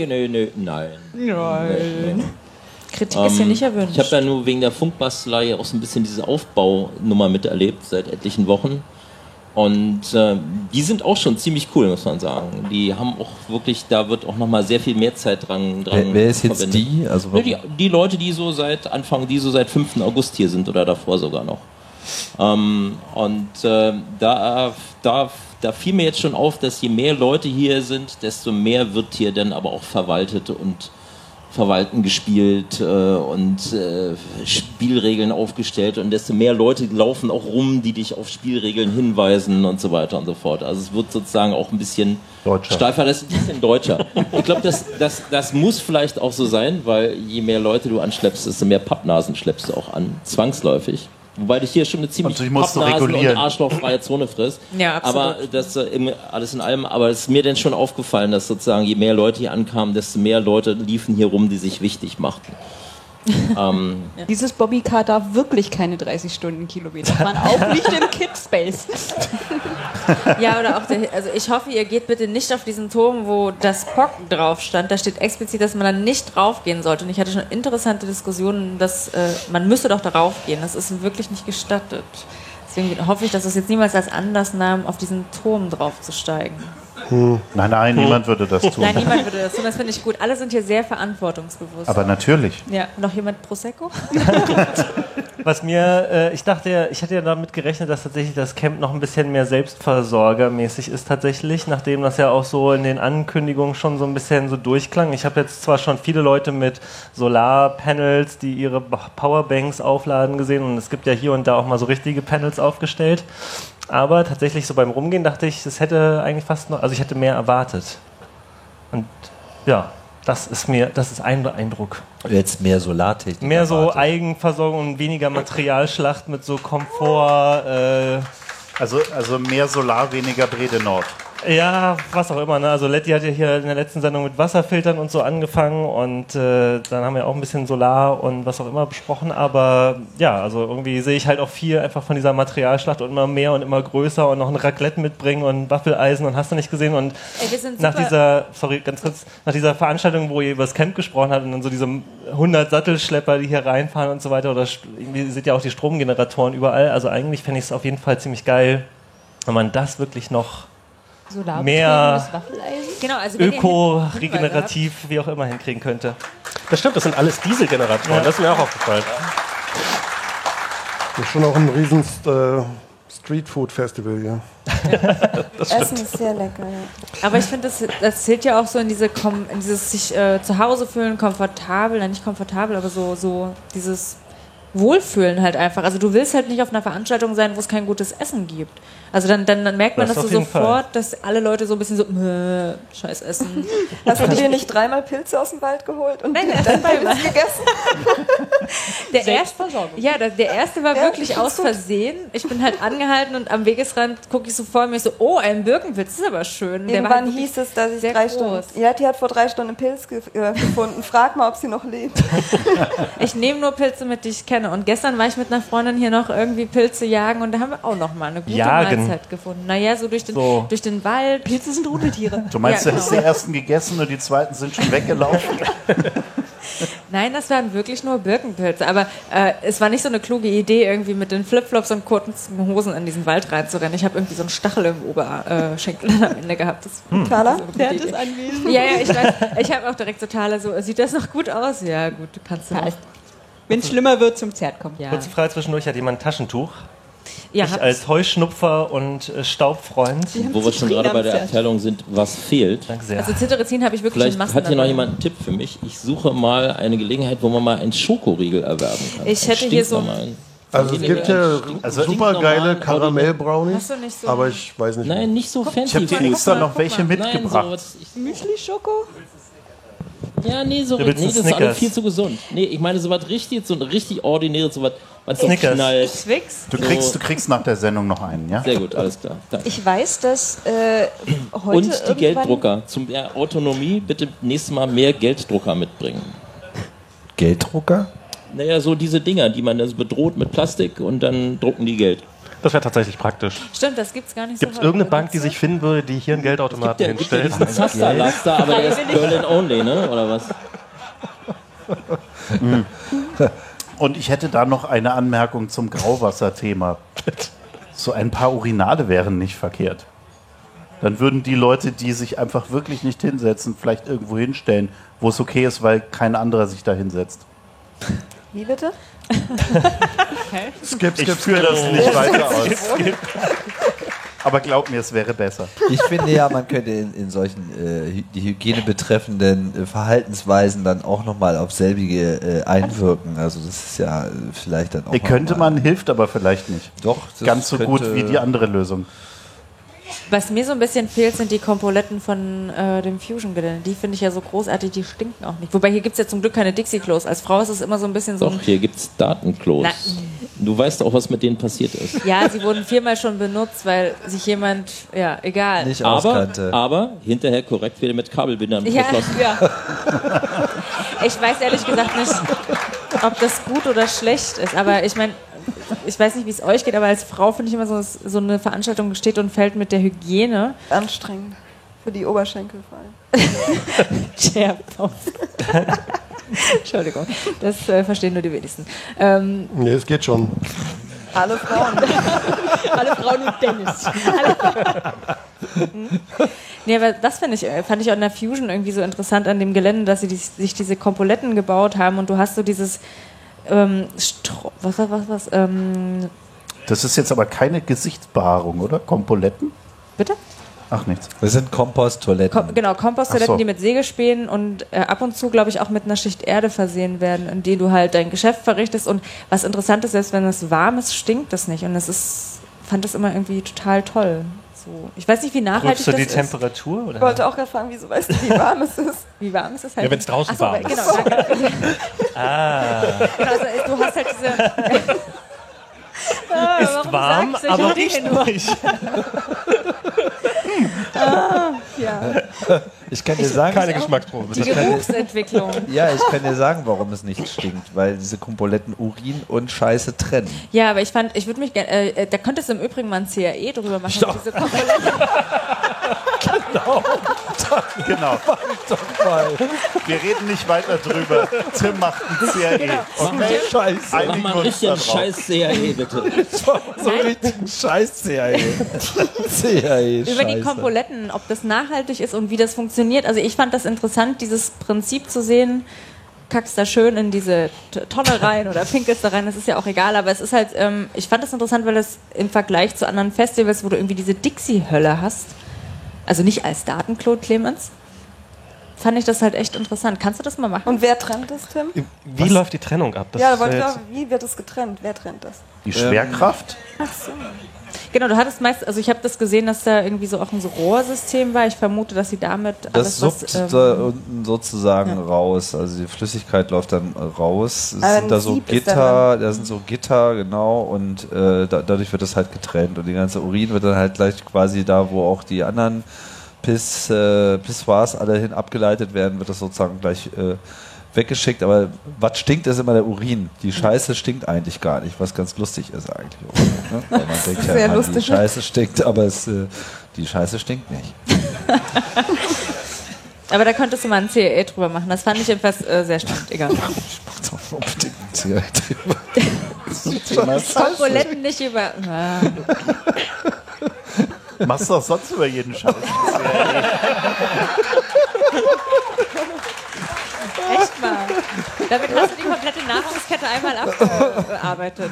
Kritik ist hier nicht erwünscht. Ich habe ja nur wegen der Funkbastelei auch so ein bisschen diese Aufbaunummer miterlebt seit etlichen Wochen. Und die sind auch schon ziemlich cool, muss man sagen. Die haben auch wirklich, da wird auch nochmal sehr viel mehr Zeit dran Wer ist jetzt verwendet. die? Also Die Leute, die so seit 5. August hier sind oder davor sogar noch. Da fiel mir jetzt schon auf, dass je mehr Leute hier sind, desto mehr wird hier dann aber auch verwaltet und Verwalten gespielt und Spielregeln aufgestellt und desto mehr Leute laufen auch rum, die dich auf Spielregeln hinweisen und so weiter und so fort. Also es wird sozusagen auch ein bisschen steifer, das ist ein bisschen deutscher. Ich glaube, das muss vielleicht auch so sein, weil je mehr Leute du anschleppst, desto mehr Pappnasen schleppst du auch an, zwangsläufig. Wobei dich hier schon eine ziemlich Pappnasen- und arschlochfreie Zone frisst. Ja, absolut. Aber das alles in allem, aber es ist mir denn schon aufgefallen, dass sozusagen je mehr Leute hier ankamen, desto mehr Leute liefen hier rum, die sich wichtig machten. Dieses Bobbycar darf wirklich keine 30 Stundenkilometer fahren, auch nicht im Kidspace. Ja, oder auch, also ich hoffe, ihr geht bitte nicht auf diesen Turm, wo das POC drauf stand. Da steht explizit, dass man da nicht draufgehen sollte. Und ich hatte schon interessante Diskussionen, dass man müsste doch darauf gehen. Das ist wirklich nicht gestattet. Deswegen hoffe ich, dass es jetzt niemals als Anlass nahm, auf diesen Turm draufzusteigen. Nein, niemand würde das tun. Nein, niemand würde das tun. Das finde ich gut. Alle sind hier sehr verantwortungsbewusst. Aber natürlich. Ja, noch jemand Prosecco? Was mir, ich dachte, ich hätte ja damit gerechnet, dass tatsächlich das Camp noch ein bisschen mehr selbstversorgermäßig ist tatsächlich, nachdem das ja auch so in den Ankündigungen schon so ein bisschen so durchklang. Ich habe jetzt zwar schon viele Leute mit Solarpanels, die ihre Powerbanks aufladen gesehen, und es gibt ja hier und da auch mal so richtige Panels aufgestellt, aber tatsächlich so beim Rumgehen dachte ich, es hätte eigentlich fast noch, also ich hätte mehr erwartet. Und ja, das ist ein Eindruck. Jetzt mehr Solartechnik. Mehr so Eigenversorgung und weniger Materialschlacht mit so Komfort. Also mehr Solar, weniger Brede Nord. Ja, was auch immer. Ne? Also Letty hat ja hier in der letzten Sendung mit Wasserfiltern und so angefangen und dann haben wir auch ein bisschen Solar und was auch immer besprochen. Aber ja, also irgendwie sehe ich halt auch viel einfach von dieser Materialschlacht und immer mehr und immer größer und noch ein Raclette mitbringen und Waffeleisen und hast du nicht gesehen. Und nach dieser Veranstaltung, wo ihr über das Camp gesprochen habt und dann so diese 100 Sattelschlepper, die hier reinfahren und so weiter, oder irgendwie seht ihr auch die Stromgeneratoren überall. Also eigentlich fände ich es auf jeden Fall ziemlich geil, wenn man das wirklich noch mehr genau, also öko-regenerativ, wie auch immer, hinkriegen könnte. Das stimmt, das sind alles Dieselgeneratoren, das ist mir auch aufgefallen. Das ist schon auch ein riesen Streetfood-Festival hier. Das Essen ist sehr lecker, ja. Aber ich finde, das zählt ja auch so in dieses sich zu Hause fühlen, komfortabel, nicht komfortabel, aber so dieses Wohlfühlen halt einfach. Also du willst halt nicht auf einer Veranstaltung sein, wo es kein gutes Essen gibt. Also dann merkt man das so sofort, dass alle Leute so ein bisschen so, scheiß Essen. Hast du dir nicht 3-mal Pilze aus dem Wald geholt und dann Pilze gegessen? Der erste war wirklich aus Versehen. Ich bin halt angehalten und am Wegesrand gucke ich so vor mir so, oh, ein Birkenpilz, das ist aber schön. Irgendwann hieß es, dass ich 3 Stunden... Ja, die hat vor 3 Stunden einen Pilz gefunden. Frag mal, ob sie noch lebt. Ich nehme nur Pilze mit, die ich kenne. Und gestern war ich mit einer Freundin hier noch irgendwie Pilze jagen und da haben wir auch noch mal eine gute Mahlzeit gefunden. Naja, so durch den Wald. Pilze sind Rudeltiere. Du meinst, du hast die ersten gegessen und die zweiten sind schon weggelaufen? Nein, das waren wirklich nur Birkenpilze. Aber es war nicht so eine kluge Idee, irgendwie mit den Flipflops und kurzen Hosen in diesen Wald reinzurennen. Ich habe irgendwie so einen Stachel im Oberschenkel am Ende gehabt. Thaler, der hat das anwesend. Ja, ich weiß. Ich habe auch direkt so Thaler so, sieht das noch gut aus? Ja, gut, du kannst ja. Wenn es schlimmer wird, zum Zert kommen. Ja. Kurze Frage zwischendurch, hat jemand ein Taschentuch? Ja, ich als Heuschnupfer und Staubfreund. Wo wir schon gerade bei der Abteilung sind, was fehlt. Danke sehr. Also Cetirizin habe ich wirklich Vielleicht in Massen hat hier noch dabei. jemand einen Tipp für mich. Ich suche mal eine Gelegenheit, wo man mal einen Schokoriegel erwerben kann. Ich hätte hier so... Also es gibt ja super geile Karamell-Brownies, Hast du nicht so aber ich weiß nicht. Nein, nicht so fancy. Ich habe dir extra noch welche mitgebracht. Müsli-Schoko? Ja, nee, das ist alles viel zu gesund. Nee, ich meine so was richtig ordinäres, so was knallt. Twix? Du kriegst nach der Sendung noch einen, ja? Sehr gut, alles klar. Danke. Ich weiß, dass heute Und die Gelddrucker. Zum mehr Autonomie bitte nächstes Mal mehr Gelddrucker mitbringen. Gelddrucker? Naja, so diese Dinger, die man also bedroht mit Plastik und dann drucken die Geld. Das wäre tatsächlich praktisch. Stimmt, das gibt's gar nicht Gibt es so irgendeine Bank, die sich finden würde, die hier einen Geldautomaten hinstellt? Gibt es Zaster-Laster, aber der ist Berlin only, ne? Oder was? Und ich hätte da noch eine Anmerkung zum Grauwasser-Thema. So ein paar Urinale wären nicht verkehrt. Dann würden die Leute, die sich einfach wirklich nicht hinsetzen, vielleicht irgendwo hinstellen, wo es okay ist, weil kein anderer sich da hinsetzt. Wie bitte? Ich führe das nicht weiter aus. Aber glaub mir, es wäre besser. Ich finde ja, man könnte in solchen die Hygiene betreffenden Verhaltensweisen dann auch nochmal auf selbige einwirken. Also das ist ja vielleicht dann auch Könnte man, hilft aber vielleicht nicht. Doch. Ganz so gut wie die andere Lösung. Was mir so ein bisschen fehlt, sind die Kompoletten von dem Fusion-Gelände. Die finde ich ja so großartig, die stinken auch nicht. Wobei hier gibt es ja zum Glück keine Dixie-Klos. Als Frau ist es immer so ein bisschen so... Doch, hier gibt es Datenklos. Na, du weißt auch, was mit denen passiert ist. ja, sie wurden 4-mal schon benutzt, weil sich jemand... Ja, egal. Nicht auskannte. Aber hinterher korrekt wieder mit Kabelbindern verschlossen. Ja. Ich weiß ehrlich gesagt nicht, ob das gut oder schlecht ist. Aber ich meine... Ich weiß nicht, wie es euch geht, aber als Frau finde ich immer so eine Veranstaltung steht und fällt mit der Hygiene. Anstrengend. Für die Oberschenkel vor allem. Entschuldigung, das verstehen nur die wenigsten. Nee, es geht schon. Alle Frauen. Alle Frauen und Dennis. Nee, aber das fand ich auch in der Fusion irgendwie so interessant an dem Gelände, dass sie sich diese Kompoletten gebaut haben und du hast so dieses Das ist jetzt aber keine Gesichtsbehaarung, oder? Kompoletten? Bitte? Ach, nichts. Das sind Komposttoiletten. Genau, Komposttoiletten, Ach so. die mit Sägespänen und ab und zu, glaube ich, auch mit einer Schicht Erde versehen werden, in die du halt dein Geschäft verrichtest. Und was interessant ist, selbst wenn es warm ist, stinkt das nicht. Und fand das immer irgendwie total toll. So. Ich weiß nicht, wie nachhaltig Prüfst du das die ist. Temperatur? Oder? Ich wollte auch gerade fragen, wieso weißt du, wie warm es ist? Wie warm ist es halt? Ja, wenn es draußen Ach so, warm ist. genau, danke. Genau, also du hast halt diese... Ist warm, aber riecht nicht. Ja. Ich kann dir sagen, Keine Geschmacksprobe. Die Geruchsentwicklung. ja, ich kann dir sagen, warum es nicht stinkt, weil diese Kompoletten Urin und Scheiße trennen. Ja, aber ich würde mich gerne, da könntest du im Übrigen mal ein CAE drüber machen. Diese Komponenten. Genau. Doch mal. Wir reden nicht weiter drüber. Tim macht ein CAE. Okay? Scheiße. Mach Einigen mal wir uns richtig einen darauf. scheiß CAE, bitte. So richtig scheiß CAE. CAE, Über die Scheiße. Kompoletten, ob das nachhaltig ist und wie das funktioniert. Also ich fand das interessant, dieses Prinzip zu sehen, kackst da schön in diese Tonne rein oder pinkelst da rein, das ist ja auch egal, aber es ist halt, ich fand das interessant, weil das im Vergleich zu anderen Festivals, wo du irgendwie diese Dixie-Hölle hast, also nicht als Datenklo, Clemens, fand ich das halt echt interessant. Kannst du das mal machen? Und wer trennt das, Tim? Wie läuft die Trennung ab? Das Ja, da ist wollte ich jetzt- auch, wie wird es getrennt? Wer trennt das? Die Schwerkraft? Ach so. Genau, du hattest meist, also ich habe das gesehen, dass da irgendwie so auch ein so Rohrsystem war. Ich vermute, dass sie damit Das alles, suppt da unten sozusagen raus. Also die Flüssigkeit läuft dann raus. Es sind da so Sieb ist Gitter, da sind so Gitter, genau, und dadurch wird das halt getrennt. Und die ganze Urin wird dann halt gleich quasi da, wo auch die anderen Pissoirs alle hin abgeleitet werden, wird das sozusagen gleich weggeschickt. Aber was stinkt, ist immer der Urin. Die Scheiße stinkt eigentlich gar nicht, was ganz lustig ist eigentlich. Ne? Weil man denkt ja, Sehr die lustig. Scheiße stinkt, aber die Scheiße stinkt nicht. Aber da könntest du mal ein CAE drüber machen. Das fand ich jedenfalls sehr spannend. Egal. Ich mach doch unbedingt ein CAE drüber. Kompoletten nicht über... Ah. Machst du doch sonst über jeden Scheiß. Echt mal. Damit hast du die komplette Nahrungskette einmal abgearbeitet.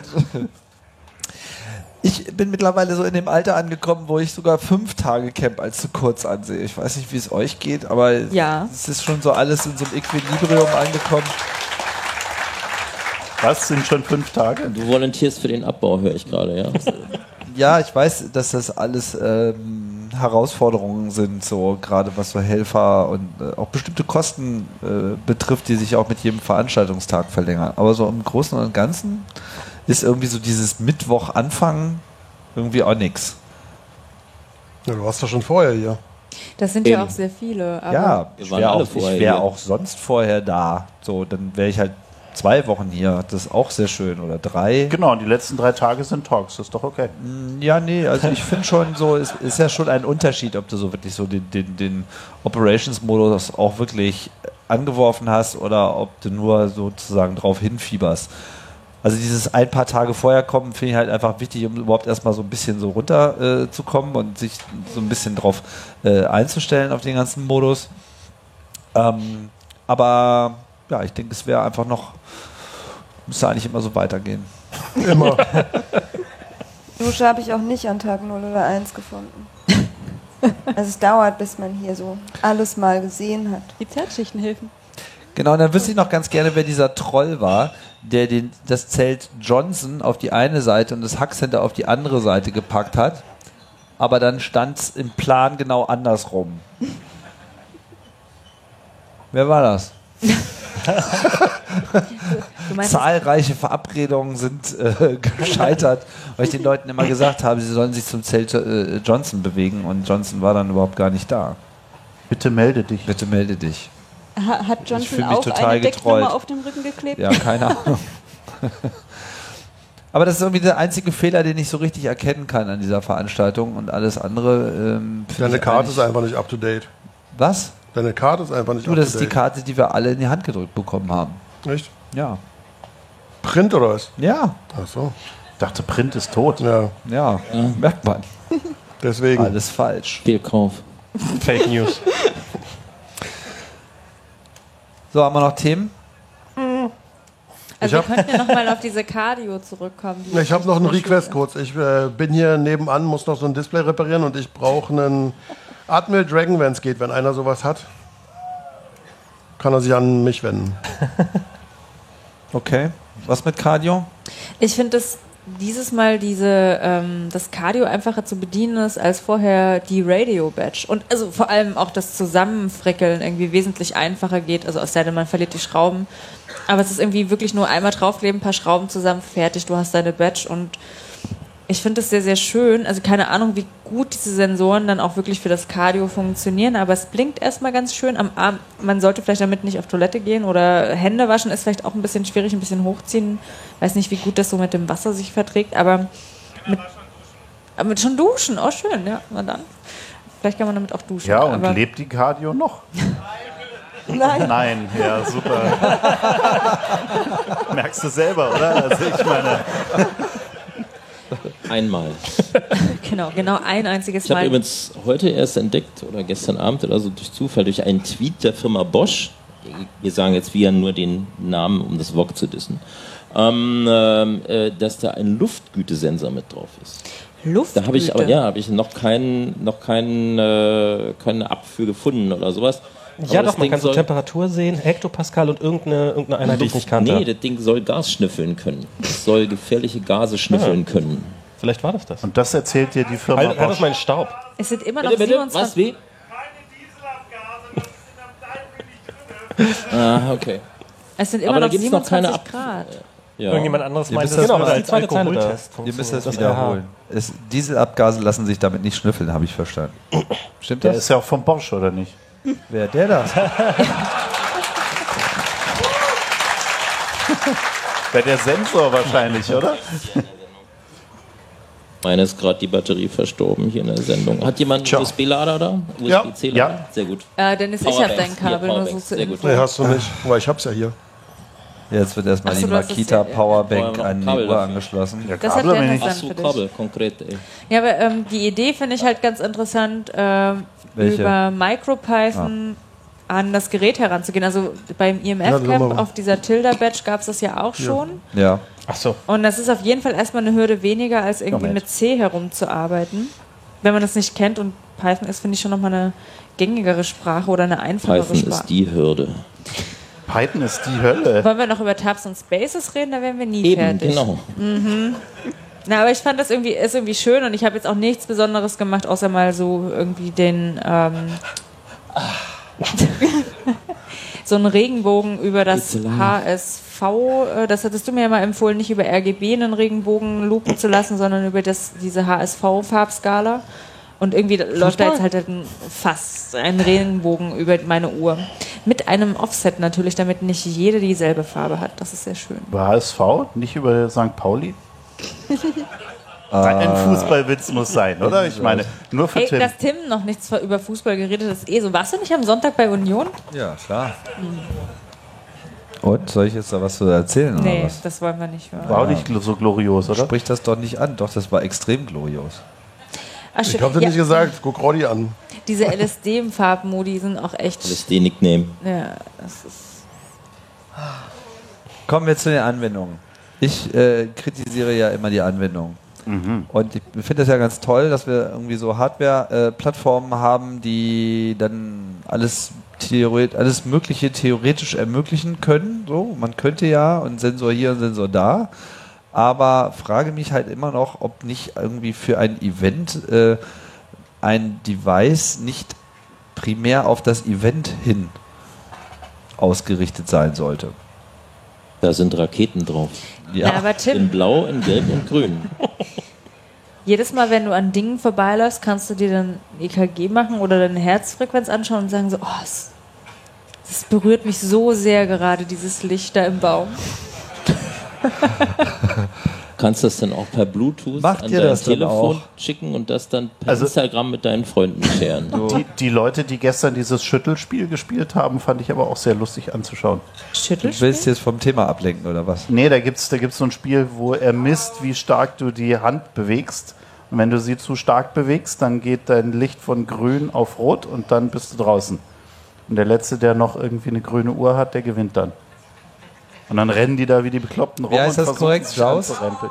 Ich bin mittlerweile so in dem Alter angekommen, wo ich sogar 5 Tage Camp als zu kurz ansehe. Ich weiß nicht, wie es euch geht, aber Ja. es ist schon so alles in so einem Equilibrium angekommen. Was sind schon 5 Tage? Du volontierst für den Abbau, höre ich gerade, ja? Ja, ich weiß, dass das alles Herausforderungen sind, so gerade was so Helfer und auch bestimmte Kosten betrifft, die sich auch mit jedem Veranstaltungstag verlängern. Aber so im Großen und Ganzen ist irgendwie so dieses Mittwoch anfangen irgendwie auch nix. Ja, du warst doch schon vorher hier. Das sind ja auch sehr viele. Aber Ja, Wir ich waren wäre alle auch, vorher ich wär hier. auch sonst vorher da. So, dann wäre ich halt 2 Wochen hier. Das ist auch sehr schön. Oder 3. Genau, und die letzten 3 Tage sind Talks. Das ist doch okay. Ja, nee, also ich finde schon so, es ist ja schon ein Unterschied, ob du so wirklich so den Operations-Modus auch wirklich angeworfen hast oder ob du nur sozusagen drauf hinfieberst. Also dieses ein paar Tage vorher kommen, finde ich halt einfach wichtig, um überhaupt erstmal so ein bisschen so runter zu kommen und sich so ein bisschen drauf einzustellen auf den ganzen Modus. Aber ja, ich denke, es wäre einfach noch, müsste eigentlich immer so weitergehen. Immer. Dusche habe ich auch nicht an Tag 0 oder 1 gefunden. Also es dauert, bis man hier so alles mal gesehen hat. Die Zeltschichten helfen. Genau, und dann wüsste ich noch ganz gerne, wer dieser Troll war, der das Zelt Johnson auf die eine Seite und das Hackcenter auf die andere Seite gepackt hat. Aber dann stand es im Plan genau andersrum. Wer war das? du meinst, Zahlreiche Verabredungen sind gescheitert, weil ich den Leuten immer gesagt habe, sie sollen sich zum Zelt Johnson bewegen und Johnson war dann überhaupt gar nicht da. Bitte melde dich. Bitte melde dich. Hat Ich Johnson fühl mich auch total eine Decknummer getrollt. auf dem Rücken geklebt? Ja, keine Ahnung. Aber das ist irgendwie der einzige Fehler, den ich so richtig erkennen kann an dieser Veranstaltung und alles andere. Deine Karte ist einfach nicht up to date. Was? Deine Karte ist einfach nicht Du, up to das ist die date. Karte, die wir alle in die Hand gedrückt bekommen haben. Echt? Ja. Print oder was? Ja. Ach so. dachte, Print ist tot. Ja, merkt man. Deswegen. Alles falsch. Fehlkauf. Fake News. So, haben wir noch Themen? Also wir könnten ja nochmal auf diese Cardio zurückkommen. Ich habe noch einen Request kurz. Ich bin hier nebenan, muss noch so ein Display reparieren und ich brauche einen Admiral Dragon, wenn es geht. Wenn einer sowas hat, kann er sich an mich wenden. Okay. Was mit Cardio? Ich finde, dass dieses Mal das Cardio einfacher zu bedienen ist als vorher die Radio-Badge. Und also vor allem auch das Zusammenfrickeln irgendwie wesentlich einfacher geht. Also es sei denn, man verliert die Schrauben. Aber es ist irgendwie wirklich nur einmal draufkleben, ein paar Schrauben zusammen, fertig, du hast deine Badge. Und ich finde es sehr, sehr schön. Also keine Ahnung, wie gut diese Sensoren dann auch wirklich für das Cardio funktionieren. Aber es blinkt erstmal ganz schön am Arm. Man sollte vielleicht damit nicht auf Toilette gehen oder Hände waschen ist vielleicht auch ein bisschen schwierig, ein bisschen hochziehen. Weiß nicht, wie gut das so mit dem Wasser sich verträgt. Aber mit schon duschen, oh schön, ja. Na dann. Vielleicht kann man damit auch duschen. Ja, und lebt die Cardio noch? Nein. Nein, ja, super. Merkst du selber, oder? Also ich meine... Einmal. Genau, ein einziges Ich habe Mal. übrigens heute erst entdeckt, oder gestern Abend oder so durch Zufall, durch einen Tweet der Firma Bosch, wir sagen jetzt wieder nur den Namen, um das VOG zu dissen, dass da ein Luftgütesensor mit drauf ist. Luftgüte? Da habe ich noch keine App für gefunden oder sowas. Ja, Aber doch, man kann so Temperatur sehen, Hektopascal und irgendeine Einheit, die ich nicht kannte. Nee, das Ding soll Gas schnüffeln können. Es soll gefährliche Gase schnüffeln können. Vielleicht war das. Und das erzählt dir die Firma Halt auf meinen Staub. Es sind immer noch Bitte? 27... Was, wie? Okay. Es sind immer Aber da noch gibt's noch 27 keine Grad. Ja. Irgendjemand anderes meint, müsst das das würde als zweite Zeile da. Alkoholtest Ihr müsst funktionieren. das wiederholen. Dieselabgase lassen sich damit nicht schnüffeln, habe ich verstanden. Stimmt Der das? ist ja auch von Bosch, oder nicht? Wer der da? Bei der Sensor wahrscheinlich, oder? Meine ist gerade die Batterie verstorben hier in der Sendung. Hat jemand einen USB-Lader da? Ja. USB-C-Lader? Ja. Sehr gut. Dennis, ich habe dein Kabel nur so zu Sehr gut. Info. Nee, hast du nicht. Aber ich hab's ja hier. Jetzt wird erstmal Ach so, die du hast es Makita ja, Powerbank ja. an die Kabel Uhr dafür. angeschlossen. Ja, Das hat Kabel Dennis nicht. dann Achso, für dich. Kabel, konkret, ey. Ja, aber die Idee finde ich halt ganz interessant, Welche? über MicroPython an das Gerät heranzugehen. Also beim Ja, IMF-Camp das auf dieser Tilda-Badge gab es das ja auch schon. Ja. Ach so. Und das ist auf jeden Fall erstmal eine Hürde weniger, als irgendwie Moment. mit C herumzuarbeiten. Wenn man das nicht kennt und Python ist, finde ich schon nochmal eine gängigere Sprache oder eine einfachere Python Sprache. ist die Hürde. Python ist die Hölle. Wollen wir noch über Tabs und Spaces reden? Da wären wir nie Eben, fertig. genau. Na, aber ich fand das ist irgendwie schön und ich habe jetzt auch nichts Besonderes gemacht, außer mal so irgendwie den so einen Regenbogen über das HSV, das hattest du mir ja mal empfohlen, nicht über RGB einen Regenbogen loopen zu lassen, sondern über diese HSV-Farbskala. Und irgendwie läuft da jetzt halt ein Regenbogen über meine Uhr. Mit einem Offset natürlich, damit nicht jede dieselbe Farbe hat. Das ist sehr schön. Über HSV, nicht über St. Pauli? Ein Fußballwitz muss sein, oder? Ich meine, nur für Ey, Tim. dass Tim noch nichts über Fußball geredet hat, ist so. Warst du nicht am Sonntag bei Union? Ja, klar. Und, soll ich jetzt da was zu erzählen? Nee, oder was? das wollen wir nicht hören. War auch nicht so glorios, oder? Sprich das doch nicht an. Doch, das war extrem glorios. Ach, Ich schön. hab dir nicht gesagt, guck Roddy an. Diese LSD-Farbmodi sind auch echt. LSD-Nickname. Ja, das ist. Kommen wir zu den Anwendungen. Ich kritisiere ja immer die Anwendung. Und ich finde es ja ganz toll, dass wir irgendwie so Hardware-Plattformen haben, die dann alles Mögliche theoretisch ermöglichen können. So, man könnte ja einen Sensor hier, einen Sensor da. Aber frage mich halt immer noch, ob nicht irgendwie für ein Event ein Device nicht primär auf das Event hin ausgerichtet sein sollte. Da sind Raketen drauf. Ja. Na, aber In Tim, Blau, in Gelb und Grün. jedes Mal, wenn du an Dingen vorbeiläufst, kannst du dir dann EKG machen oder deine Herzfrequenz anschauen und sagen so, oh, das berührt mich so sehr gerade, dieses Licht da im Baum. Kannst du das dann auch per Bluetooth Macht an ihr dein das dann Telefon auch? schicken und das dann per Also- Instagram mit deinen Freunden sharen? Die Leute, die gestern dieses Schüttelspiel gespielt haben, fand ich aber auch sehr lustig anzuschauen. Du willst jetzt vom Thema ablenken, oder was? Nee, da gibt's so ein Spiel, wo er misst, wie stark du die Hand bewegst. Und wenn du sie zu stark bewegst, dann geht dein Licht von grün auf rot und dann bist du draußen. Und der Letzte, der noch irgendwie eine grüne Uhr hat, der gewinnt dann. Und dann rennen die da wie die Bekloppten rum. Wie heißt und das versuchen, korrekt? sich Joust? anzurennen.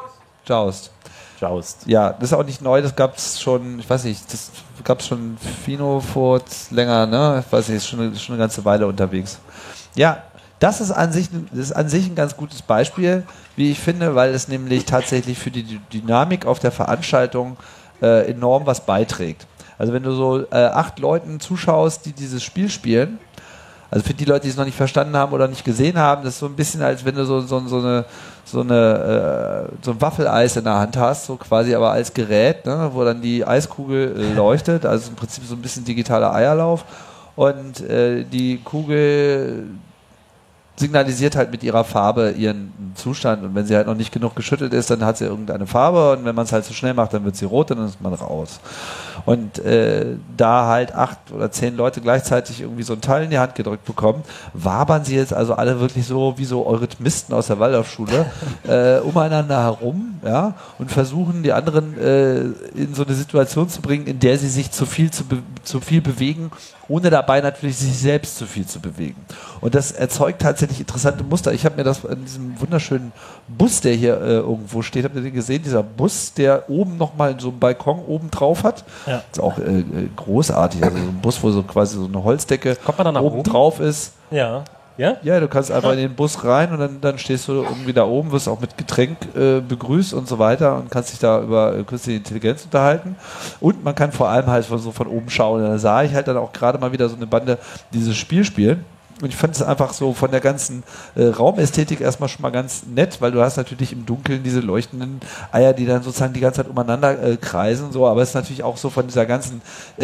Joust. Ja, das ist auch nicht neu, das gab es schon, ich weiß nicht, das gab es schon Fino vor länger, ne? Ich weiß nicht, ist schon eine ganze Weile unterwegs. Ja, das ist an sich ein ganz gutes Beispiel, wie ich finde, weil es nämlich tatsächlich für die Dynamik auf der Veranstaltung enorm was beiträgt. Also wenn du so 8 Leuten zuschaust, die dieses Spiel spielen, also für die Leute, die es noch nicht verstanden haben oder nicht gesehen haben, das ist so ein bisschen, als wenn du so ein Waffeleis in der Hand hast, so quasi aber als Gerät, ne, wo dann die Eiskugel leuchtet, also im Prinzip so ein bisschen digitaler Eierlauf und die Kugel signalisiert halt mit ihrer Farbe ihren Zustand und wenn sie halt noch nicht genug geschüttelt ist, dann hat sie irgendeine Farbe und wenn man es halt zu schnell macht, dann wird sie rot und dann ist man raus. Und da halt 8 oder 10 Leute gleichzeitig irgendwie so ein Teil in die Hand gedrückt bekommen, wabern sie jetzt also alle wirklich so wie so Eurythmisten aus der Waldorfschule umeinander herum, ja, und versuchen die anderen in so eine Situation zu bringen, in der sie sich zu viel bewegen, ohne dabei natürlich sich selbst zu viel zu bewegen. Und das erzeugt tatsächlich interessante Muster. Ich habe mir das in diesem wunderschönen Bus, der hier irgendwo steht, habt ihr den gesehen? Dieser Bus, der oben nochmal so einen Balkon oben drauf hat. Ja. Ist auch großartig. Also so ein Bus, wo so quasi so eine Holzdecke oben drauf ist. Ja. Ja? Ja, du kannst einfach in den Bus rein und dann stehst du irgendwie da oben, wirst auch mit Getränk begrüßt und so weiter und kannst dich da über künstliche Intelligenz unterhalten. Und man kann vor allem halt von oben schauen. Und da sah ich halt dann auch gerade mal wieder so eine Bande dieses Spiel spielen. Und ich fand es einfach so von der ganzen Raumästhetik erstmal schon mal ganz nett, weil du hast natürlich im Dunkeln diese leuchtenden Eier, die dann sozusagen die ganze Zeit umeinander kreisen, so, aber es ist natürlich auch so von dieser ganzen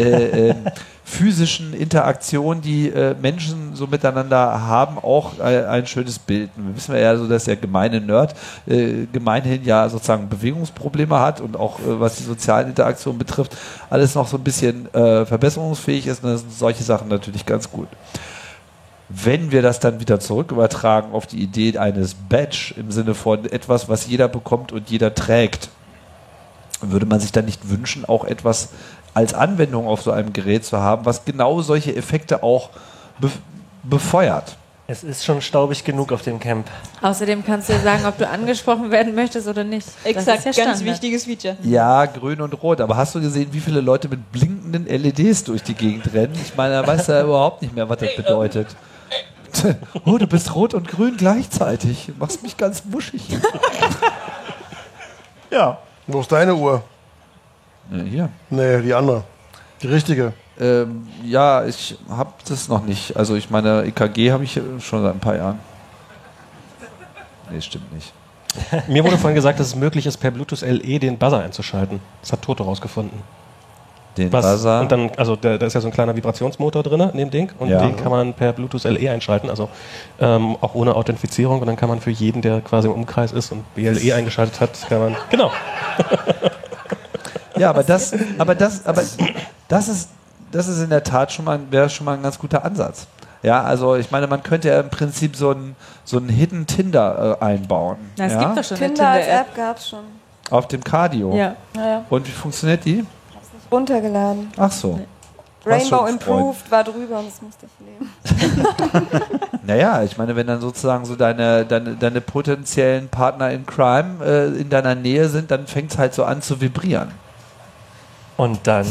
physischen Interaktion, die Menschen so miteinander haben, auch ein schönes Bild. Und wir wissen ja so, dass der gemeine Nerd gemeinhin ja sozusagen Bewegungsprobleme hat und auch was die sozialen Interaktionen betrifft, alles noch so ein bisschen verbesserungsfähig ist und das sind solche Sachen natürlich ganz gut. Wenn wir das dann wieder zurück übertragen auf die Idee eines Badge im Sinne von etwas, was jeder bekommt und jeder trägt, würde man sich dann nicht wünschen, auch etwas als Anwendung auf so einem Gerät zu haben, was genau solche Effekte auch befeuert? Es ist schon staubig genug auf dem Camp. Außerdem kannst du ja sagen, ob du angesprochen werden möchtest oder nicht. Exakt, das ist ja ganz Standard. wichtiges Feature. Ja, grün und rot. Aber hast du gesehen, wie viele Leute mit blinkenden LEDs durch die Gegend rennen? Ich meine, da weißt du ja überhaupt nicht mehr, was das bedeutet. Oh, du bist rot und grün gleichzeitig. Du machst mich ganz wuschig. Ja. Wo ist deine Uhr? Hier. Nee, die andere. Die richtige. Ja, ich habe das noch nicht. Also ich meine, EKG habe ich schon seit ein paar Jahren. Nee, stimmt nicht. Mir wurde vorhin gesagt, dass es möglich ist, per Bluetooth LE den Buzzer einzuschalten. Das hat Toto rausgefunden. Den Buzzer? Und dann, also da ist ja so ein kleiner Vibrationsmotor drin in dem Ding und Ja. den kann man per Bluetooth LE einschalten, also auch ohne Authentifizierung und dann kann man für jeden, der quasi im Umkreis ist und BLE eingeschaltet hat, kann man, genau. Ja, aber das ist in der Tat wäre schon mal ein ganz guter Ansatz. Ja, also ich meine, man könnte ja im Prinzip so ein Hidden Tinder einbauen. Na, es ja? gibt doch schon eine Tinder als Tinder-App. App gab es schon. Auf dem Cardio. Ja. Ja. Und wie funktioniert die? Runtergeladen. Ach so. Rainbow Improved war drüber und das musste ich nehmen. Naja, ich meine, wenn dann sozusagen so deine potenziellen Partner in Crime in deiner Nähe sind, dann fängt es halt so an zu vibrieren. Und dann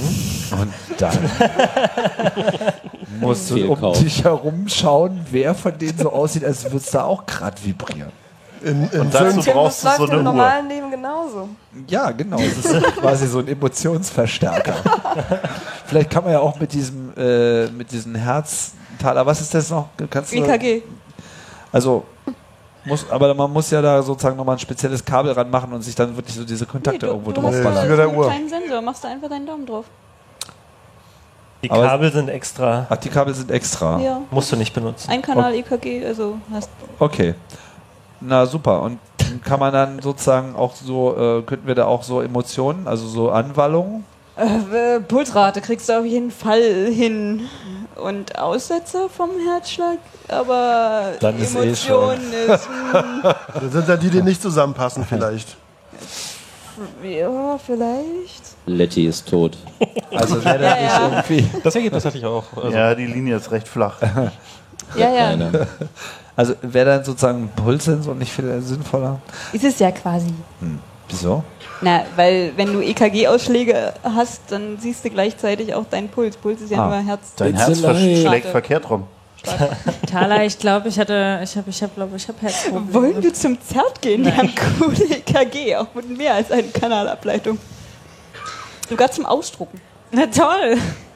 musst du um dich herum schauen, wer von denen so aussieht, als würde es da auch gerade vibrieren. Und dazu brauchst du Das so läuft eine im Uhr. normalen Leben genauso. Ja, genau. Das ist quasi so ein Emotionsverstärker. Vielleicht kann man ja auch mit diesem Herztaler, was ist das noch? Kannst du, EKG. also, aber man muss ja da sozusagen nochmal ein spezielles Kabel ranmachen und sich dann wirklich so diese Kontakte irgendwo Du drauf hast ballern. da so einen kleinen Sensor, machst du einfach deinen Daumen drauf. Die Aber- Kabel sind extra. Ach, die Kabel sind extra. Ja. Musst du nicht benutzen. Ein Kanal EKG, also hast Okay. Na super. Und kann man dann sozusagen auch so, könnten wir da auch so Emotionen, also so Anwallungen? Pulsrate kriegst du auf jeden Fall hin. Und Aussetzer vom Herzschlag, aber dann ist Emotionen ist... Das sind dann die, die nicht zusammenpassen vielleicht. Ja, vielleicht. Letty ist tot. Also wäre das nicht irgendwie... Das Ergebnis hatte ich auch. Also Ja, die Linie ist recht flach. Ja. Also wäre dann sozusagen ein Pulssensor nicht viel sinnvoller? Ist es ja quasi. Wieso? Na, weil wenn du EKG-Ausschläge hast, dann siehst du gleichzeitig auch deinen Puls. Puls ist ja nur Herz. Dein Herz schlägt verkehrt rum. Thala, ich glaube, ich habe Herzprobleme. Wollen wir zum ZERT gehen? Die haben coole EKG, auch mit mehr als einer Kanalableitung. Sogar zum Ausdrucken. Na toll!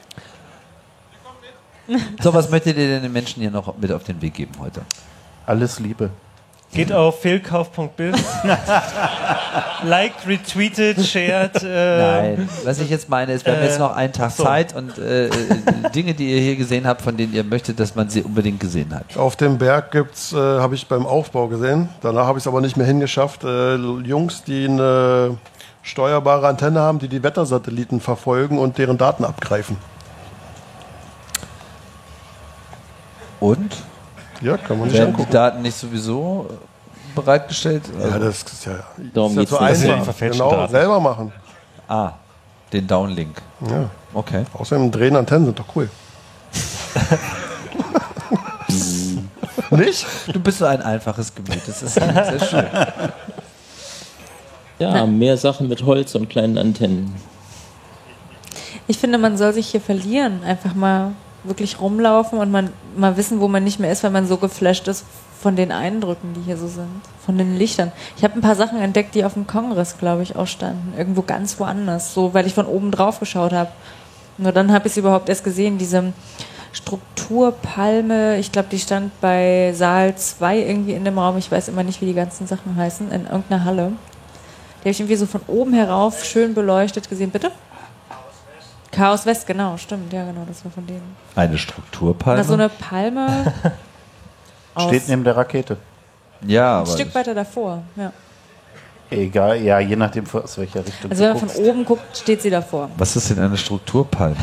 So, was möchtet ihr denn den Menschen hier noch mit auf den Weg geben heute? Alles Liebe. Geht auf fehlkauf.biz. Liked, retweetet, shared. Nein, was ich jetzt meine ist, wir haben jetzt noch einen Tag Zeit und Dinge, die ihr hier gesehen habt, von denen ihr möchtet, dass man sie unbedingt gesehen hat. Auf dem Berg gibt's, habe ich beim Aufbau gesehen. Danach habe ich es aber nicht mehr hingeschafft. Jungs, die eine steuerbare Antenne haben, die die Wettersatelliten verfolgen und deren Daten abgreifen. Und? Ja, kann man sich Werden die angucken. Daten nicht sowieso bereitgestellt? Ja, das ist ja, Darum ist ja geht's so nicht. Das sind ja die einfach. verfälschten Genau, Daten. selber machen. Den Downlink. Ja. Okay. Außerdem drehen Antennen sind doch cool. Nicht? Du bist so ein einfaches Gemüt. Das ist sehr schön. Ja, mehr Sachen mit Holz und kleinen Antennen. Ich finde, man soll sich hier verlieren. Einfach mal wirklich rumlaufen und mal wissen, wo man nicht mehr ist, weil man so geflasht ist von den Eindrücken, die hier so sind. Von den Lichtern. Ich habe ein paar Sachen entdeckt, die auf dem Kongress, glaube ich, auch standen. Irgendwo ganz woanders. So, weil ich von oben drauf geschaut habe. Nur dann habe ich es überhaupt erst gesehen. Diese Strukturpalme, ich glaube, die stand bei Saal 2 irgendwie in dem Raum. Ich weiß immer nicht, wie die ganzen Sachen heißen. In irgendeiner Halle. Die habe ich irgendwie so von oben herauf schön beleuchtet gesehen. Bitte? Chaos West, genau, stimmt, ja genau, das war von denen. Eine Strukturpalme? Na, so eine Palme. Steht neben der Rakete. Ja, Ein aber Stück weiter davor, ja. Egal, ja, je nachdem, aus welcher Richtung Also wenn du man guckst. von oben guckt, steht sie davor. was ist denn eine Strukturpalme?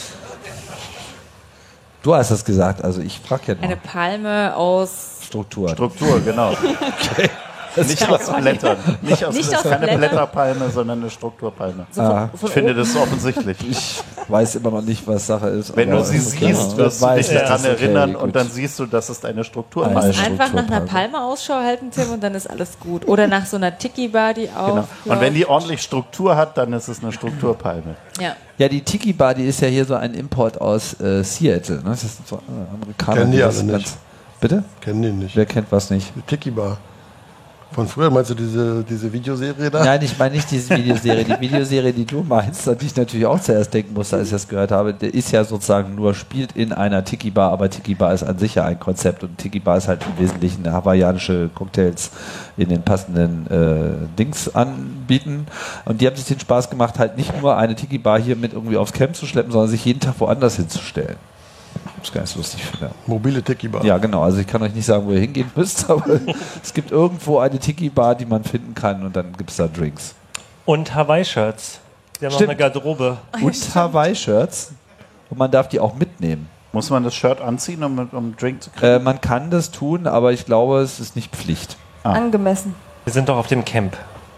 Du hast das gesagt, also ich frage ja Eine noch. Palme aus... Struktur. Struktur, genau. Nicht aus Blättern. Nicht aus, Nicht das ist aus keine Blättern. Blätterpalme, sondern eine Strukturpalme. So von, Ah. von Ich finde oben. das ist offensichtlich. Ich weiß immer noch nicht, was Sache ist. Wenn aber du sie okay. siehst, wirst du Weiß, dich das daran ist okay, erinnern gut. und dann siehst du, das ist eine Strukturpalme. Eine Einfach nach einer Strukturpalme. Palme Ausschau halten, Tim, und dann ist alles gut. Oder nach so einer Tiki-Bar, die auch... Genau. Und wenn die ordentlich Struktur hat, dann ist es eine Strukturpalme. Ja. Ja, die Tiki Bar, die ist ja hier so ein Import aus Seattle. Ne? Das sind so Amerikaner. Kennen die das alle nicht. ganz- Bitte? Kennen die nicht. Wer kennt was nicht? Die Tiki Bar. Von früher, meinst du diese Videoserie da? Nein, ich meine nicht diese Videoserie. Die Videoserie, die du meinst, an die ich natürlich auch zuerst denken musste, als ich das gehört habe, der ist ja sozusagen nur, spielt in einer Tiki-Bar, aber Tiki-Bar ist an sich ja ein Konzept und Tiki-Bar ist halt im Wesentlichen hawaiianische Cocktails in den passenden Dings anbieten. Und die haben sich den Spaß gemacht, halt nicht nur eine Tiki-Bar hier mit irgendwie aufs Camp zu schleppen, sondern sich jeden Tag woanders hinzustellen. Das ist ganz lustig finde. Mobile Tiki Bar. Ja, genau. Also ich kann euch nicht sagen, wo ihr hingehen müsst, aber es gibt irgendwo eine Tiki-Bar, die man finden kann und dann gibt es da Drinks. Und Hawaii-Shirts. Wir haben auch Stimmt. eine Garderobe. Und Hawaii-Shirts. Und man darf die auch mitnehmen. Muss man das Shirt anziehen, um einen Drink zu kriegen? Man kann das tun, aber ich glaube, es ist nicht Pflicht. Angemessen. Wir sind doch auf dem Camp.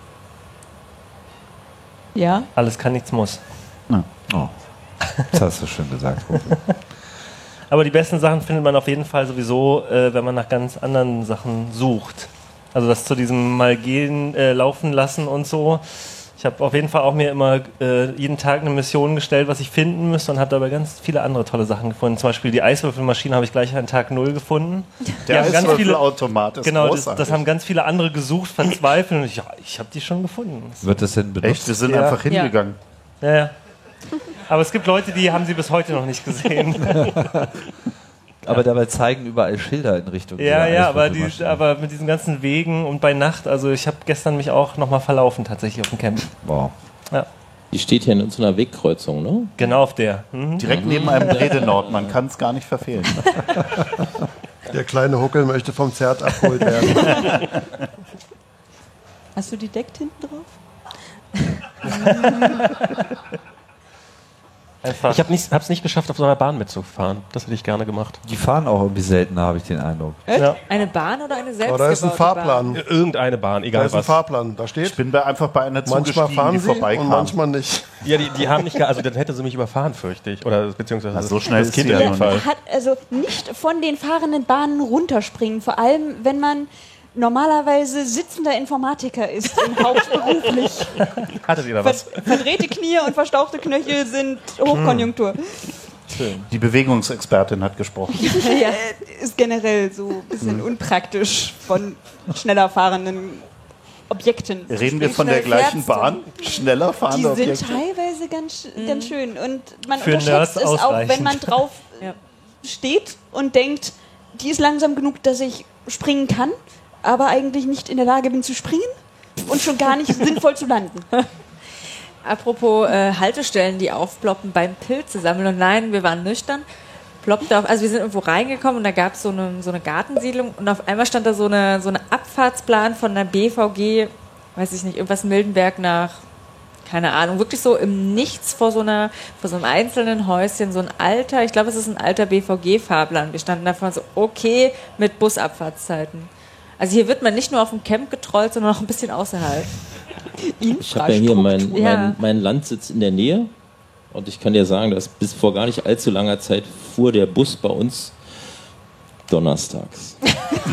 Ja. Alles kann, nichts muss. Oh. Das hast du schön gesagt. Aber die besten Sachen findet man auf jeden Fall sowieso, wenn man nach ganz anderen Sachen sucht. Also das zu diesem mal gehen, laufen lassen und so. Ich habe auf jeden Fall auch mir immer jeden Tag eine Mission gestellt, was ich finden müsste und habe dabei ganz viele andere tolle Sachen gefunden. Zum Beispiel die Eiswürfelmaschine habe ich gleich an Tag 0 gefunden. Der haben ganz viele- Eiswürfelautomat ist Genau, das großartig. haben ganz viele andere gesucht, verzweifelt und ich habe die schon gefunden. Wird das denn benutzt? Echt, wir sind Ja. einfach hingegangen. Ja, ja. Aber es gibt Leute, die haben sie bis heute noch nicht gesehen. Aber dabei zeigen überall Schilder in Richtung. Ja, dieser ja, aber, Eiswürfelmaschine. aber mit diesen ganzen Wegen und bei Nacht, also ich habe gestern mich auch nochmal verlaufen tatsächlich auf dem Camp. Wow. Ja. Die steht hier in so einer Wegkreuzung, ne? Genau auf der. Mhm. Direkt neben einem Redenort, man kann es gar nicht verfehlen. Der kleine Huckel möchte vom Zert abgeholt werden. Hast du die Deckt hinten drauf? Ich habe es nicht geschafft, auf so einer Bahn mitzufahren. Das hätte ich gerne gemacht. Die fahren auch irgendwie seltener, habe ich den Eindruck. Ja. Eine Bahn oder eine Aber selbstgebaute da ist ein Fahrplan. Bahn? Irgendeine Bahn, Da egal ist ein was. Fahrplan. Da steht, Ich bin einfach bei einer manchmal zugestiegen, fahren die sie vorbeikam. und manchmal nicht. Ja, die haben nicht, also dann hätte sie mich überfahren, fürchte ich. Oder beziehungsweise Na, so schnell das ist Kind sie in ja dem noch Fall. nicht. Hat also nicht von den fahrenden Bahnen runterspringen, vor allem wenn man normalerweise sitzender Informatiker ist und hauptberuflich. Hattet ihr da was? Verdrehte Knie und verstauchte Knöchel sind Hochkonjunktur. Die Bewegungsexpertin hat gesprochen. Ja, ist generell so ein bisschen unpraktisch von schneller fahrenden Objekten. Reden wir von der schnell gleichen fährst du? Bahn? Schneller Die fahrende sind Objekte? teilweise ganz schön. Und man Für unterschätzt Nerds es auch, ausreichend. wenn man drauf Ja. steht und denkt, die ist langsam genug, dass ich springen kann, aber eigentlich nicht in der Lage bin zu springen und schon gar nicht sinnvoll zu landen. Apropos Haltestellen, die aufploppen beim Pilze sammeln. Und nein, wir waren nüchtern. Ploppte auf, also wir sind irgendwo reingekommen und da gab es so eine Gartensiedlung und auf einmal stand da so eine Abfahrtsplan von der BVG, weiß ich nicht, irgendwas Mildenberg nach, keine Ahnung, wirklich so im Nichts vor so einem einzelnen Häuschen, so ein alter, ich glaube, es ist ein alter BVG-Fahrplan. Wir standen davor so, okay, mit Busabfahrtszeiten. Also hier wird man nicht nur auf dem Camp getrollt, sondern auch ein bisschen außerhalb. Ich habe ja hier meinen Landsitz in der Nähe und ich kann dir sagen, dass bis vor gar nicht allzu langer Zeit fuhr der Bus bei uns donnerstags.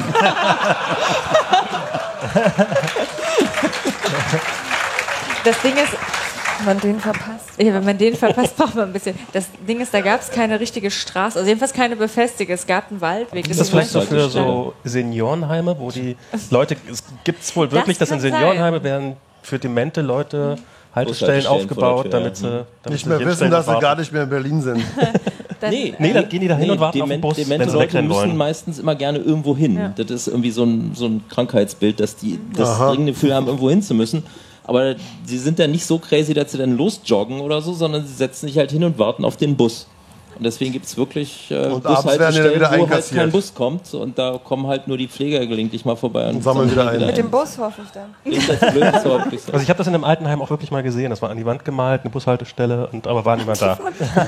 Das Ding ist, Wenn man den verpasst. ja, wenn man den verpasst, braucht man ein bisschen. Das Ding ist, da gab es keine richtige Straße, also jedenfalls keine befestigte. Es gab einen Waldweg. Ist das vielleicht so für so Seniorenheime, wo die Leute, es gibt es wohl wirklich, dass in kann Seniorenheime werden für demente Leute Haltestellen Bushaltestellen aufgebaut, vor der Tür, damit sie Nicht sie mehr sich wissen, hinstellen dass und sie gar warten. nicht mehr in Berlin sind. Nee, dann gehen die da hin und warten auf den Bus, demente wenn sie Leute wegrennen müssen wollen. meistens immer gerne irgendwo hin. Ja. Das ist irgendwie so ein Krankheitsbild, dass die das Aha. dringende Gefühl haben, irgendwo hin zu müssen. Aber sie sind dann nicht so crazy, dass sie dann losjoggen oder so, sondern sie setzen sich halt hin und warten auf den Bus. Und deswegen gibt es wirklich Und abends werden die dann wieder wo halt einkassiert. kein Bus kommt und da kommen halt nur die Pfleger gelegentlich mal vorbei und sammeln wieder ein. Mit dem Bus hoffe ich dann. Ist das blöd, ist aber wirklich so. Also ich habe das in einem Altenheim auch wirklich mal gesehen. Das war an die Wand gemalt, eine Bushaltestelle, aber war niemand da.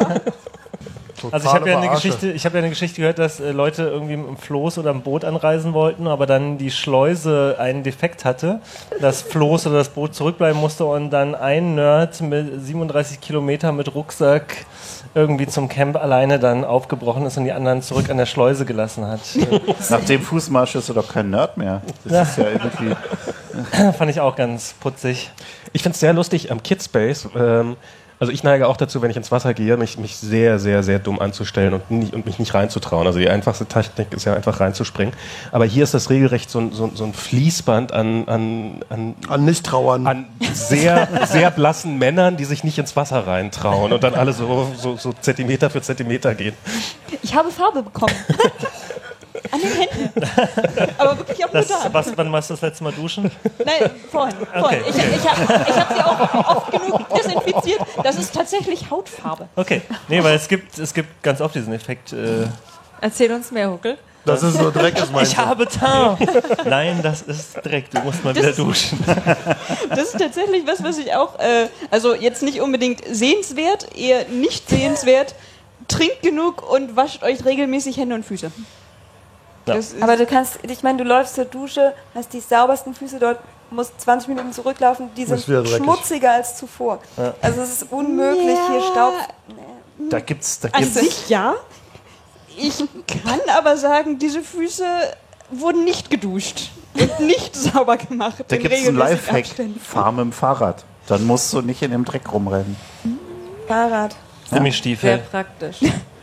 Also ich habe ja Verarsche. eine Geschichte gehört, dass Leute irgendwie mit dem Floß oder einem Boot anreisen wollten, aber dann die Schleuse einen Defekt hatte, das Floß oder das Boot zurückbleiben musste und dann ein Nerd mit 37 Kilometer mit Rucksack irgendwie zum Camp alleine dann aufgebrochen ist und die anderen zurück an der Schleuse gelassen hat. Nach dem Fußmarsch ist er doch kein Nerd mehr. Das ist ja irgendwie. Fand ich auch ganz putzig. Ich finde es sehr lustig am Kidspace. Also ich neige auch dazu, wenn ich ins Wasser gehe, mich sehr, sehr, sehr dumm anzustellen und mich nicht reinzutrauen. Also die einfachste Technik ist ja einfach reinzuspringen. Aber hier ist das regelrecht so ein Fließband an Nicht-Trauern. an sehr, sehr blassen Männern, die sich nicht ins Wasser reintrauen und dann alle so Zentimeter für Zentimeter gehen. Ich habe Farbe bekommen. An den Händen. Aber wirklich auch nur da. Wann warst du das letzte Mal duschen? Nein, vorhin. Okay. Ich hab sie auch oft genug desinfiziert. Das ist tatsächlich Hautfarbe. Okay. Nee, weil es gibt ganz oft diesen Effekt. Erzähl uns mehr, Huckel. Das ist so Dreck, ist meinst Ich du? habe Teint. Nein, das ist Dreck. Du musst mal wieder duschen. Das ist tatsächlich was ich auch, also jetzt nicht unbedingt sehenswert, eher nicht sehenswert. Trinkt genug und wascht euch regelmäßig Hände und Füße. Ja. Das ist Aber du kannst, ich meine, du läufst zur Dusche, hast die saubersten Füße dort, musst 20 Minuten zurücklaufen, die sind Ist wieder dreckig. schmutziger als zuvor. Ja. Also es ist unmöglich, hier Staub. Da gibt's an sich ja. Ich kann aber sagen, diese Füße wurden nicht geduscht und nicht sauber gemacht. Da in gibt es einen regelmäßigen Lifehack. Abständen. Fahr mit dem Fahrrad. Dann musst du nicht in dem Dreck rumrennen. Fahrrad. Sehr Gummistiefel. praktisch.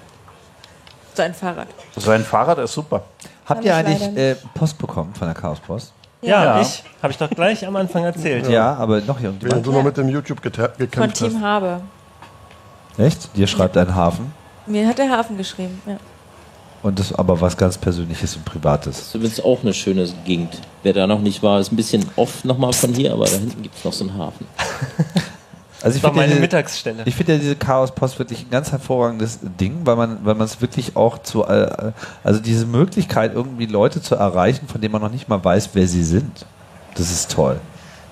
So ein Fahrrad. So ein Fahrrad ist super. Habt ihr Kann ich eigentlich leider Post bekommen von der Chaospost? Ja, habe ich doch gleich am Anfang erzählt. Ja, aber noch Während irgendjemand. du noch mit dem YouTube Von gekämpft Team hast. Habe. Echt? Dir schreibt ein Hafen Mir hat der Hafen geschrieben. Ja. und das aber was ganz Persönliches und Privates. Das ist übrigens auch eine schöne Gegend. Wer da noch nicht war, ist ein bisschen off nochmal von hier, aber da hinten gibt es noch so einen Hafen. Also ich Das war finde meine ja, Mittagsstelle. ich finde ja diese Chaos-Post wirklich ein ganz hervorragendes Ding, weil man es wirklich auch zu, also diese Möglichkeit irgendwie Leute zu erreichen, von denen man noch nicht mal weiß, wer sie sind. Das ist toll.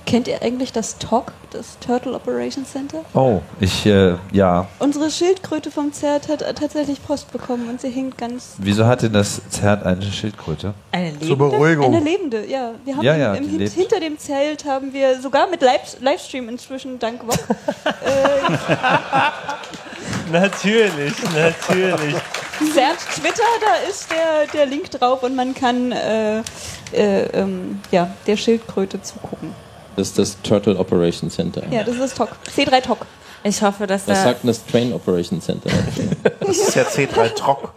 Kennt ihr eigentlich das TOC, das Turtle Operations Center? Oh, ja. Unsere Schildkröte vom Zert hat tatsächlich Post bekommen und sie hängt ganz... Wieso hat denn das Zert eine Schildkröte? Eine lebende? Zur Beruhigung. Eine lebende, ja. Wir haben hinter dem Zelt haben wir sogar mit Livestream inzwischen, dank Wok. Natürlich. Zert Twitter, da ist der Link drauf und man kann der Schildkröte zugucken. Das ist das Turtle Operation Center. Ja, das ist TOC. C3 TOC. Ich hoffe, dass Was da... sagt denn das Train Operation Center? Das ist ja C3 Trock.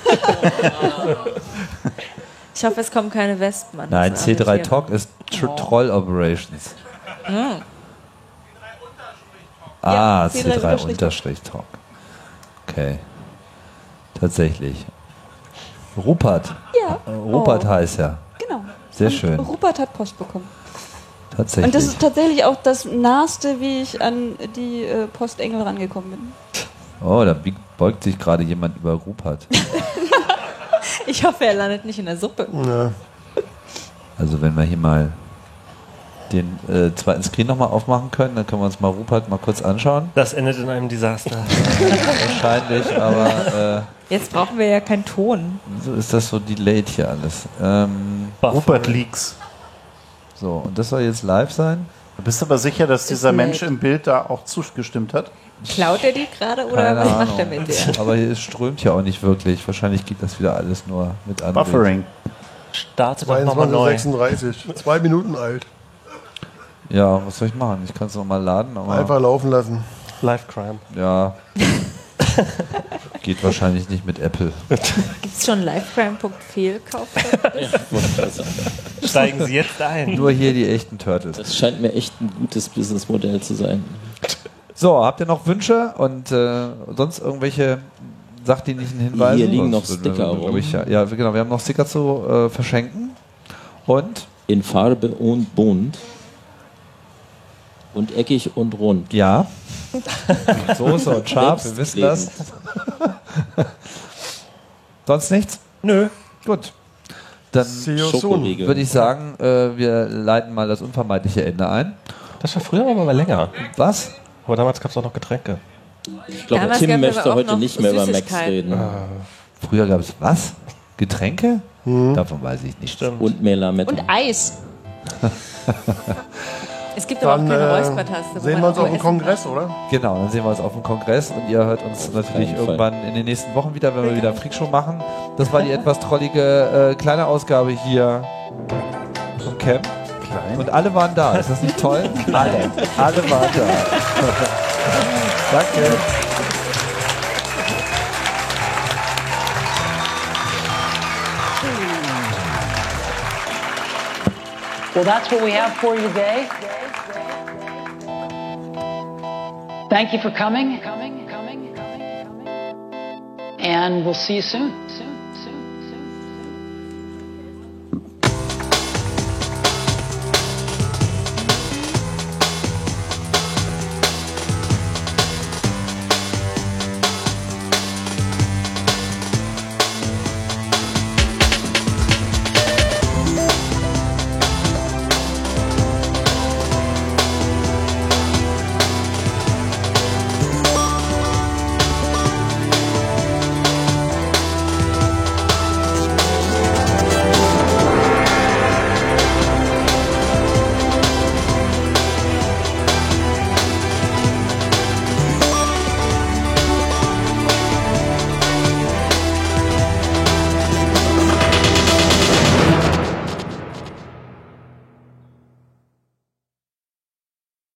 Ich hoffe, es kommen keine Wespen an. Nein, das arme C3 Tier. TOC ist Troll Operations. Ja, C3-TOC. Okay. Tatsächlich. Rupert. Ja. Rupert heißt er. Genau. Sehr Und schön. Rupert hat Post bekommen. Tatsächlich. Und das ist tatsächlich auch das Naheste, wie ich an die Postengel rangekommen bin. Oh, da beugt sich gerade jemand über Rupert. Ich hoffe, er landet nicht in der Suppe. Ja. Also wenn wir hier mal den zweiten Screen nochmal aufmachen können, dann können wir uns mal Rupert mal kurz anschauen. Das endet in einem Desaster. Wahrscheinlich, aber Jetzt brauchen wir ja keinen Ton. so ist das so delayed hier alles. Rupert Leaks. So, und das soll jetzt live sein? Du bist aber sicher, dass dieser nett. Mensch im Bild da auch zugestimmt hat? Klaut er die gerade oder Keine was Ahnung. macht er mit der? Aber hier strömt ja auch nicht wirklich. Wahrscheinlich geht das wieder alles nur mit an. Buffering. Starte doch nochmal neu. 22:36. 2 Minuten alt. Ja, was soll ich machen? Ich kann es nochmal laden, aber Einfach laufen lassen. Live Crime. ja. Geht wahrscheinlich nicht mit Apple. Gibt es schon livecrime.fehlkauf? Steigen Sie jetzt ein. Nur hier die echten Turtles. Das scheint mir echt ein gutes Businessmodell zu sein. So, habt ihr noch Wünsche und sonst irgendwelche sachdienlichen Hinweise? Hier liegen Sonst noch würden wir, Sticker glaub rum. ich, ja, genau. Wir haben noch Sticker zu verschenken. Und? In Farbe und bunt. Und eckig und rund. Ja. Soße und scharf, wir wissen das. Sonst nichts? Nö. Gut. Dann See you soon. Schokoriegel. würde ich sagen, wir leiten mal das unvermeidliche Ende ein. Das war früher aber mal länger. Was? Aber damals gab es auch noch Getränke. Ich glaube, Damals Tim gab's möchte aber auch heute noch nicht mehr über Max Süßigkeiten. reden. Früher gab es was? Getränke? Davon weiß ich nicht. Und Melamed. Und Eis. Es gibt aber auch Dann keine Räuspertaste. wo sehen man wir uns auch auf dem essen Kongress, kann. oder? Genau, dann sehen wir uns auf dem Kongress und ihr hört uns natürlich jeden Fall. irgendwann in den nächsten Wochen wieder, wenn wir wieder Freakshow machen. Das war die etwas trollige kleine Ausgabe hier vom Camp. Und alle waren da. Ist das nicht toll? Alle. Alle waren da. Danke. Well, that's what we have for you today. Thank you for coming. And we'll see you soon.